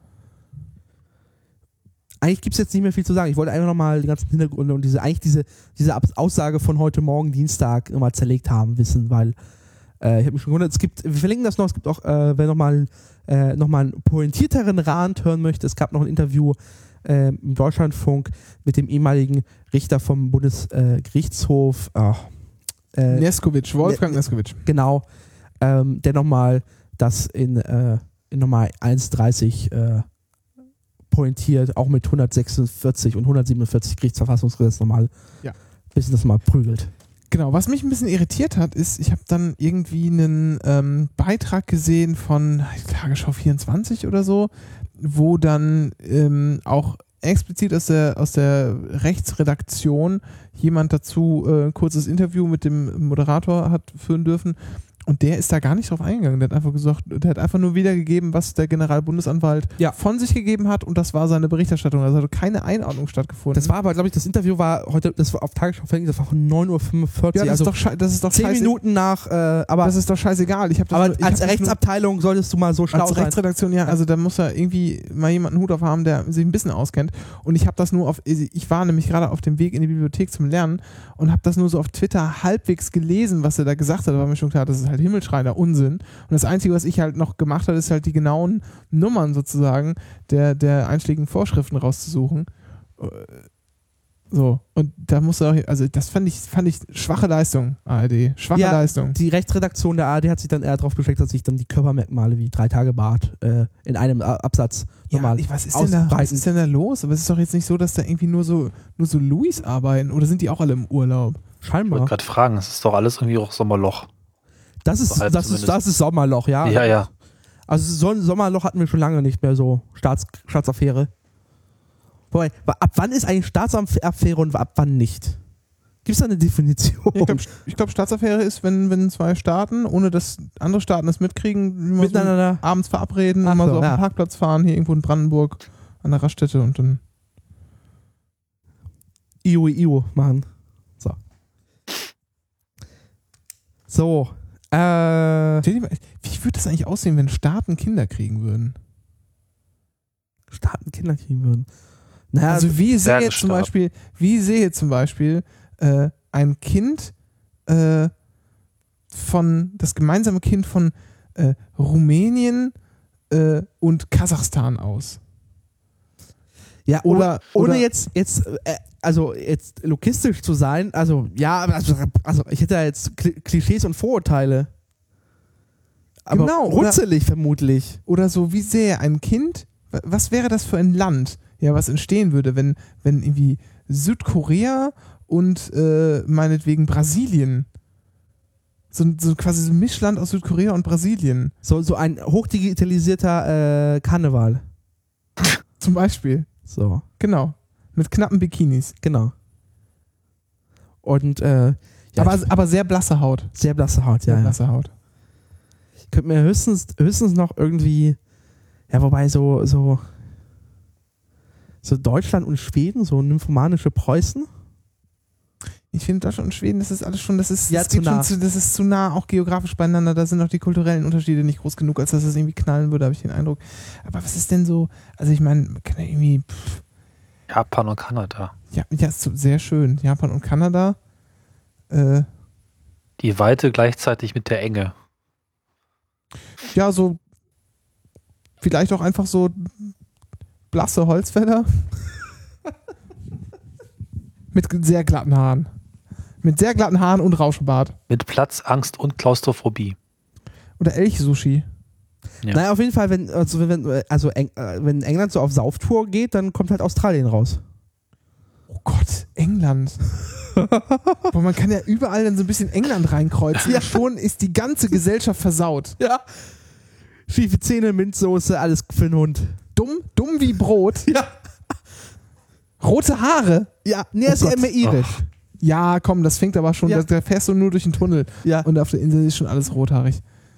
Eigentlich gibt es jetzt nicht mehr viel zu sagen. Ich wollte einfach nochmal die ganzen Hintergründe und diese, eigentlich diese, diese Ab- Aussage von heute Morgen, Dienstag, nochmal zerlegt haben, wissen, weil äh, ich habe mich schon gewundert, es gibt, wir verlinken das noch, es gibt auch, äh, wer nochmal äh, noch mal einen pointierteren Rand hören möchte, es gab noch ein Interview äh, im Deutschlandfunk mit dem ehemaligen Richter vom Bundesgerichtshof, äh, äh, Neskowitsch, Wolfgang Ne- Neskowitsch. genau, ähm, der nochmal das in, äh, in nochmal eins dreißig äh, pointiert, auch mit hundertsechsundvierzig und hundertsiebenundvierzig Gerichtsverfassungsgesetz nochmal Ja. bisschen das mal prügelt. Genau, was mich ein bisschen irritiert hat, ist, ich habe dann irgendwie einen ähm, Beitrag gesehen von Tagesschau vierundzwanzig oder so, wo dann ähm, auch explizit aus der, aus der Rechtsredaktion jemand dazu äh, ein kurzes Interview mit dem Moderator hat führen dürfen. Und der ist da gar nicht drauf eingegangen. Der hat einfach gesagt, der hat einfach nur wiedergegeben, was der Generalbundesanwalt Ja. von sich gegeben hat und das war seine Berichterstattung. Also hat keine Einordnung stattgefunden. Das war aber, glaube ich, das Interview war heute, das war auf Tagesschau verlinkt, das war von neun Uhr fünfundvierzig, ja, das also ist doch, schei- das ist doch zehn scheiße- Minuten nach, äh, aber, Das ist doch scheißegal. Ich hab das aber nur, ich als hab das Rechtsabteilung solltest du mal so nur, schlau als sein. Rechtsredaktion, ja, also da muss ja irgendwie mal jemand einen Hut auf haben, der sich ein bisschen auskennt. Und ich habe das nur auf, ich war nämlich gerade auf dem Weg in die Bibliothek zum Lernen und habe das nur so auf Twitter halbwegs gelesen, was er da gesagt hat. Da war mir schon klar, das ist halt himmelschreiender Unsinn. Und das Einzige, was ich halt noch gemacht habe, ist halt die genauen Nummern sozusagen der, der einschlägigen Vorschriften rauszusuchen. Äh, So, und da musst du auch, also das fand ich, fand ich schwache Leistung, A R D. Schwache Ja, Leistung. Die Rechtsredaktion der A R D hat sich dann eher darauf beschränkt, dass sich dann die Körpermerkmale wie drei Tage Bart äh, in einem A- Absatz nochmal ich, was, ist denn da, was ausbreiten. ist denn da los? Aber es ist doch jetzt nicht so, dass da irgendwie nur so, nur so Louis arbeiten oder sind die auch alle im Urlaub? Ich Scheinbar. wollte gerade fragen, es ist doch alles irgendwie auch Sommerloch. Das ist, So halb das, ist, zumindest. das ist Sommerloch, ja. Ja, ja. Also so ein Sommerloch hatten wir schon lange nicht mehr, so Staats, Staatsaffäre. Wobei, ab wann ist eigentlich Staatsaffäre und ab wann nicht? Gibt es da eine Definition? Ich glaube, ich glaub, Staatsaffäre ist, wenn, wenn zwei Staaten, ohne dass andere Staaten das mitkriegen, immer Miteinander. so abends verabreden, Ach mal so so, auf ja. den Parkplatz fahren, hier irgendwo in Brandenburg an der Raststätte und dann. Iu, Iu machen. So. So. Äh, Stell dir mal, wie würde das eigentlich aussehen, wenn Staaten Kinder kriegen würden? Staaten Kinder kriegen würden. Naja, Also wie sehe jetzt zum Bergestaat. Beispiel, wie sehe zum Beispiel äh, ein Kind äh, von, das gemeinsame Kind von äh, Rumänien äh, und Kasachstan aus? ja, oder- ohne, ohne oder- jetzt, jetzt äh, also jetzt logistisch zu sein, also ja, also, also ich hätte da jetzt Kli- Klischees und Vorurteile. Aber Genau, oder- runzelig vermutlich. Oder so, wie sähe ein Kind, wa- was wäre das für ein Land, ja, was entstehen würde, wenn, wenn irgendwie Südkorea und äh, meinetwegen Brasilien, so, so quasi so ein Mischland aus Südkorea und Brasilien, So, so ein hochdigitalisierter äh, Karneval. zum Beispiel. So, Genau. Mit knappen Bikinis. genau. Und äh, ja, aber, ich- aber sehr blasse Haut. sehr blasse Haut, Sehr ja. ja. blasse Haut. Ich könnte mir höchstens, höchstens noch irgendwie, ja, wobei so, so, so Deutschland und Schweden, so nymphomanische Preußen. Ich finde Deutschland und Schweden, das ist alles schon, das ist, Ja, das zu geht schon nah. zu, das ist zu nah, auch geografisch beieinander. Da sind auch die kulturellen Unterschiede nicht groß genug, als dass es irgendwie knallen würde, habe ich den Eindruck. Aber was ist denn so, also ich meine, man kann ja irgendwie, pff, Japan und Kanada. ja, ja, ist so sehr schön. Japan und Kanada, äh, Die Weite gleichzeitig mit der Enge. ja, so, vielleicht auch einfach so blasse Holzfäller. Mit sehr glatten Haaren. Mit sehr glatten Haaren und Rauschebart. Mit Platz, Angst und Klaustrophobie. Oder Elchsushi. Ja. Naja, auf jeden Fall, wenn, also wenn, also Eng, äh, wenn England so auf Sauftour geht, dann kommt halt Australien raus. Oh Gott, England. Boah, man kann ja überall dann so ein bisschen England reinkreuzen. Ja. Schon ist die ganze Gesellschaft versaut. Ja. Schiefe Zähne, Minzsoße, alles für den Hund. Dumm, dumm wie Brot. Ja. Rote Haare. Ja, nee, Oh ist ja Gott. immer irisch. Ja, komm, das fängt aber schon, Ja. da, da fährst du nur durch den Tunnel. Ja. Und auf der Insel ist schon alles rothaarig.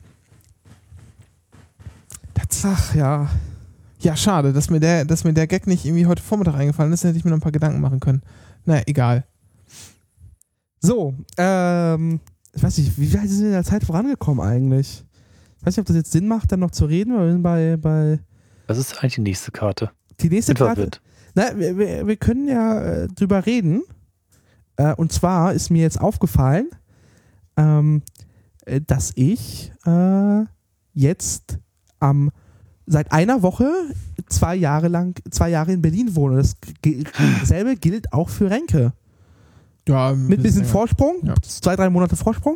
Das, Ach ja. ja, schade, dass mir, der, dass mir der Gag nicht irgendwie heute Vormittag eingefallen ist, hätte ich mir noch ein paar Gedanken machen können. Naja, egal. So, ähm, ich weiß nicht, wie weit sind wir in der Zeit vorangekommen eigentlich? Ich weiß nicht, ob das jetzt Sinn macht, dann noch zu reden, weil wir sind bei, bei Das ist eigentlich die nächste Karte. die nächste Bin Karte. verwirrt. Na, wir, wir, wir können ja äh, drüber reden. Äh, und zwar ist mir jetzt aufgefallen, ähm, äh, dass ich äh, jetzt am seit einer Woche zwei Jahre lang, zwei Jahre in Berlin wohne. Das g- dasselbe gilt auch für Renke. Ja, Mit ein bisschen länger. Vorsprung, Ja. zwei, drei Monate Vorsprung.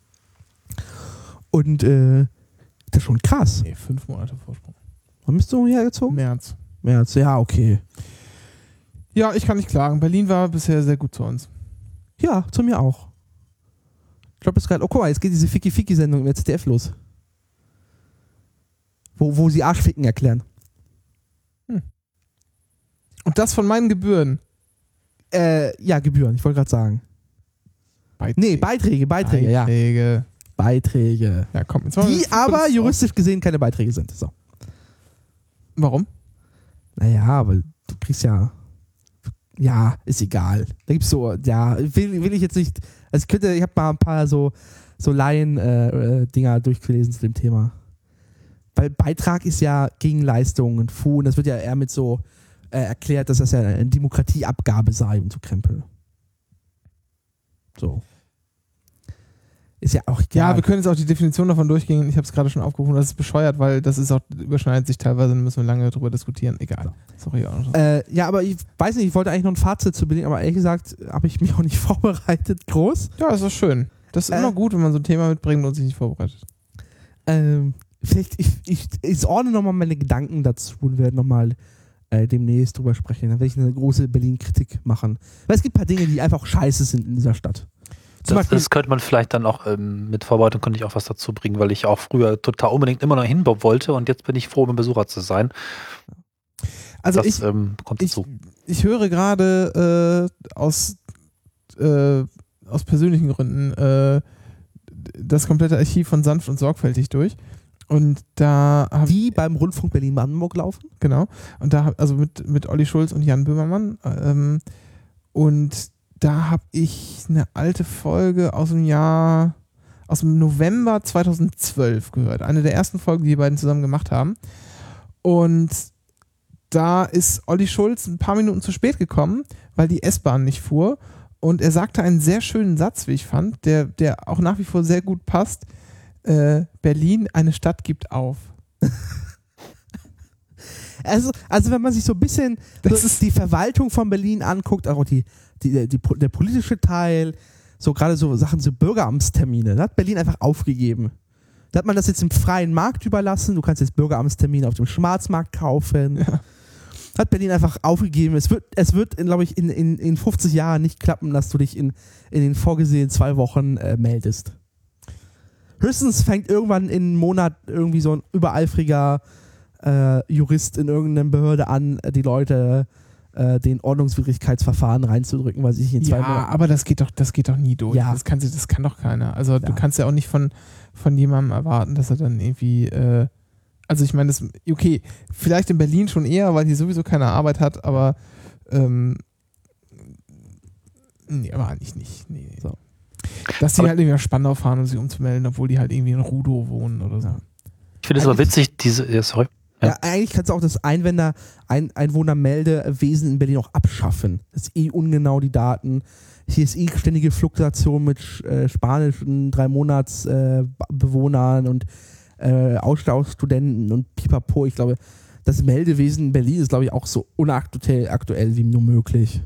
Und äh, das ist schon krass. Nee, fünf Monate Vorsprung. Wann bist du hergezogen? März. März, ja, okay. Ja, ich kann nicht klagen. Berlin war bisher sehr gut zu uns. Ja, zu mir auch. Ich glaube, das ist gerade. Oh, guck mal, jetzt geht diese Ficky-Ficky-Sendung im Z D F los. Wo, wo sie Arschficken erklären. Und das von meinen Gebühren. Äh, ja, Gebühren, ich wollte gerade sagen. Beiträge. Nee, Beiträge, Beiträge, ja. Beiträge. Beiträge. Ja, komm. Jetzt wollen wir Die kurz aber auf- juristisch gesehen keine Beiträge sind. So. Warum? Naja, aber du kriegst ja. Ja, ist egal. Da gibt's so, ja, will, will ich jetzt nicht. Also ich könnte, ich habe mal ein paar so, so Laien-Dinger äh, durchgelesen zu dem Thema. Weil Beitrag ist ja Gegenleistung und Fu und das wird ja eher mit so äh, erklärt, dass das ja eine Demokratieabgabe sei und so Krempel. So. Ist ja auch Ja, egal. wir können jetzt auch die Definition davon durchgehen. Ich habe es gerade schon aufgerufen. Das ist bescheuert, weil das ist auch, überschneidet sich teilweise, dann müssen wir lange drüber diskutieren. Egal. Sorry. Auch noch. Äh, ja, aber ich weiß nicht, ich wollte eigentlich noch ein Fazit zu Berlin, aber ehrlich gesagt habe ich mich auch nicht vorbereitet, groß. Ja, das ist schön. Das ist Äh. immer gut, wenn man so ein Thema mitbringt und sich nicht vorbereitet. Ähm, vielleicht, ich, ich, ich ordne nochmal meine Gedanken dazu und werde nochmal äh, demnächst drüber sprechen. Dann werde ich eine große Berlin-Kritik machen. Weil es gibt ein paar Dinge, die einfach scheiße sind in dieser Stadt. Zum Das, Beispiel, das könnte man vielleicht dann auch ähm, mit Vorbereitung könnte ich auch was dazu bringen, weil ich auch früher total unbedingt immer noch hin wollte und jetzt bin ich froh, um Besucher zu sein. Also das ich, ähm, kommt ich, dazu. ich höre gerade äh, aus, äh, aus persönlichen Gründen äh, das komplette Archiv von Sanft und Sorgfältig durch. Und da habe die beim Rundfunk Berlin-Brandenburg laufen. Genau. Und da hab, also mit, mit Olli Schulz und Jan Böhmermann. Ähm, und da habe ich eine alte Folge aus dem Jahr, aus dem November zweitausendzwölf gehört. Eine der ersten Folgen, die die beiden zusammen gemacht haben. Und da ist Olli Schulz ein paar Minuten zu spät gekommen, weil die S-Bahn nicht fuhr. Und er sagte einen sehr schönen Satz, wie ich fand, der, der auch nach wie vor sehr gut passt. Äh, Berlin, eine Stadt gibt auf. Also, also wenn man sich so ein bisschen Das so ist- die Verwaltung von Berlin anguckt, auch die, die, die, der politische Teil, so gerade so Sachen, so Bürgeramtstermine, da hat Berlin einfach aufgegeben. Da hat man das jetzt im freien Markt überlassen, du kannst jetzt Bürgeramtstermine auf dem Schwarzmarkt kaufen. Ja. Hat Berlin einfach aufgegeben. Es wird, es wird glaube ich, in, in, in fünfzig Jahren nicht klappen, dass du dich in, in den vorgesehenen zwei Wochen äh, meldest. Höchstens fängt irgendwann in einem Monat irgendwie so ein übereifriger äh, Jurist in irgendeiner Behörde an, die Leute äh, den Ordnungswidrigkeitsverfahren reinzudrücken, weil sie sich in zwei Ja, Monaten. aber das geht doch, das geht doch nie durch. Ja. Das, kann, das kann doch keiner. Also Ja. du kannst ja auch nicht von, von jemandem erwarten, dass er dann irgendwie, äh, also ich meine, das, okay, vielleicht in Berlin schon eher, weil hier sowieso keine Arbeit hat, aber ähm, Nee, aber eigentlich nicht. Nee. So. Dass die Aber- halt irgendwie nach Spandau fahren, um sich umzumelden, obwohl die halt irgendwie in Rudow wohnen oder so. Ja. Ich finde es aber witzig, diese, ja, sorry. Ja. Ja. eigentlich kannst du auch das Einwender, ein, Einwohnermeldewesen in Berlin auch abschaffen. Das ist eh ungenau, die Daten. Hier ist eh ständige Fluktuation mit äh, spanischen drei Monats äh, Bewohnern und äh, Austauschstudenten und pipapo. Ich glaube, das Meldewesen in Berlin ist, glaube ich, auch so unaktuell aktuell wie nur möglich.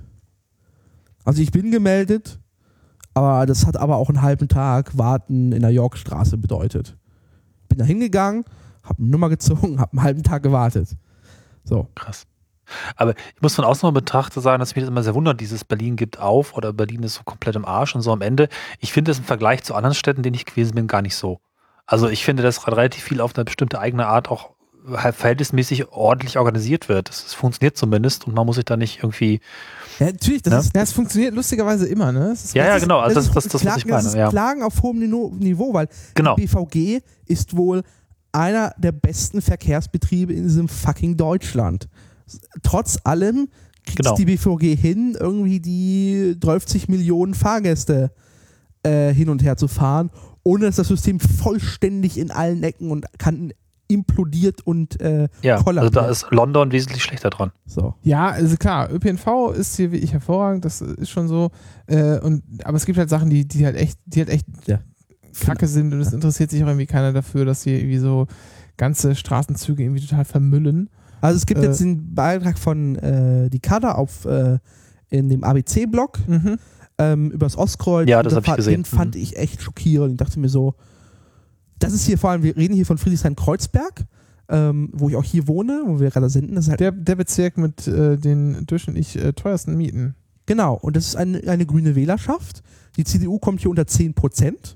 Also ich bin gemeldet, aber das hat aber auch einen halben Tag Warten in der Yorkstraße bedeutet. Bin da hingegangen, hab eine Nummer gezogen, hab einen halben Tag gewartet. So. Krass. Aber ich muss von außen mal betrachtet sagen, dass mich das immer sehr wundert, dieses Berlin gibt auf oder Berlin ist so komplett im Arsch und so am Ende. Ich finde das im Vergleich zu anderen Städten, in denen ich gewesen bin, gar nicht so. Also ich finde, dass relativ viel auf eine bestimmte eigene Art auch halt verhältnismäßig ordentlich organisiert wird. Das, das funktioniert zumindest und man muss sich da nicht irgendwie... Ja, natürlich, das Ne? ist. Ja, es funktioniert lustigerweise immer, ne? Es ist Ja, ja, ist- genau. Also das, ist das, das, was Klagen- ich meine. Das ist Ja. Klagen auf hohem Nino- Niveau, weil Genau. die B V G ist wohl einer der besten Verkehrsbetriebe in diesem fucking Deutschland. Trotz allem kriegt Genau. die B V G hin, irgendwie die dreißig Millionen Fahrgäste äh, hin und her zu fahren, ohne dass das System vollständig in allen Ecken und Kanten implodiert und äh, Ja, also kollabiert. da ist London wesentlich schlechter dran. So. Ja, also klar, Ö P N V ist hier wirklich hervorragend, das ist schon so. Äh, und, aber es gibt halt Sachen, die, die halt echt, die halt echt Ja. kacke sind und es interessiert sich auch irgendwie keiner dafür, dass hier irgendwie so ganze Straßenzüge irgendwie total vermüllen. Also es gibt Äh, jetzt den Beitrag von äh, die Kader auf äh, in dem A B C-Blog Mhm. ähm, übers Ostkreuz. Ja, Und das da hab ich fand- gesehen. Den fand Mhm. ich echt schockierend. Ich dachte mir so, das ist hier vor allem, wir reden hier von Friedrichshain-Kreuzberg, ähm, wo ich auch hier wohne, wo wir gerade senden. Das ist halt, Der, der Bezirk mit äh, den durchschnittlich äh, teuersten Mieten. genau, und das ist eine, eine grüne Wählerschaft. Die C D U kommt hier unter zehn Prozent.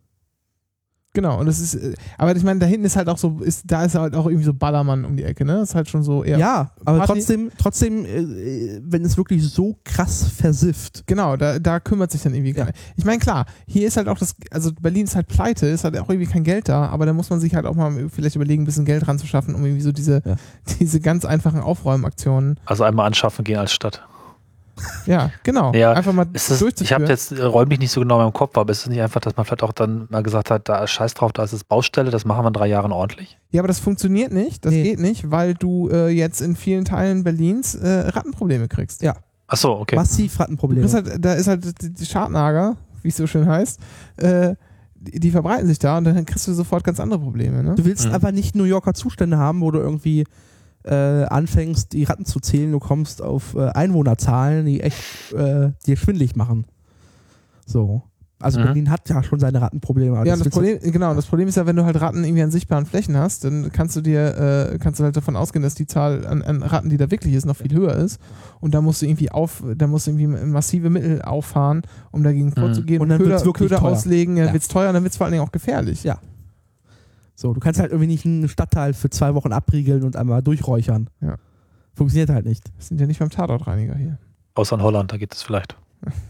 Genau, und das ist, äh, aber ich meine, da hinten ist halt auch so, ist, da ist halt auch irgendwie so Ballermann um die Ecke, ne? Das ist halt schon so eher. Ja, aber Party- trotzdem, trotzdem äh, wenn es wirklich so krass versifft. Genau, da, da kümmert sich dann irgendwie Ja. keiner. Ich meine, klar, hier ist halt auch das, also Berlin ist halt pleite, ist halt auch irgendwie kein Geld da, aber da muss man sich halt auch mal vielleicht überlegen, ein bisschen Geld ranzuschaffen, um irgendwie so diese, Ja. diese ganz einfachen Aufräumaktionen. Also einmal anschaffen gehen als Stadt. Ja, genau. Ja, einfach mal Ist das, ich durchzuführen. habe jetzt äh, räumlich nicht so genau im Kopf, aber ist es nicht einfach, dass man vielleicht auch dann mal gesagt hat, da ist Scheiß drauf, da ist es Baustelle, das machen wir in drei Jahren ordentlich? Ja, aber das funktioniert nicht, das Nee. geht nicht, weil du äh, jetzt in vielen Teilen Berlins äh, Rattenprobleme kriegst. Ja, Ach so, okay. massiv Du Rattenprobleme. bist halt, da ist halt die, die Schadnager, wie es so schön heißt, äh, die, die verbreiten sich da und dann kriegst du sofort ganz andere Probleme. Ne? Du willst Mhm. einfach nicht New Yorker Zustände haben, wo du irgendwie äh, anfängst, die Ratten zu zählen, du kommst auf äh, Einwohnerzahlen, die echt äh, dir schwindelig machen. So. Also Mhm. Berlin hat ja schon seine Rattenprobleme. aber Ja, und das willst du- Problem, genau, das Problem ist ja, wenn du halt Ratten irgendwie an sichtbaren Flächen hast, dann kannst du dir, äh, kannst du halt davon ausgehen, dass die Zahl an, an Ratten, die da wirklich ist, noch viel höher ist. Und da musst du irgendwie auf, da musst du irgendwie massive Mittel auffahren, um dagegen vorzugehen. Und dann Köder, wird's wirklich Köder teuer. auslegen, ja, Ja. wird's teuer und dann wird's vor allen Dingen auch gefährlich. Ja. So, du kannst halt irgendwie nicht einen Stadtteil für zwei Wochen abriegeln und einmal durchräuchern. Ja. Funktioniert halt nicht. Wir sind ja nicht beim Tatortreiniger hier. Außer in Holland, da geht es vielleicht.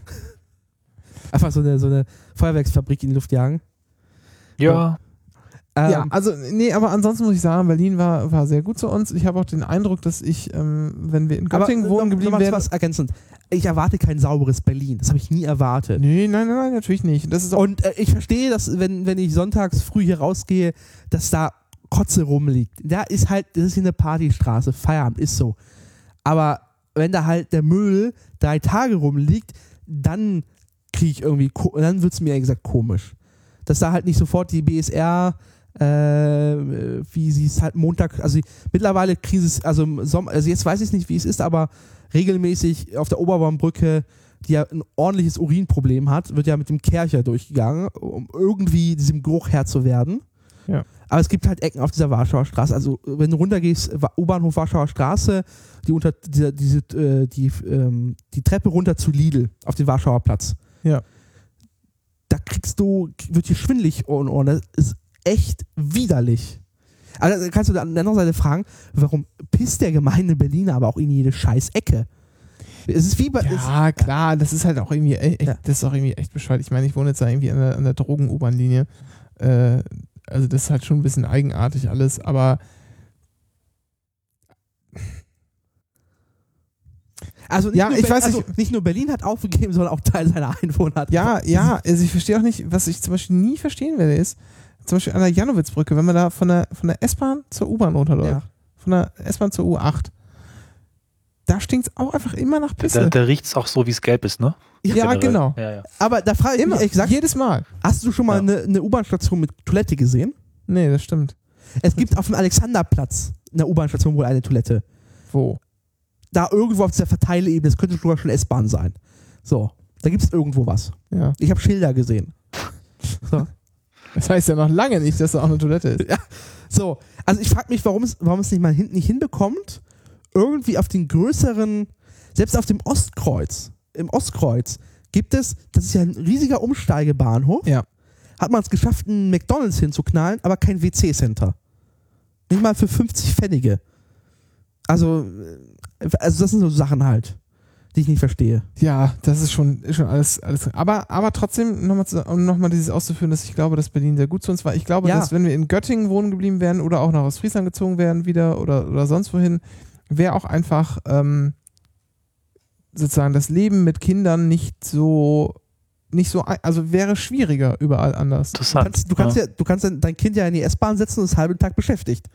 Einfach so eine, so eine Feuerwerksfabrik in die Luft jagen. Ja. Ähm, Ja, also nee, aber ansonsten muss ich sagen, Berlin war, war sehr gut zu uns. Ich habe auch den Eindruck, dass ich, ähm, wenn wir in aber Göttingen wohnen noch- geblieben noch mal wären. was ergänzend. Ich erwarte kein sauberes Berlin. Das habe ich nie erwartet. Nee, nein, nein, nein, natürlich nicht. Das ist auch, Und äh, ich verstehe, dass wenn, wenn ich sonntags früh hier rausgehe, dass da Kotze rumliegt. Da ist halt, das ist hier eine Partystraße, Feierabend, ist so. Aber wenn da halt der Müll drei Tage rumliegt, dann kriege ich irgendwie, ko- dann wird es mir ehrlich gesagt komisch. Dass da halt nicht sofort die B S R, äh, wie sie es halt Montag, also mittlerweile kriegen sie es, also im Sommer, also jetzt weiß ich nicht, wie es ist, aber regelmäßig auf der Oberbaumbrücke, die ja ein ordentliches Urinproblem hat, wird ja mit dem Kercher durchgegangen, um irgendwie diesem Geruch Herr zu werden. Ja. Aber es gibt halt Ecken auf dieser Warschauer Straße. Also wenn du runtergehst, Wa- U-Bahnhof Warschauer Straße, die unter diese, diese äh, die, ähm, die Treppe runter zu Lidl auf den Warschauer Platz. Ja. Da kriegst du, wird dir schwindelig und, und das ist echt widerlich. Also da kannst du an der anderen Seite fragen, warum pisst der gemeine Berliner aber auch in jede scheiß Ecke? Es ist wie bei. ja, klar, das ist halt auch irgendwie, echt, Ja. das ist auch irgendwie echt bescheuert. Ich meine, ich wohne jetzt da irgendwie an der, an der Drogen-U-Bahn-Linie. Äh, also das ist halt schon ein bisschen eigenartig alles, aber Also nicht, Ja, nur ich Berlin, weiß also nicht- nicht nur Berlin hat aufgegeben, sondern auch Teil seiner Einwohner hat. Ja, ja, also ich verstehe auch nicht, was ich zum Beispiel nie verstehen werde, ist, zum Beispiel an der Janowitzbrücke, wenn man da von der, von der S-Bahn zur U-Bahn runterläuft, Ja. von der S-Bahn zur U acht, da stinkt es auch einfach immer nach Da, Pisse. da riecht es auch so, wie es gelb ist, ne? Ja, Generell. genau. Ja, ja. Aber da frage ich Immer, mich ehrlich gesagt, jedes Mal. hast du schon mal Ja. eine, eine U-Bahn-Station mit Toilette gesehen? Nee, das stimmt. Es gibt auf dem Alexanderplatz eine U-Bahn-Station wohl eine Toilette. Wo? Da irgendwo auf dieser Verteilebene, das könnte sogar schon S-Bahn sein. So, da gibt es irgendwo was. Ja. Ich habe Schilder gesehen. So. Das heißt ja noch lange nicht, dass da auch eine Toilette ist. Ja. So, also ich frage mich, warum es, warum es nicht mal hinten nicht hinbekommt, irgendwie auf den größeren, selbst auf dem Ostkreuz, im Ostkreuz gibt es, das ist ja ein riesiger Umsteigebahnhof, Ja. hat man es geschafft, einen McDonalds hinzuknallen, aber kein W C-Center. Nicht mal für fünfzig Pfennige. Also, äh, also das sind so Sachen halt, die ich nicht verstehe. Ja, das ist schon, ist schon alles, alles. Aber, aber trotzdem, nochmal um nochmal dieses auszuführen, dass ich glaube, dass Berlin sehr gut zu uns war. Ich glaube, Ja. dass wenn wir in Göttingen wohnen geblieben wären oder auch nach Ostfriesland gezogen wären wieder oder, oder sonst wohin, wäre auch einfach ähm, sozusagen das Leben mit Kindern nicht so, nicht so, ein- also wäre schwieriger überall anders. Du Interessant. kannst, du kannst, ja. ja, du kannst dein Kind ja in die S-Bahn setzen und ist halben Tag beschäftigt.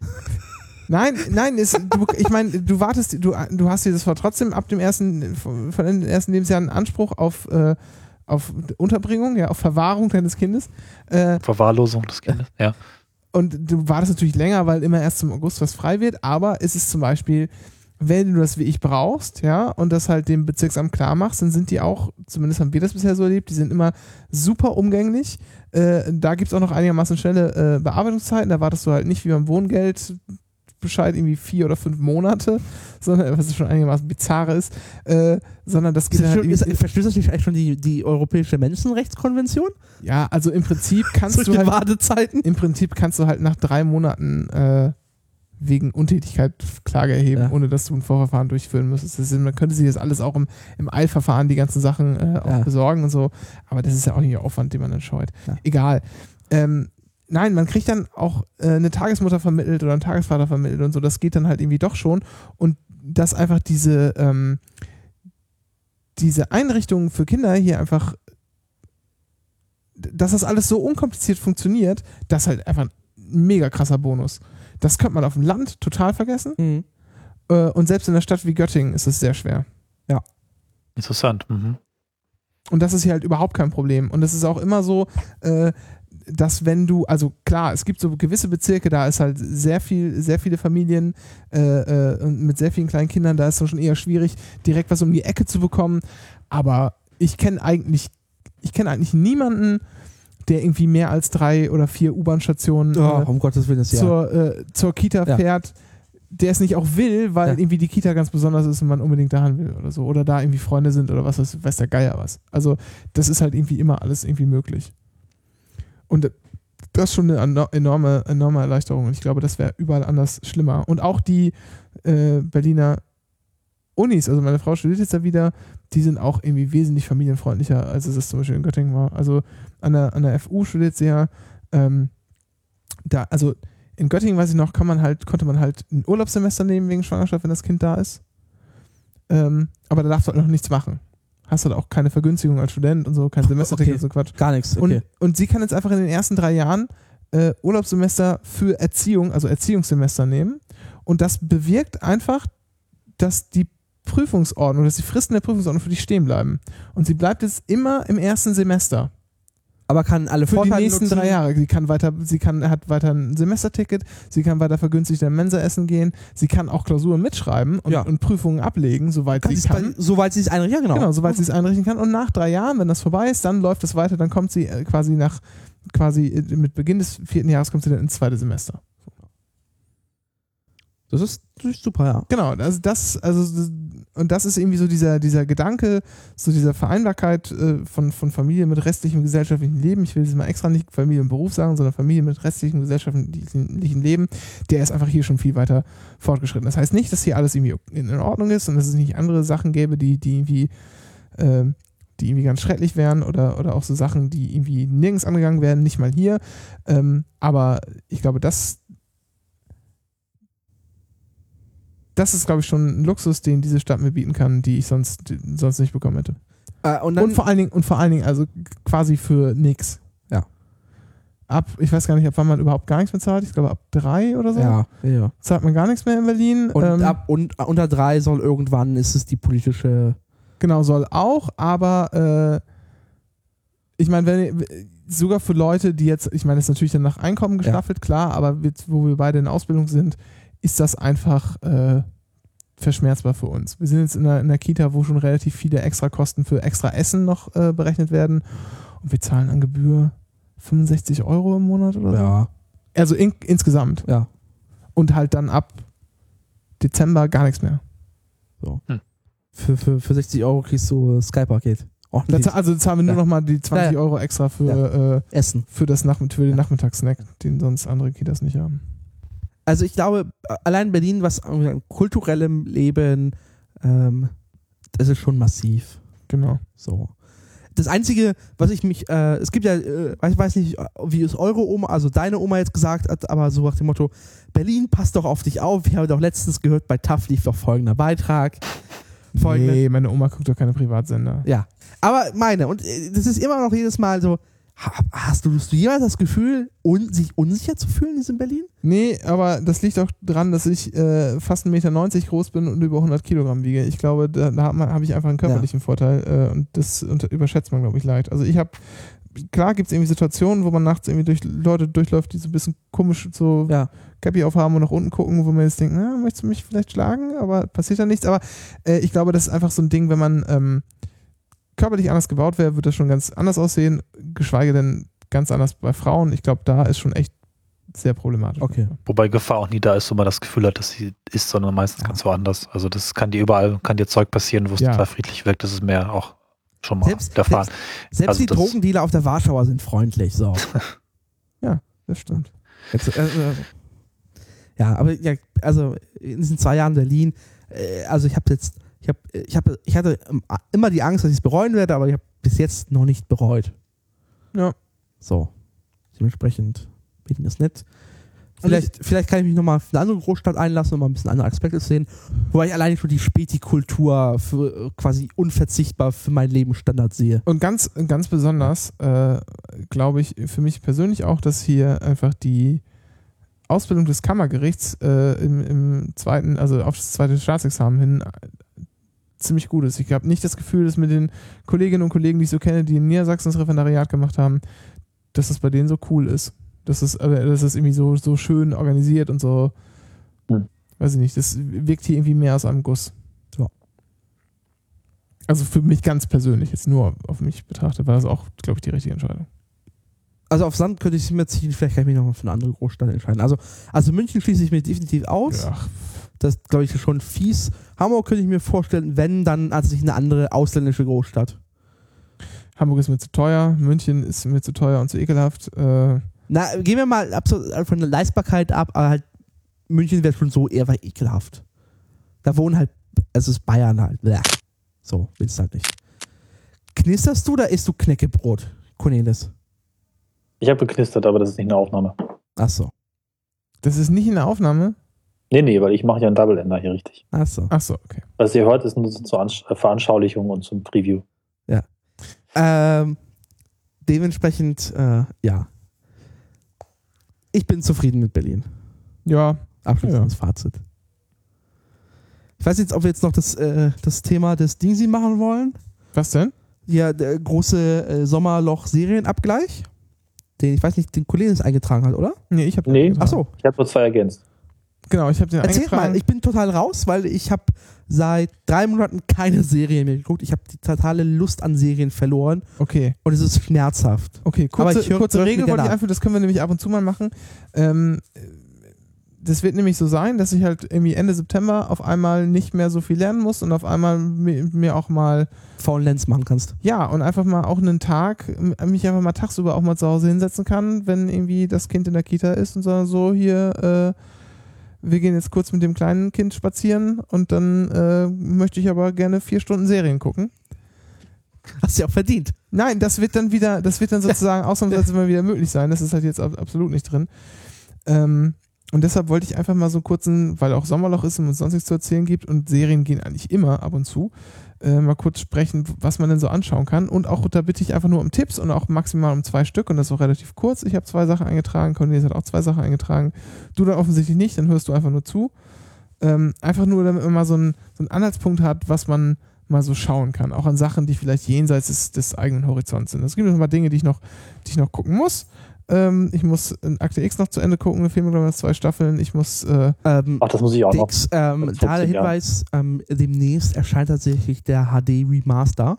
Nein, nein, ist, du, ich meine, du wartest, du, du hast dir das zwar trotzdem ab dem ersten, von den ersten Lebensjahr einen Anspruch auf, äh, auf Unterbringung, ja, auf Verwahrung deines Kindes. Äh, Verwahrlosung des Kindes. Ja. und du wartest natürlich länger, weil immer erst zum August was frei wird, aber es ist zum Beispiel, wenn du das wie ich brauchst, ja, und das halt dem Bezirksamt klar machst, dann sind die auch, zumindest haben wir das bisher so erlebt, die sind immer super umgänglich. Äh, da gibt es auch noch einigermaßen schnelle äh, Bearbeitungszeiten, da wartest du halt nicht wie beim Wohngeld Bescheid irgendwie vier oder fünf Monate, sondern was schon einigermaßen bizarr ist, äh, sondern das geht Ist, halt schon, ist, irgendwie- verstößt das nicht eigentlich schon die, die Europäische Menschenrechtskonvention? ja, also im Prinzip kannst Durch du die halt, Wartezeiten? im Prinzip kannst du halt nach drei Monaten äh, wegen Untätigkeit Klage erheben, Ja. ohne dass du ein Vorverfahren durchführen müsstest. Das ist, man könnte sich das alles auch im, im Eilverfahren die ganzen Sachen äh, auch Ja. besorgen und so, aber das ist ja auch nicht der Aufwand, den man dann scheut. Ja. Egal. Ähm, nein, man kriegt dann auch äh, eine Tagesmutter vermittelt oder einen Tagesvater vermittelt und so, das geht dann halt irgendwie doch schon und dass einfach diese ähm, diese Einrichtungen für Kinder hier einfach, dass das alles so unkompliziert funktioniert, das ist halt einfach ein mega krasser Bonus. Das könnte man auf dem Land total vergessen. Mhm. Äh, und selbst in einer Stadt wie Göttingen ist es sehr schwer. Interessant. Mhm. Und das ist hier halt überhaupt kein Problem. Und es ist auch immer so, äh, dass wenn du, also klar, es gibt so gewisse Bezirke, da ist halt sehr viel, sehr viele Familien äh, äh, und mit sehr vielen kleinen Kindern, da ist es schon eher schwierig, direkt was um die Ecke zu bekommen. Aber ich kenne eigentlich, ich kenne eigentlich niemanden, der irgendwie mehr als drei oder vier U-Bahn-Stationen Oh, äh, um Gottes Willen, das ja. zur, äh, zur Kita Ja. fährt, der es nicht auch will, weil Ja. irgendwie die Kita ganz besonders ist und man unbedingt dahin will oder so. Oder da irgendwie Freunde sind oder was weiß, weiß der Geier was. Also das ist halt irgendwie immer alles irgendwie möglich. Und das ist schon eine eno- enorme, enorme Erleichterung. Und ich glaube, das wäre überall anders schlimmer. Und auch die äh, Berliner Unis, also meine Frau studiert jetzt da wieder, die sind auch irgendwie wesentlich familienfreundlicher, als es das zum Beispiel in Göttingen war. Also an der, an der F U studiert sie ja, ähm, da, also in Göttingen, weiß ich noch, kann man halt, konnte man halt ein Urlaubssemester nehmen wegen Schwangerschaft, wenn das Kind da ist. Ähm, aber da darfst du halt noch nichts machen. Hast halt auch keine Vergünstigung als Student und so, kein Semesterticket Okay. und so Quatsch. Gar nichts. Okay. Und, und sie kann jetzt einfach in den ersten drei Jahren äh, Urlaubssemester für Erziehung, also Erziehungssemester nehmen. Und das bewirkt einfach, dass die Prüfungsordnung, dass die Fristen der Prüfungsordnung für dich stehen bleiben. Und sie bleibt jetzt immer im ersten Semester. Aber kann alle Für die Vorteile nächsten nutzen? drei Jahre. Sie kann weiter, sie kann, hat weiter ein Semesterticket, sie kann weiter vergünstigt am Mensa essen gehen, sie kann auch Klausuren mitschreiben und, Ja. und Prüfungen ablegen, soweit Kann sie sie's bei, kann. soweit sie es einrichten, ja genau. Genau, soweit sie es einrichten kann. Und nach drei Jahren, wenn das vorbei ist, dann läuft es weiter, dann kommt sie äh, quasi nach, quasi äh, mit Beginn des vierten Jahres kommt sie dann ins zweite Semester. Das ist, das ist super, ja. Genau, also das, also das- und das ist irgendwie so dieser, dieser Gedanke, so dieser Vereinbarkeit äh, von, von Familie mit restlichem gesellschaftlichen Leben. Ich will jetzt mal extra nicht Familie und Beruf sagen, sondern Familie mit restlichem gesellschaftlichen Leben, der ist einfach hier schon viel weiter fortgeschritten. Das heißt nicht, dass hier alles irgendwie in Ordnung ist und dass es nicht andere Sachen gäbe, die, die irgendwie äh, die irgendwie ganz schrecklich wären oder, oder auch so Sachen, die irgendwie nirgends angegangen werden, nicht mal hier. Ähm, aber ich glaube, das das ist, glaube ich, schon ein Luxus, den diese Stadt mir bieten kann, die ich sonst, die, sonst nicht bekommen hätte. Äh, und, dann, Und vor allen Dingen, und vor allen Dingen, also quasi für nix. Ja. Ab, ich weiß gar nicht, ab wann man überhaupt gar nichts mehr zahlt. Ich glaube, ab drei oder so ja, ja. zahlt man gar nichts mehr in Berlin. Und ähm, ab und unter drei soll irgendwann ist es die politische. Genau, soll auch, aber äh, ich meine, wenn sogar für Leute, die jetzt, ich meine, das ist natürlich dann nach Einkommen gestaffelt, ja. klar, aber jetzt, wo wir beide in Ausbildung sind, ist das einfach äh, verschmerzbar für uns. Wir sind jetzt in einer, in einer Kita, wo schon relativ viele Extrakosten für extra Essen noch äh, berechnet werden und wir zahlen an Gebühr fünfundsechzig Euro im Monat oder so. Ja. Also in, insgesamt. Ja. Und halt dann ab Dezember gar nichts mehr. So. Hm. Für, für, für sechzig Euro kriegst du das Sky-Paket. Das, also zahlen wir nur ja. noch mal die zwanzig Euro extra für, ja. äh, Essen. Für, das Nachmitt- für den Nachmittagssnack, den sonst andere Kitas nicht haben. Also ich glaube, allein Berlin, was an kulturellem Leben, ähm, das ist schon massiv. Genau. So. Das Einzige, was ich mich, äh, es gibt ja, äh, ich weiß nicht, wie es eure Oma, also deine Oma jetzt gesagt hat, aber so nach dem Motto, Berlin, passt doch auf dich auf. Ich habe doch letztens gehört, bei T A F lief doch folgender Beitrag. Folgende. Nee, meine Oma guckt doch keine Privatsender. Ja, aber meine, und äh, das ist immer noch jedes Mal so, hast du, hast du jemals das Gefühl, un, sich unsicher zu fühlen in diesem Berlin? Nee, aber das liegt auch daran, dass ich äh, fast ein Meter neunzig groß bin und über hundert Kilogramm wiege. Ich glaube, da, da habe hab ich einfach einen körperlichen ja. Vorteil äh, und das unter, überschätzt man, glaube ich, leicht. Also ich habe, klar gibt es irgendwie Situationen, wo man nachts irgendwie durch Leute durchläuft, die so ein bisschen komisch so ja. Cappy aufhaben und nach unten gucken, wo man jetzt denkt, na, möchtest du mich vielleicht schlagen? Aber passiert da nichts. Aber äh, ich glaube, das ist einfach so ein Ding, wenn man ähm, körperlich anders gebaut wäre, wird das schon ganz anders aussehen, geschweige denn ganz anders bei Frauen. Ich glaube, da ist schon echt sehr problematisch. Okay. Wobei Gefahr auch nie da ist, wo man das Gefühl hat, dass sie ist, sondern meistens ja. ganz woanders. Also das kann dir überall, kann dir Zeug passieren, wo es ja. total friedlich wirkt. Das ist mir auch schon mal selbst, erfahren. Selbst, selbst also die Drogendealer auf der Warschauer sind freundlich. So. Ja, das stimmt. Jetzt, äh, ja, aber ja, also in diesen zwei Jahren Berlin, äh, also ich habe jetzt Ich, hab, ich, hab, ich hatte immer die Angst, dass ich es bereuen werde, aber ich habe bis jetzt noch nicht bereut. Ja. So. Dementsprechend bin ich das nett. Vielleicht, ich, vielleicht kann ich mich nochmal auf eine andere Großstadt einlassen und mal ein bisschen andere Aspekte sehen. Wobei ich alleine schon die Späti-Kultur für quasi unverzichtbar für meinen Lebensstandard sehe. Und ganz, ganz besonders äh, glaube ich für mich persönlich auch, dass hier einfach die Ausbildung des Kammergerichts äh, im, im zweiten, also auf das zweite Staatsexamen hin ziemlich gut ist. Ich habe nicht das Gefühl, dass mit den Kolleginnen und Kollegen, die ich so kenne, die in Niedersachsen das Referendariat gemacht haben, dass das bei denen so cool ist. Dass es, äh, dass es irgendwie so, so schön organisiert und so, hm. weiß ich nicht, das wirkt hier irgendwie mehr aus einem Guss. Ja. Also für mich ganz persönlich, jetzt nur auf mich betrachtet, war das auch, glaube ich, die richtige Entscheidung. Also auf Sand könnte ich es mir ziehen, vielleicht kann ich mich nochmal für eine andere Großstadt entscheiden. Also, also München schließe ich mir definitiv aus. Ja. Das glaube ich schon fies. Hamburg könnte ich mir vorstellen, wenn, dann als ich eine andere ausländische Großstadt. Hamburg ist mir zu teuer, München ist mir zu teuer und zu ekelhaft. Äh Na, gehen wir mal absolut von der Leistbarkeit ab, aber halt München wäre schon so eher ekelhaft. Da wohnen halt, es ist Bayern halt. Blech. So, willst du halt nicht. Knisterst du oder isst du Knäckebrot, Cornelis? Ich habe geknistert, aber das ist nicht eine Aufnahme. Ach so. Das ist nicht in der Aufnahme? Nee, nee, weil ich mache ja einen Double-Ender hier richtig. Ach so. Ach so, okay. Was ihr hört, ist nur zur Ansch- Veranschaulichung und zum Preview. Ja. Ähm, dementsprechend, äh, ja. Ich bin zufrieden mit Berlin. Ja. Abschließendes ja. Fazit. Ich weiß jetzt, ob wir jetzt noch das, äh, das Thema des Dingsi machen wollen. Was denn? Ja, der große äh, Sommerloch-Serienabgleich. Den, ich weiß nicht, den Kollegen es eingetragen hat, oder? Nee, ich habe Nee. Ach so. Ich habe nur zwei ergänzt. Genau, ich habe den Erzähl eingetragen. mal, ich bin total raus, weil ich habe seit drei Monaten keine Serie mehr geguckt. Ich habe die totale Lust an Serien verloren. Okay. Und es ist schmerzhaft. Okay, Aber kurze, ich hör- kurze hör Regel wieder wollte ich nach. einführen, das können wir nämlich ab und zu mal machen. Ähm, das wird nämlich so sein, dass ich halt irgendwie Ende September auf einmal nicht mehr so viel lernen muss und auf einmal mi- mir auch mal, Faulenz machen kannst. ja, und einfach mal auch einen Tag, m- mich einfach mal tagsüber auch mal zu Hause hinsetzen kann, wenn irgendwie das Kind in der Kita ist und so, so hier, äh, wir gehen jetzt kurz mit dem kleinen Kind spazieren und dann äh, möchte ich aber gerne vier Stunden Serien gucken. Hast du ja auch verdient. Nein, das wird dann wieder, das wird dann sozusagen ausnahmsweise mal wieder möglich sein. Das ist halt jetzt ab, absolut nicht drin. Ähm, und deshalb wollte ich einfach mal so kurzen, weil auch Sommerloch ist und uns sonst nichts zu erzählen gibt und Serien gehen eigentlich immer ab und zu, äh, mal kurz sprechen, was man denn so anschauen kann. Und auch da bitte ich einfach nur um Tipps und auch maximal um zwei Stück und das ist auch relativ kurz. Ich habe zwei Sachen eingetragen, Cornelis hat auch zwei Sachen eingetragen. Du dann offensichtlich nicht, dann hörst du einfach nur zu. Ähm, einfach nur, damit man mal so einen, so einen Anhaltspunkt hat, was man mal so schauen kann. Auch an Sachen, die vielleicht jenseits des, des eigenen Horizonts sind. Es gibt noch mal Dinge, die ich noch, die ich noch gucken muss. Ähm, ich muss Akte X noch zu Ende gucken, da fehlen mir, glaube ich, zwei Staffeln. Ich muss äh, Ähm, Ach, das muss ich auch noch. Dix, ähm, Das da der vierzig Jahre. Hinweis, ähm, demnächst erscheint tatsächlich der H D Remaster.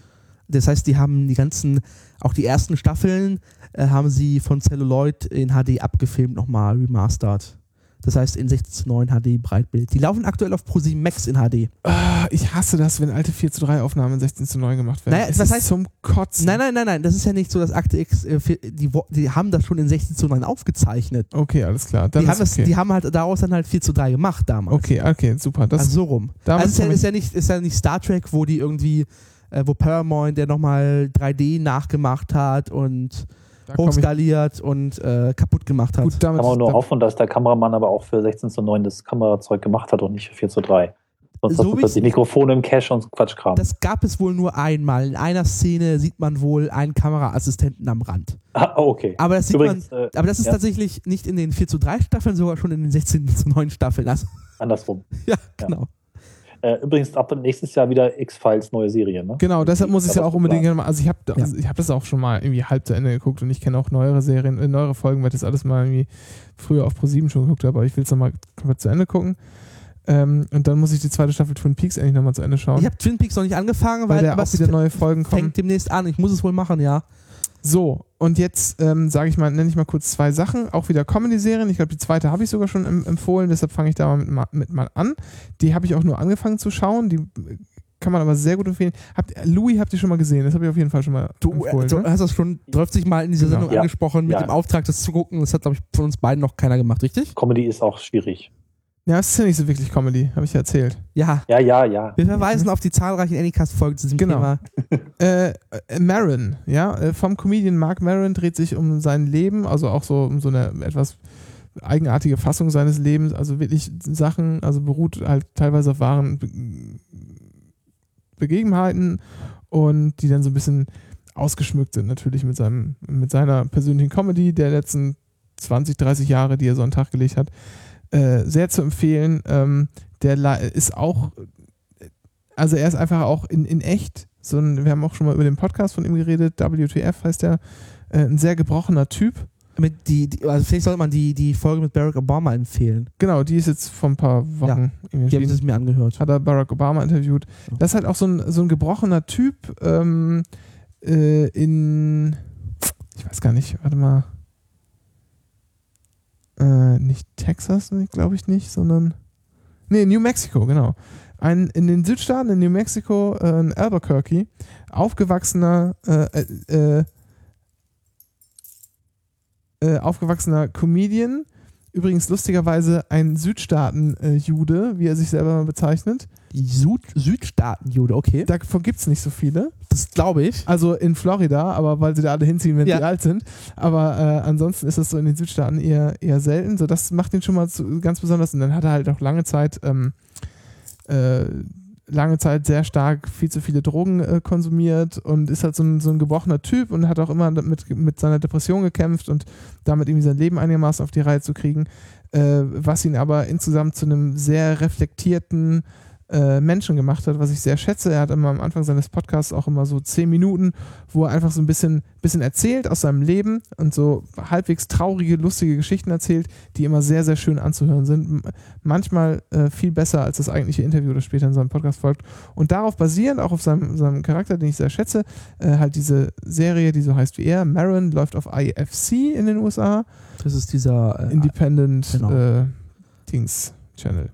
Das heißt, die haben die ganzen, auch die ersten Staffeln, äh, haben sie von Celluloid in H D abgefilmt, nochmal remastert. Das heißt in sechzehn zu neun H D Breitbild. Die laufen aktuell auf ProSieben Max in H D. ah, ich hasse das, wenn alte vier zu drei Aufnahmen in sechzehn zu neun gemacht werden. Naja, Es was ist heißt- zum Kotzen. Nein, nein, nein, nein, das ist ja nicht so, dass Akte X, äh, für- die, wo- die haben das schon in sechzehn zu neun aufgezeichnet. Okay, alles klar. Dann Die ist haben, das, okay. die haben halt daraus dann halt vier zu drei gemacht damals. Okay, okay, super. Das, Also so rum. damit Also ist ja, komm ich- ist, ja nicht, ist ja nicht Star Trek, wo die irgendwie, äh, wo Paramount, der nochmal drei D nachgemacht hat und da komm ich, hochskaliert und äh, kaputt gemacht hat. gut, damit, Kann man nur da, hoffen, dass der Kameramann aber auch für sechzehn zu neun das Kamerazeug gemacht hat und nicht für vier zu drei. Sonst So hast du wie plötzlich ich- Mikrofone im Cache und Quatschkram. Das gab es wohl nur einmal. In einer Szene sieht man wohl einen Kameraassistenten am Rand. Ah, okay. Aber das sieht Übrigens, man, äh, aber das ist ja. tatsächlich nicht in den vier zu drei Staffeln, sogar schon in den sechzehn zu neun Staffeln. Also, andersrum. ja, genau. Äh, übrigens ab nächstes Jahr wieder X-Files neue Serie, ne? genau, deshalb muss ich es ja Aber auch so unbedingt klar. mal, also ich habe Ja. ich hab das auch schon mal irgendwie halb zu Ende geguckt und ich kenne auch neuere Serien, äh, neuere Folgen, weil ich das alles mal irgendwie früher auf ProSieben schon geguckt habe, aber ich will es nochmal komplett zu Ende gucken. Ähm, und dann muss ich die zweite Staffel Twin Peaks endlich nochmal zu Ende schauen, Ich habe Twin Peaks noch nicht angefangen, weil weil da aber auch es wieder neue Folgen kommen. fängt demnächst an. Ich muss es wohl machen, ja. So, und jetzt ähm, sage ich mal, nenne ich mal kurz zwei Sachen. Auch wieder Comedy-Serien. Ich glaube, die zweite habe ich sogar schon em- empfohlen, deshalb fange ich da mal mit, ma- mit mal an. Die habe ich auch nur angefangen zu schauen. Die äh, kann man aber sehr gut empfehlen. Habt, Louis habt ihr schon mal gesehen? Das habe ich auf jeden Fall schon mal Du, empfohlen. äh, du ne? hast das schon dreißig Mal in dieser Genau. Sendung Ja. angesprochen, mit Ja. dem Auftrag, das zu gucken. Das hat, glaube ich, von uns beiden noch keiner gemacht, richtig? Comedy ist auch schwierig. Ja, es ist ja nicht so wirklich Comedy, habe ich ja erzählt. Ja. Ja, ja, ja. Wir verweisen auf die zahlreichen Anycast-Folgen zu diesem Genau. Thema. Äh, äh, Maron, ja, äh, vom Comedian Mark Maron dreht sich um sein Leben, also auch so um so eine etwas eigenartige Fassung seines Lebens, also wirklich Sachen, also beruht halt teilweise auf wahren Be Begebenheiten und die dann so ein bisschen ausgeschmückt sind, natürlich mit seinem, mit seiner persönlichen Comedy der letzten zwanzig, dreißig Jahre, die er so an den Tag gelegt hat. Äh, sehr zu empfehlen. Ähm, der la- ist auch, also er ist einfach auch in, in echt, so ein, wir haben auch schon mal über den Podcast von ihm geredet, W T F heißt er, äh, ein sehr gebrochener Typ. Mit die, die, also vielleicht sollte man die, die Folge mit Barack Obama empfehlen. Genau, die ist jetzt vor ein paar Wochen irgendwie Die habe erschienen. ich mir angehört. Hat er Barack Obama interviewt. Ja. Das ist halt auch so ein, so ein gebrochener Typ ähm, äh, in, ich weiß gar nicht, warte mal, äh, nicht Texas, glaube ich nicht, sondern, nee, New Mexico, genau. Ein in den Südstaaten, in New Mexico, äh, in Albuquerque, aufgewachsener, äh, äh, äh, äh, aufgewachsener Comedian, übrigens lustigerweise ein Südstaaten-Jude, wie er sich selber mal bezeichnet. Süd, Südstaaten-Jude, okay. Davon gibt es nicht so viele. Das glaube ich. Also in Florida, aber weil sie da alle hinziehen, wenn Ja. sie alt sind. Aber äh, ansonsten ist das so in den Südstaaten eher, eher selten. So, das macht ihn schon mal zu, ganz besonders. Und dann hat er halt auch lange Zeit, ähm, äh, lange Zeit sehr stark viel zu viele Drogen äh, konsumiert und ist halt so ein, so ein gebrochener Typ und hat auch immer mit, mit seiner Depression gekämpft und damit irgendwie sein Leben einigermaßen auf die Reihe zu kriegen. Äh, was ihn aber insgesamt zu einem sehr reflektierten äh, Menschen gemacht hat, was ich sehr schätze. Er hat immer am Anfang seines Podcasts auch immer so zehn Minuten, wo er einfach so ein bisschen, bisschen erzählt aus seinem Leben und so halbwegs traurige, lustige Geschichten erzählt, die immer sehr, sehr schön anzuhören sind. M- Manchmal äh, viel besser als das eigentliche Interview, das später in seinem Podcast folgt. Und darauf basierend, auch auf seinem, seinem Charakter, den ich sehr schätze, äh, halt diese Serie, die so heißt wie er, Maron, läuft auf I F C in den U S A. Das ist dieser äh, Independent genau. äh, Dings Channel.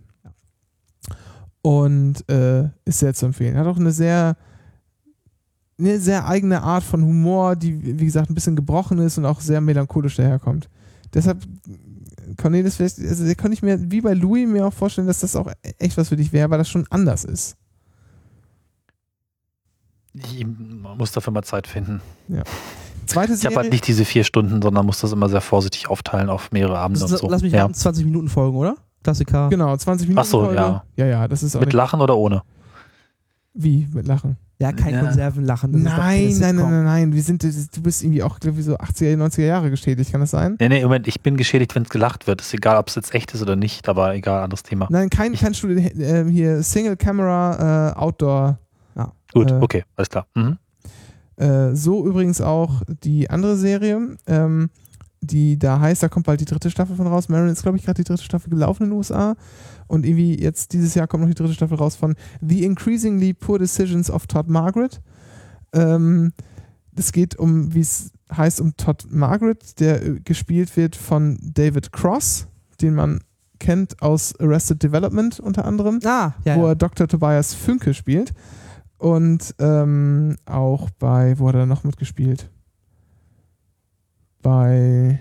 Und äh, ist sehr zu empfehlen. Hat auch eine sehr, eine sehr eigene Art von Humor, die, wie gesagt, ein bisschen gebrochen ist und auch sehr melancholisch daherkommt. Deshalb, Cornelis, vielleicht, also da könnte ich mir, wie bei Louis, mir auch vorstellen, dass das auch echt was für dich wäre, weil das schon anders ist. Ich muss dafür mal Zeit finden. Zweite Ich habe Serie. halt nicht diese vier Stunden, sondern muss das immer sehr vorsichtig aufteilen auf mehrere Abende Das, und so. lass mich ja. raten, zwanzig Minuten Folgen, oder? Klassiker. Genau, zwanzig Minuten. Ach so, Folge. ja. Ja, ja, das ist auch Mit nicht- Lachen oder ohne? Wie, mit Lachen? Ja, kein Ja. Konservenlachen. das ist doch keine Nein, nein, Sitcom. nein, nein, nein. Wir sind, du bist irgendwie auch, glaube ich, so achtziger, neunziger Jahre geschädigt, kann das sein? Nee, nee, Moment, ich bin geschädigt, wenn es gelacht wird. Ist egal, ob es jetzt echt ist oder nicht, aber egal, anderes Thema. Nein, kein, kein Studio, äh, hier Single Camera, äh, Outdoor. Gut, äh, okay, alles klar. Mhm. Äh, so übrigens auch die andere Serie, ähm, die da heißt, da kommt bald die dritte Staffel von raus. Marilyn ist, glaube ich, gerade die dritte Staffel gelaufen in den U S A. Und irgendwie jetzt dieses Jahr kommt noch die dritte Staffel raus von The Increasingly Poor Decisions of Todd Margaret. Ähm, es geht um, wie es heißt, um Todd Margaret, der äh, gespielt wird von David Cross, den man kennt aus Arrested Development unter anderem, Ah, ja, wo ja. er Doktor Tobias Fünke spielt. Und ähm, auch bei, wo hat er noch mitgespielt? Bei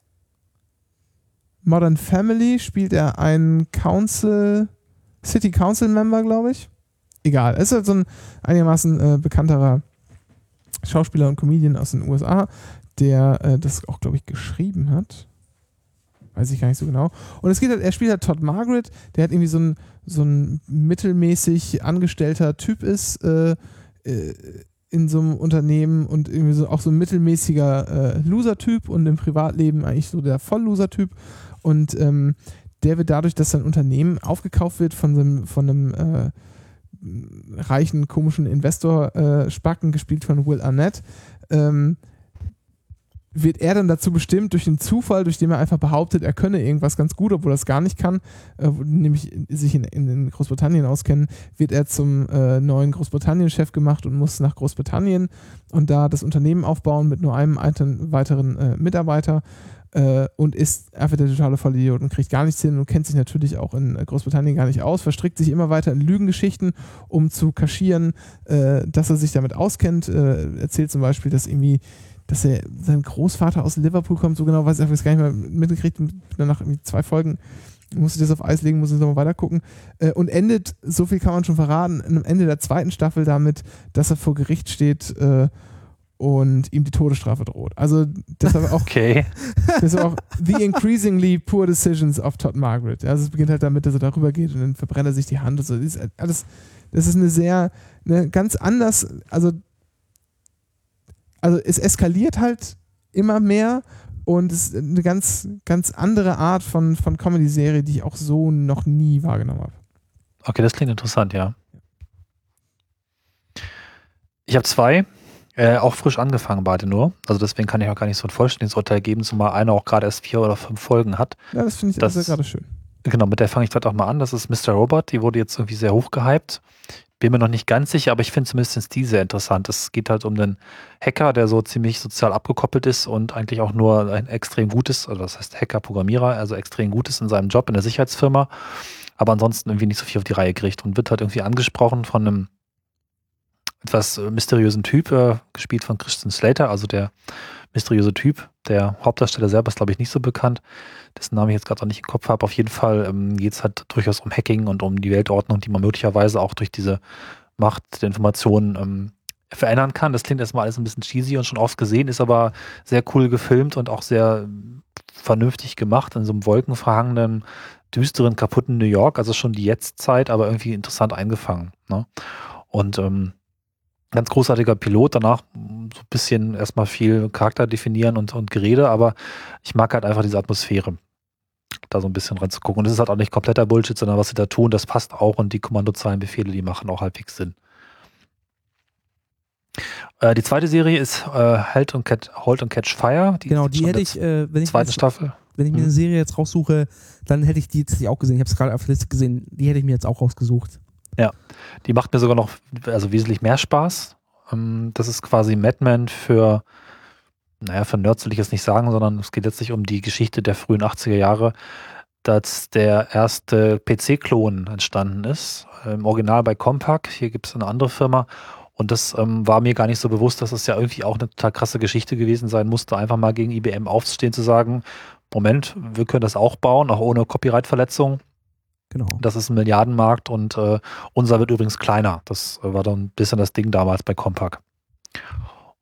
Modern Family spielt er einen Council, City Council Member, glaube ich. Egal, er ist halt so ein einigermaßen äh, bekannterer Schauspieler und Comedian aus den U S A, der äh, das auch, glaube ich, geschrieben hat. Weiß ich gar nicht so genau. Und es geht halt, er spielt halt Todd Margaret, der hat irgendwie so ein, so ein mittelmäßig angestellter Typ ist äh, äh, in so einem Unternehmen und irgendwie so auch so ein mittelmäßiger äh, Loser-Typ und im Privatleben eigentlich so der Voll-Loser-Typ. Und ähm, der wird dadurch, dass sein Unternehmen aufgekauft wird von einem, von einem äh, reichen, komischen Investor, äh, Spacken, gespielt von Will Arnett, ähm, wird er dann dazu bestimmt, durch den Zufall, durch den er einfach behauptet, er könne irgendwas ganz gut, obwohl er es gar nicht kann, äh, nämlich sich in, in, in Großbritannien auskennen, wird er zum äh, neuen Großbritannien-Chef gemacht und muss nach Großbritannien und da das Unternehmen aufbauen mit nur einem alten, weiteren äh, Mitarbeiter äh, und ist einfach der totale Vollidiot und kriegt gar nichts hin und kennt sich natürlich auch in Großbritannien gar nicht aus, verstrickt sich immer weiter in Lügengeschichten, um zu kaschieren, äh, dass er sich damit auskennt. Äh, erzählt zum Beispiel, dass irgendwie dass er, sein Großvater aus Liverpool kommt, so genau weiß ich, habe ich es gar nicht mehr mitgekriegt, danach irgendwie zwei Folgen, musste das auf Eis legen, muss ich nochmal weiter gucken, äh, und endet, so viel kann man schon verraten, am Ende der zweiten Staffel damit, dass er vor Gericht steht äh, und ihm die Todesstrafe droht. Also deshalb auch, Okay. deshalb auch The Increasingly Poor Decisions of Todd Margaret. Also es beginnt halt damit, dass er darüber geht und dann verbrennt er sich die Hand und so. Das ist alles, das ist eine sehr, eine ganz anders, also Also es eskaliert halt immer mehr und es ist eine ganz, ganz andere Art von, von Comedy-Serie, die ich auch so noch nie wahrgenommen habe. Okay, das klingt interessant, ja. Ich habe zwei, äh, auch frisch angefangen beide nur. Also deswegen kann ich auch gar nicht so ein vollständiges Urteil geben, zumal einer auch gerade erst vier oder fünf Folgen hat. Ja, das finde ich Das- also gerade schön. Genau, mit der fange ich vielleicht auch mal an. Das ist Mister Robot, die wurde jetzt irgendwie sehr hoch gehypt. Bin mir noch nicht ganz sicher, aber ich finde zumindest den Stil sehr interessant. Es geht halt um den Hacker, der so ziemlich sozial abgekoppelt ist und eigentlich auch nur ein extrem gutes, also das heißt Hacker, Programmierer, also extrem gutes in seinem Job in der Sicherheitsfirma, aber ansonsten irgendwie nicht so viel auf die Reihe kriegt und wird halt irgendwie angesprochen von einem etwas äh, mysteriösen Typ, äh, gespielt von Christian Slater, also der mysteriöse Typ. Der Hauptdarsteller selber ist, glaube ich, nicht so bekannt, dessen Namen ich jetzt gerade auch nicht im Kopf habe. Auf jeden Fall ähm, geht es halt durchaus um Hacking und um die Weltordnung, die man möglicherweise auch durch diese Macht der Informationen ähm, verändern kann. Das klingt erstmal alles ein bisschen cheesy und schon oft gesehen, ist aber sehr cool gefilmt und auch sehr ähm, vernünftig gemacht in so einem wolkenverhangenen, düsteren, kaputten New York. Also schon die Jetztzeit, aber irgendwie interessant eingefangen. Ne? Und ähm, ganz großartiger Pilot, danach so ein bisschen erstmal viel Charakter definieren und, und Gerede, aber ich mag halt einfach diese Atmosphäre, da so ein bisschen ranzugucken. Und es ist halt auch nicht kompletter Bullshit, sondern was sie da tun, das passt auch und die Kommandozeilenbefehle, die machen auch halbwegs Sinn. Äh, die zweite Serie ist äh, Halt und Catch, Halt und Catch Fire. Die Genau, ist die schon hätte der ich, äh, wenn ich, zweite mir, Staffel. wenn ich mir eine Mhm. Serie jetzt raussuche, dann hätte ich die jetzt auch gesehen. Ich habe es gerade auf der Liste gesehen. Die hätte ich mir jetzt auch rausgesucht. Die macht mir sogar noch also wesentlich mehr Spaß. Ähm, das ist quasi Mad Men für, naja, für Nerds will ich jetzt nicht sagen, sondern es geht letztlich um die Geschichte der frühen achtziger Jahre, dass der erste P C-Klon entstanden ist. Im Original bei Compaq, hier gibt es eine andere Firma. Und das ähm, war mir gar nicht so bewusst, dass es ja irgendwie auch eine total krasse Geschichte gewesen sein musste, einfach mal gegen I B M aufzustehen, zu sagen, Moment, wir können das auch bauen, auch ohne Copyright-Verletzung. Genau. Das ist ein Milliardenmarkt und äh, unser wird übrigens kleiner. Das äh, war dann ein bisschen das Ding damals bei Compaq.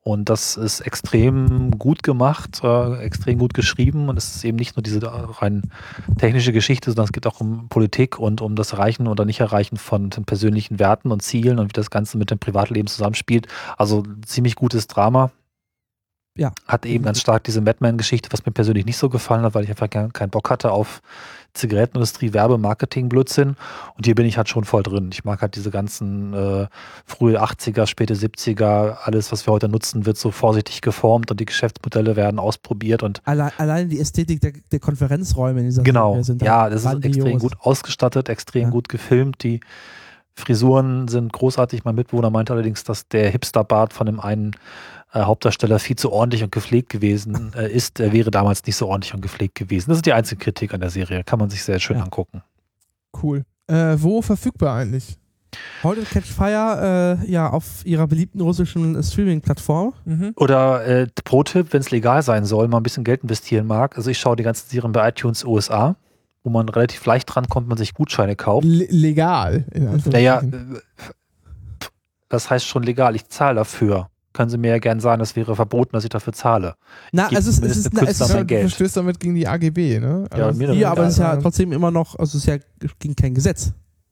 Und das ist extrem gut gemacht, äh, extrem gut geschrieben und es ist eben nicht nur diese rein technische Geschichte, sondern es geht auch um Politik und um das Erreichen oder Nicht-Erreichen von den persönlichen Werten und Zielen und wie das Ganze mit dem Privatleben zusammenspielt. Also ziemlich gutes Drama. Ja. Hat eben ganz stark diese Madman-Geschichte, was mir persönlich nicht so gefallen hat, weil ich einfach keinen Bock hatte auf Zigarettenindustrie, Werbe, Marketing, Blödsinn. Und hier bin ich halt schon voll drin. Ich mag halt diese ganzen äh, frühe achtziger, späte siebziger, alles, was wir heute nutzen, wird so vorsichtig geformt und die Geschäftsmodelle werden ausprobiert. Und Allein, allein die Ästhetik der, der Konferenzräume in dieser genau, Serie sind ja, das grandios. ist extrem gut ausgestattet, extrem Ja. gut gefilmt. Die Frisuren sind großartig. Mein Mitbewohner meinte allerdings, dass der Hipsterbart von dem einen äh, Hauptdarsteller viel zu ordentlich und gepflegt gewesen äh, ist. Er wäre damals nicht so ordentlich und gepflegt gewesen. Das ist die einzige Kritik an der Serie. Kann man sich sehr schön Ja. angucken. Cool. Äh, wo verfügbar eigentlich? Halt and Catch Fire, äh, ja, auf ihrer beliebten russischen Streaming-Plattform. Mhm. Oder äh, Pro-Tipp, wenn es legal sein soll, mal ein bisschen Geld investieren mag. Also ich schaue die ganzen Serien bei iTunes U S A, wo man relativ leicht drankommt, man sich Gutscheine kauft. Le legal. In Naja, Anführungsstrichen. äh, das heißt schon legal, ich zahle dafür. Können Sie mir ja gern sagen, es wäre verboten, dass ich dafür zahle. Na, Gibt also es, es zumindest ist, den na, es Künstlern ist mein du Geld. verstößt damit gegen die A G B, ne? Ja, Also, mir doch ja, aber es ist ja egal. trotzdem immer noch, also es ist ja gegen kein Gesetz.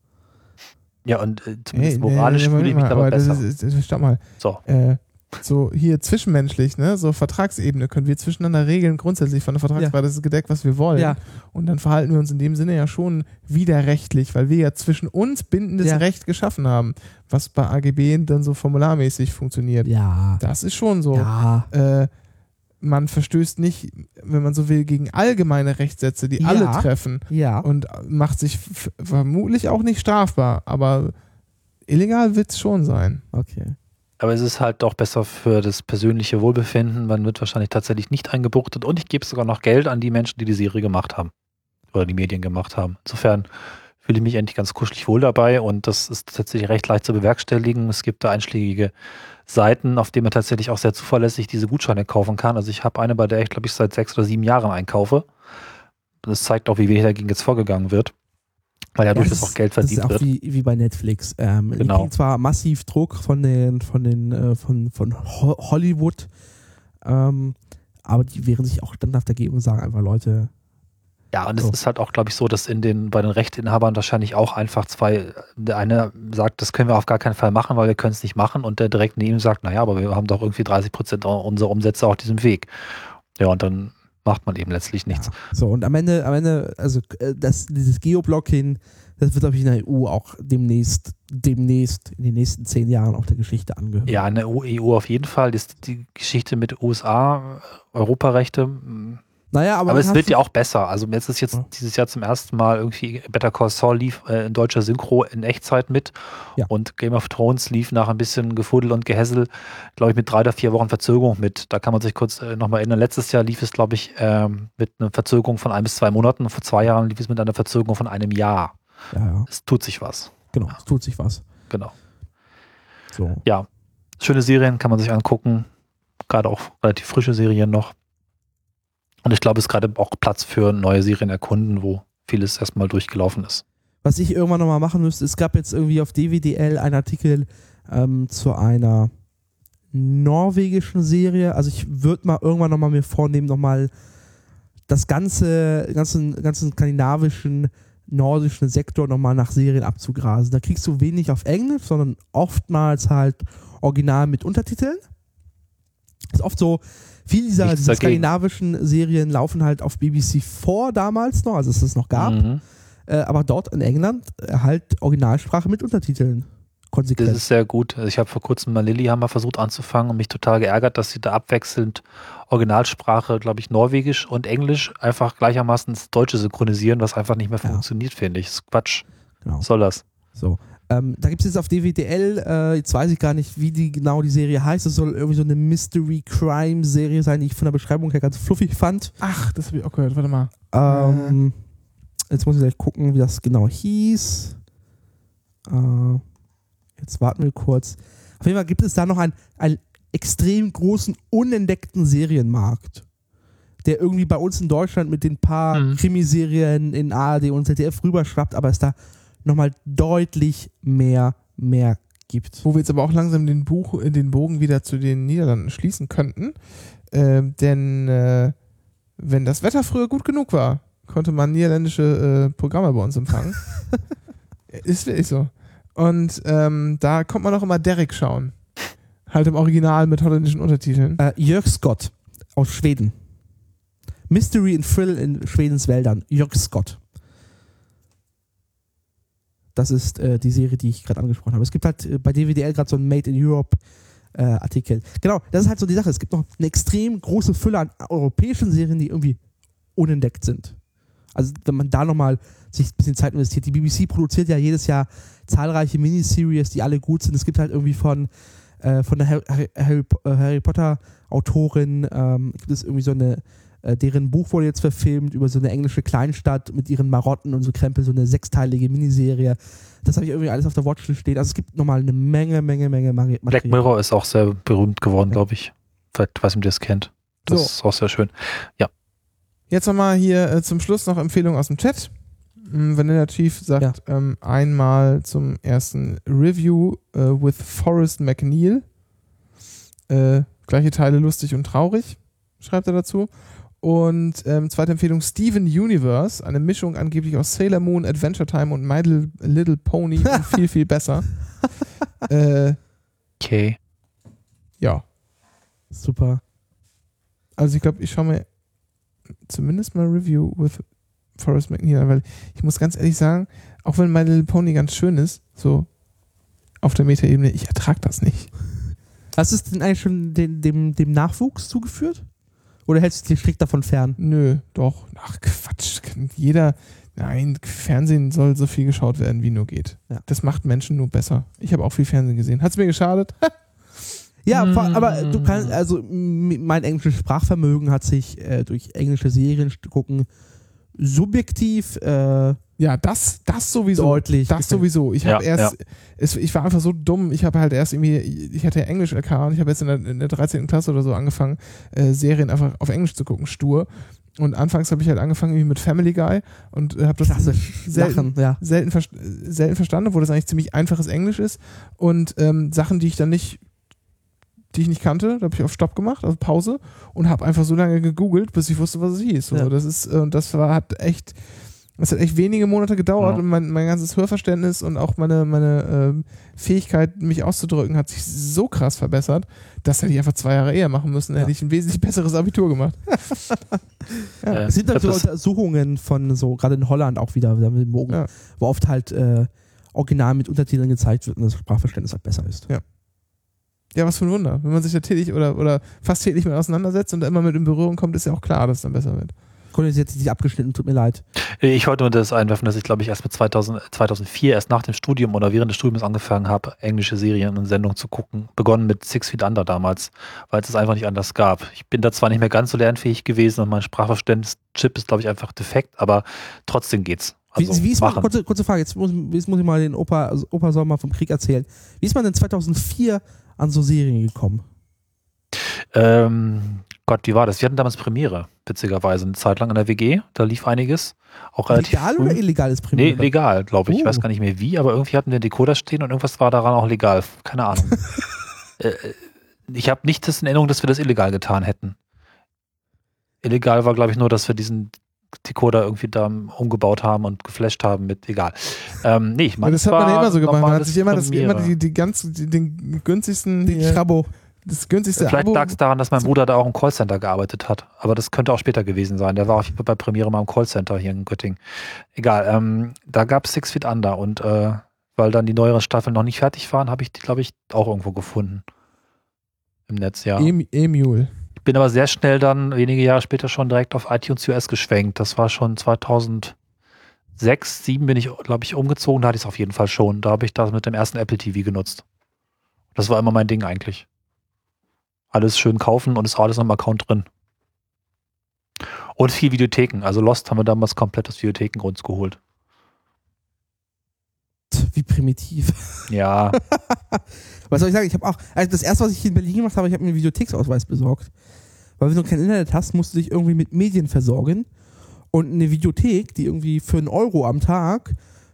Ja, und äh, zumindest Hey, nee, moralisch nee, fühle ich Moment mich mal, aber aber das besser. ist, ist, stopp mal. So. Äh, so hier zwischenmenschlich, ne, so Vertragsebene können wir zwischeneinander regeln, grundsätzlich von der Vertragsfreiheit, das ist gedeckt, was wir wollen. Ja. Und dann verhalten wir uns in dem Sinne ja schon widerrechtlich, weil wir ja zwischen uns bindendes Ja. Recht geschaffen haben, was bei A G B dann so formularmäßig funktioniert. Ja. Das ist schon so. Ja. Äh, man verstößt nicht, wenn man so will, gegen allgemeine Rechtssätze, die Ja. alle treffen Ja. und macht sich f- vermutlich auch nicht strafbar, aber illegal wird es schon sein. Okay. Aber es ist halt doch besser für das persönliche Wohlbefinden. Man wird wahrscheinlich tatsächlich nicht eingebuchtet und ich gebe sogar noch Geld an die Menschen, die die Serie gemacht haben. Oder die Medien gemacht haben. Insofern fühle ich mich endlich ganz kuschelig wohl dabei und das ist tatsächlich recht leicht zu bewerkstelligen. Es gibt da einschlägige Seiten, auf denen man tatsächlich auch sehr zuverlässig diese Gutscheine kaufen kann. Also ich habe eine, bei der ich glaube ich seit sechs oder sieben Jahren einkaufe. Das zeigt auch, wie wenig dagegen jetzt vorgegangen wird. Weil ja, Ja, durchaus das auch Geld ist, das ist verdient auch wird. wie, wie bei Netflix. Ähm, Die Genau. kriegen zwar massiv Druck von den, von den, äh, von, von Ho Hollywood, ähm, aber die wehren sich auch standhaft dagegen und sagen einfach, Leute, Ja, und es So. ist halt auch, glaube ich, so, dass in den, bei den Rechteinhabern wahrscheinlich auch einfach zwei, der eine sagt, das können wir auf gar keinen Fall machen, weil wir können es nicht machen und der direkt neben ihm sagt, naja, aber wir haben doch irgendwie dreißig Prozent unserer Umsätze auf diesem Weg. Ja, und dann macht man eben letztlich nichts. Ja. So, und am Ende, am Ende, also äh, das, dieses Geoblocking, das wird, glaube ich, in der E U auch demnächst, demnächst, in den nächsten zehn Jahren auch der Geschichte angehören. Ja, in der E U auf jeden Fall. Das ist die Geschichte mit U S A, Europarechte. mh, Naja, aber, Aber dann es wird hast ja auch besser. Also jetzt ist jetzt Ja. dieses Jahr zum ersten Mal irgendwie Better Call Saul lief äh, in deutscher Synchro in Echtzeit mit. Ja. Und Game of Thrones lief nach ein bisschen Gefuddel und Gehässel, glaube ich, mit drei oder vier Wochen Verzögerung mit. Da kann man sich kurz äh, nochmal erinnern. Letztes Jahr lief es, glaube ich, ähm, mit einer Verzögerung von ein bis zwei Monaten. Und vor zwei Jahren lief es mit einer Verzögerung von einem Jahr. du, ja, ja, Es tut sich was. genau, es tut sich was. Genau. So. Ja, schöne Serien kann man sich angucken. Gerade auch relativ frische Serien noch. Und ich glaube, es ist gerade auch Platz für neue Serien erkunden, wo vieles erstmal durchgelaufen ist. Was ich irgendwann nochmal machen müsste, es gab jetzt irgendwie auf D W D L einen Artikel ähm, zu einer norwegischen Serie. Also ich würde mal irgendwann nochmal mir vornehmen, nochmal das ganze, ganzen, ganzen skandinavischen, nordischen Sektor nochmal nach Serien abzugrasen. Da kriegst du wenig auf Englisch, sondern oftmals halt original mit Untertiteln. Ist oft so, viele dieser, Nichts dieser dagegen. skandinavischen Serien laufen halt auf B B C vier damals noch, also es es noch gab. Mhm. Äh, aber dort in England äh, halt Originalsprache mit Untertiteln. Konsequent. Das ist sehr gut. Also ich habe vor kurzem mal Lilyhammer versucht anzufangen und mich total geärgert, dass sie da abwechselnd Originalsprache, glaube ich, Norwegisch und Englisch einfach gleichermaßen ins Deutsche synchronisieren, was einfach nicht mehr Ja. funktioniert, finde ich. Das ist Quatsch. Genau. Was soll das? So. Ähm, da gibt es jetzt auf D W D L, äh, jetzt weiß ich gar nicht, wie die genau die Serie heißt. Es soll irgendwie so eine Mystery-Crime-Serie sein, die ich von der Beschreibung her ganz fluffig fand. Ach, das habe ich auch gehört. Warte mal. Ähm, Jetzt muss ich gleich gucken, wie das genau hieß. Äh, jetzt warten wir kurz. Auf jeden Fall gibt es da noch einen, einen extrem großen, unentdeckten Serienmarkt, der irgendwie bei uns in Deutschland mit den paar Mhm. Krimiserien in A R D und Z D F rüberschwappt, aber es da nochmal deutlich mehr, mehr gibt. Wo wir jetzt aber auch langsam den, Buch, den Bogen wieder zu den Niederlanden schließen könnten. Äh, denn äh, wenn das Wetter früher gut genug war, konnte man niederländische äh, Programme bei uns empfangen. Ist wirklich so. Und ähm, da kommt man auch immer Derek schauen. Halt im Original mit holländischen Untertiteln. Äh, Jörg Scott aus Schweden. Mystery and Thrill in Schwedens Wäldern. Jörg Scott. Das ist äh, die Serie, die ich gerade angesprochen habe. Es gibt halt äh, bei D W D L gerade so einen Made in Europe äh, Artikel. Genau, das ist halt so die Sache. Es gibt noch eine extrem große Fülle an europäischen Serien, die irgendwie unentdeckt sind. Also wenn man da nochmal sich ein bisschen Zeit investiert. Die B B C produziert ja jedes Jahr zahlreiche Miniseries, die alle gut sind. Es gibt halt irgendwie von, äh, von der Harry, Harry, Harry Potter Autorin ähm, gibt es irgendwie so eine äh, deren Buch wurde jetzt verfilmt über so eine englische Kleinstadt mit ihren Marotten und so Krempel, so eine sechsteilige Miniserie. Das habe ich irgendwie alles auf der Watchlist stehen. Also es gibt nochmal eine Menge, Menge, Menge Material. Black Mirror ist auch sehr berühmt geworden, ja. glaube ich. Vielleicht weiß nicht, ob ihr das kennt. Das So. ist auch sehr schön. Ja. Jetzt nochmal hier äh, zum Schluss noch Empfehlungen aus dem Chat. Mm, Vanilla Chief sagt Ja. ähm, einmal zum ersten Review äh, with Forrest McNeil. Äh, gleiche Teile lustig und traurig, schreibt er dazu. Und ähm, zweite Empfehlung Steven Universe, eine Mischung angeblich aus Sailor Moon, Adventure Time und My Little, Little Pony und viel, viel besser. äh, Okay. ja, Super. also ich glaube, ich schaue mir zumindest mal Review with Forrest McNeil an, weil ich muss ganz ehrlich sagen, auch wenn My Little Pony ganz schön ist, so auf der Metaebene, ich ertrage das nicht. Hast du es denn eigentlich schon dem, dem, dem Nachwuchs zugeführt? Oder hältst du dich strikt davon fern? Nö, doch. Ach Quatsch. Jeder, nein, Fernsehen soll so viel geschaut werden, wie nur geht. Ja. Das macht Menschen nur besser. Ich habe auch viel Fernsehen gesehen. Hat es mir geschadet? Ja, vor- aber du kannst, also m- mein englisches Sprachvermögen hat sich äh, durch englische Serien gucken subjektiv äh, Ja, das, das sowieso. deutlich. Das sowieso. Ich habe Ja, erst, Es, ich war einfach so dumm. Ich habe halt erst irgendwie, ich hatte ja Englisch L K und ich habe jetzt in der, in der dreizehnten Klasse oder so angefangen, äh, Serien einfach auf Englisch zu gucken, stur. Und anfangs habe ich halt angefangen irgendwie mit Family Guy und habe das Klasse. selten, Lachen, ja. selten, ver selten verstanden, obwohl das eigentlich ziemlich einfaches Englisch ist. Und ähm, Sachen, die ich dann nicht, die ich nicht kannte, da habe ich auf Stopp gemacht, auf Pause und habe einfach so lange gegoogelt, bis ich wusste, was es hieß. So, Ja. das ist, äh, das war, hat echt, das hat echt wenige Monate gedauert Ja. und mein, mein ganzes Hörverständnis und auch meine, meine ähm, Fähigkeit, mich auszudrücken, hat sich so krass verbessert, das hätte ich einfach zwei Jahre eher machen müssen, dann Ja. hätte ich ein wesentlich besseres Abitur gemacht. Ja. Äh, Es sind dann ich so hab das- Untersuchungen von so, gerade in Holland auch wieder, wieder mit dem Bogen, Ja. wo oft halt äh, original mit Untertiteln gezeigt wird und das Sprachverständnis halt besser ist. Ja. Ja, was für ein Wunder. Wenn man sich da täglich oder, oder fast täglich mit auseinandersetzt und da immer mit in Berührung kommt, ist ja auch klar, dass es dann besser wird. Konnte ich jetzt nicht abgeschnitten, tut mir leid. Ich wollte nur das einwerfen, dass ich glaube ich erst mit zweitausend, zweitausendvier, erst nach dem Studium oder während des Studiums angefangen habe, englische Serien und Sendungen zu gucken. Begonnen mit Six Feet Under damals, weil es es einfach nicht anders gab. Ich bin da zwar nicht mehr ganz so lernfähig gewesen und mein Sprachverständnis-Chip ist glaube ich einfach defekt, aber trotzdem geht's. Also wie, wie ist man, machen. kurze, kurze Frage, jetzt muss, jetzt muss ich mal den Opa, also Opa soll mal vom Krieg erzählen. Wie ist man denn zweitausendvier an so Serien gekommen? Ähm, Gott, wie war das? Wir hatten damals Premiere, witzigerweise, eine Zeit lang in der W G. Da lief einiges. Auch relativ Legal früh. oder illegales Nee, Premiere? legal, glaube ich. Ich Oh. weiß gar nicht mehr wie, aber irgendwie hatten wir einen Decoder stehen und irgendwas war daran auch legal. Keine Ahnung. äh, ich habe nicht das in Erinnerung, dass wir das illegal getan hätten. Illegal war, glaube ich, nur, dass wir diesen Decoder irgendwie da umgebaut haben und geflasht haben mit, egal. Ähm, nee, ich Ja, meine, das hat man ja immer so gemacht. Man hat normales sich immer, das, immer Premiere. die, die ganz, die, den günstigsten, Die hier, Schrabo. das günstigste Vielleicht Abo. lag es daran, dass mein Bruder da auch im Callcenter gearbeitet hat. Aber das könnte auch später gewesen sein. Der war auf jeden Fall bei Premiere mal im Callcenter hier in Göttingen. Egal, ähm, da gab es Six Feet Under und äh, weil dann die neueren Staffeln noch nicht fertig waren, habe ich die, glaube ich, auch irgendwo gefunden. Im Netz, ja. Em- Emule. Ich bin aber sehr schnell dann, wenige Jahre später schon direkt auf iTunes U S geschwenkt. Das war schon zweitausendsechs, zweitausendsieben bin ich, glaube ich, umgezogen. Da hatte ich es auf jeden Fall schon. Da habe ich das mit dem ersten Apple T V genutzt. Das war immer mein Ding eigentlich. Alles schön kaufen und ist alles am Account drin. Und viel Videotheken. Also Lost haben wir damals komplett das Videotheken uns geholt. Wie primitiv. Ja, Was soll ich sagen? Ich habe auch, also das erste, was ich hier in Berlin gemacht habe, ich habe mir einen Videotheksausweis besorgt. Weil wenn du kein Internet hast, musst du dich irgendwie mit Medien versorgen. Und eine Videothek, die irgendwie für einen Euro am Tag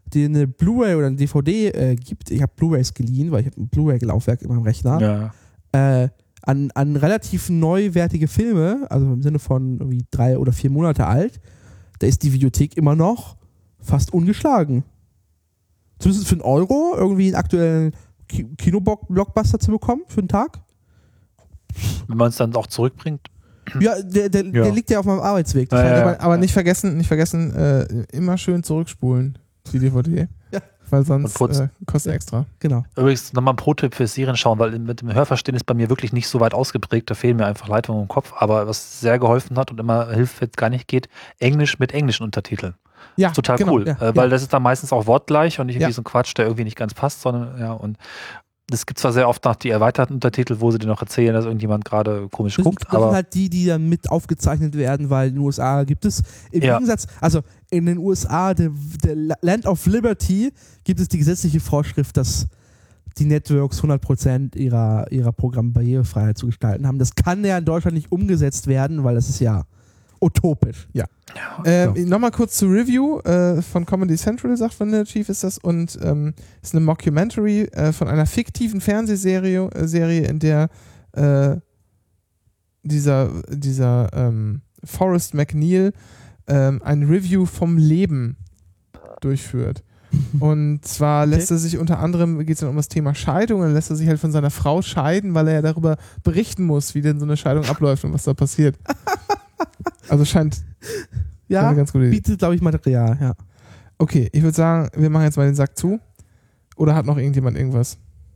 dir eine Blu-ray oder eine D V D äh, gibt, ich habe Blu-rays geliehen, weil ich habe ein Blu-ray-Laufwerk in meinem Rechner, Ja. äh, an, an relativ neuwertige Filme, also im Sinne von irgendwie drei oder vier Monate alt, da ist die Videothek immer noch fast ungeschlagen. Zumindest für einen Euro irgendwie einen aktuellen Ki- Kino-Blockbuster zu bekommen für einen Tag. Wenn man es dann auch zurückbringt. Ja, der, der, Ja. der liegt ja auf meinem Arbeitsweg. Ja, ja. Aber, aber nicht vergessen, nicht vergessen, äh, immer schön zurückspulen, die D V D. Ja. Weil sonst Und putzen. äh, kostet extra. Genau. Übrigens nochmal ein Pro-Tipp fürs Serien schauen, weil mit dem Hörverstehen ist bei mir wirklich nicht so weit ausgeprägt. Da fehlen mir einfach Leitungen im Kopf. Aber was sehr geholfen hat und immer hilft, wenn es gar nicht geht, Englisch mit englischen Untertiteln. Ja, Total genau. cool. ja, äh, weil ja. das ist dann meistens auch wortgleich und nicht irgendwie Ja. so ein Quatsch, der irgendwie nicht ganz passt, sondern ja, und es gibt zwar sehr oft noch die erweiterten Untertitel, wo sie dir noch erzählen, dass irgendjemand gerade komisch Das, guckt, das sind aber halt die, die dann mit aufgezeichnet werden, weil in den U S A gibt es im Ja. Gegensatz, also in den U S A, der, der Land of Liberty, gibt es die gesetzliche Vorschrift, dass die Networks hundert Prozent ihrer, ihrer Programme Barrierefreiheit zu gestalten haben. Das kann ja in Deutschland nicht umgesetzt werden, weil das ist ja utopisch. Ähm, Nochmal kurz zur Review äh, von Comedy Central, sagt Vanilla Chief ist das, und ähm, ist eine Mockumentary äh, von einer fiktiven Fernsehserie, äh, Serie, in der äh, dieser, dieser ähm, Forrest McNeil ähm, ein Review vom Leben durchführt. Und zwar lässt er sich unter anderem, geht es dann um das Thema Scheidung, dann lässt er sich halt von seiner Frau scheiden, weil er ja darüber berichten muss, wie denn so eine Scheidung abläuft und was da passiert. Also scheint Ja, eine ganz gute Idee. bietet, glaube ich, Material, ja. Okay, ich würde sagen, wir machen jetzt mal den Sack zu. Oder hat noch irgendjemand irgendwas?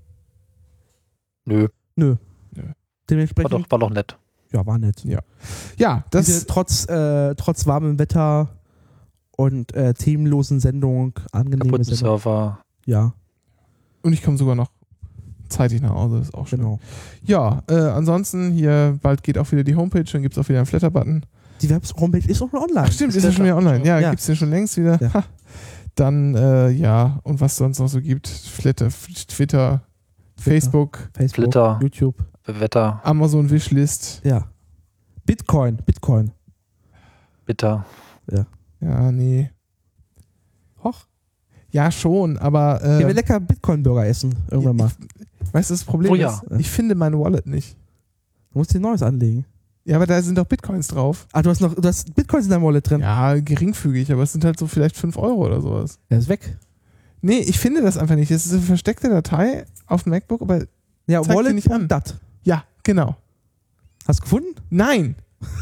nö, Nö. Nö. war Dementsprechend, doch, war doch nett. ja, war nett. Ja, das Diese trotz, äh, trotz warmem Wetter und äh, themenlosen Sendung, angenehme Kaputten Sendung. Server. Ja, und ich komme sogar noch zeitig nach Hause, ist auch schön. genau. Ja, äh, ansonsten hier bald geht auch wieder die Homepage, dann gibt es auch wieder einen Flatter-Button. Die Web-Homepage ist auch schon online. Ach stimmt, ist ja schon wieder online. Ja, Ja. gibt es den schon längst wieder. Ja. Ha. Dann, äh, ja, und was sonst noch so gibt, Flatter, Twitter, Facebook, Facebook, Flitter. YouTube. Wetter, Amazon Wishlist. Ja. Bitcoin, Bitcoin. bitter. Ja, nee. Hoch. Ja, schon, aber äh, Ich will lecker Bitcoin-Burger essen, irgendwann mal. Ich, weißt du, das Problem Oh ja. ist, ich finde mein Wallet nicht. Du musst dir ein neues anlegen. Ja, aber da sind doch Bitcoins drauf. Ah, du hast noch, du hast Bitcoins in deinem Wallet drin. Ja, geringfügig, aber es sind halt so vielleicht fünf Euro oder sowas. Der ist weg. Nee, ich finde das einfach nicht. Das ist eine versteckte Datei auf dem MacBook, aber Ja, Zeig dir Wallet nicht an. und dat. ja, genau. Hast du gefunden? Nein.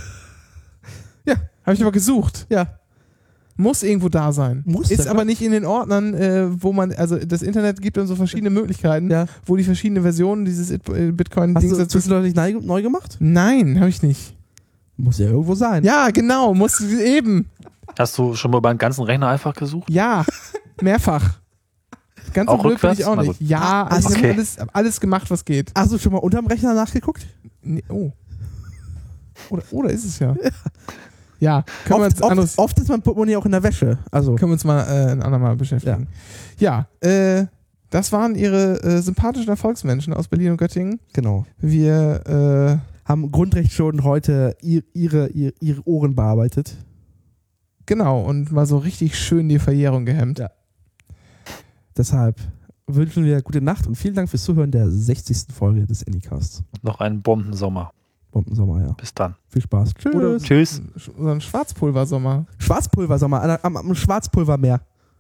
Ja, habe ich aber gesucht. Ja. Muss irgendwo da sein. Muss Ist denn, aber ne? nicht in den Ordnern, äh, wo man, also das Internet gibt dann so verschiedene Möglichkeiten, Ja. wo die verschiedenen Versionen dieses It- äh, Hast Bitcoin-Dings du dazu. das neulich neu, neu gemacht? Nein, habe ich nicht. Muss ja irgendwo sein. Ja, genau, muss eben. Hast du schon mal über den ganzen Rechner einfach gesucht? Ja, mehrfach. Ganz Auch so blöd bin rückwärts? ich auch Na nicht. gut. Ja, also ich Okay. habe alles, hab alles gemacht, was geht. Hast du schon mal unterm Rechner nachgeguckt? Nee, oh. Oder, oder ist es ja. Ja, können wir uns Oft, oft, anderes, oft ist mein Portemonnaie auch in der Wäsche. Also, können wir uns mal äh, ein andermal beschäftigen. Ja, äh, das waren ihre äh, sympathischen Erfolgsmenschen aus Berlin und Göttingen. genau. Wir, äh, Haben Grundrecht schon heute ihr, ihre, ihre, ihre Ohren bearbeitet. genau, und mal so richtig schön die Verjährung gehemmt. Ja. Deshalb wünschen wir gute Nacht und vielen Dank fürs Zuhören der sechzigsten Folge des Anycasts. Noch einen Bombensommer. Bombensommer, ja. Bis dann. Viel Spaß. Tschüss. Oder- Tschüss. So ein Schwarzpulversommer. Schwarzpulversommer, am, am Schwarzpulvermeer.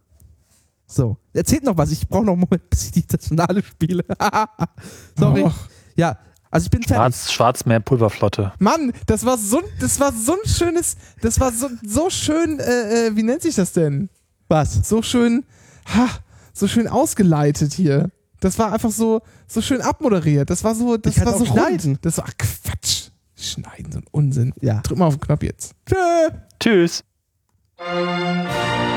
So, erzählt noch was. Ich brauche noch einen Moment, bis ich die Nationale spiele. Sorry. Och. Ja, also ich bin fertig. Schwarz, Schwarzmeer-Pulverflotte. Mann, das war so, das war so ein schönes, das war so, so schön, äh, äh, wie nennt sich das denn? Was? So schön, ha, so schön ausgeleitet hier. Das war einfach so, so schön abmoderiert. Das war so, das Ich kann war so auch schneiden. rund. Das war ach, Quatsch. Schneiden, so ein Unsinn. Ja. Drück mal auf den Knopf jetzt. Tschö. Tschüss. Tschüss.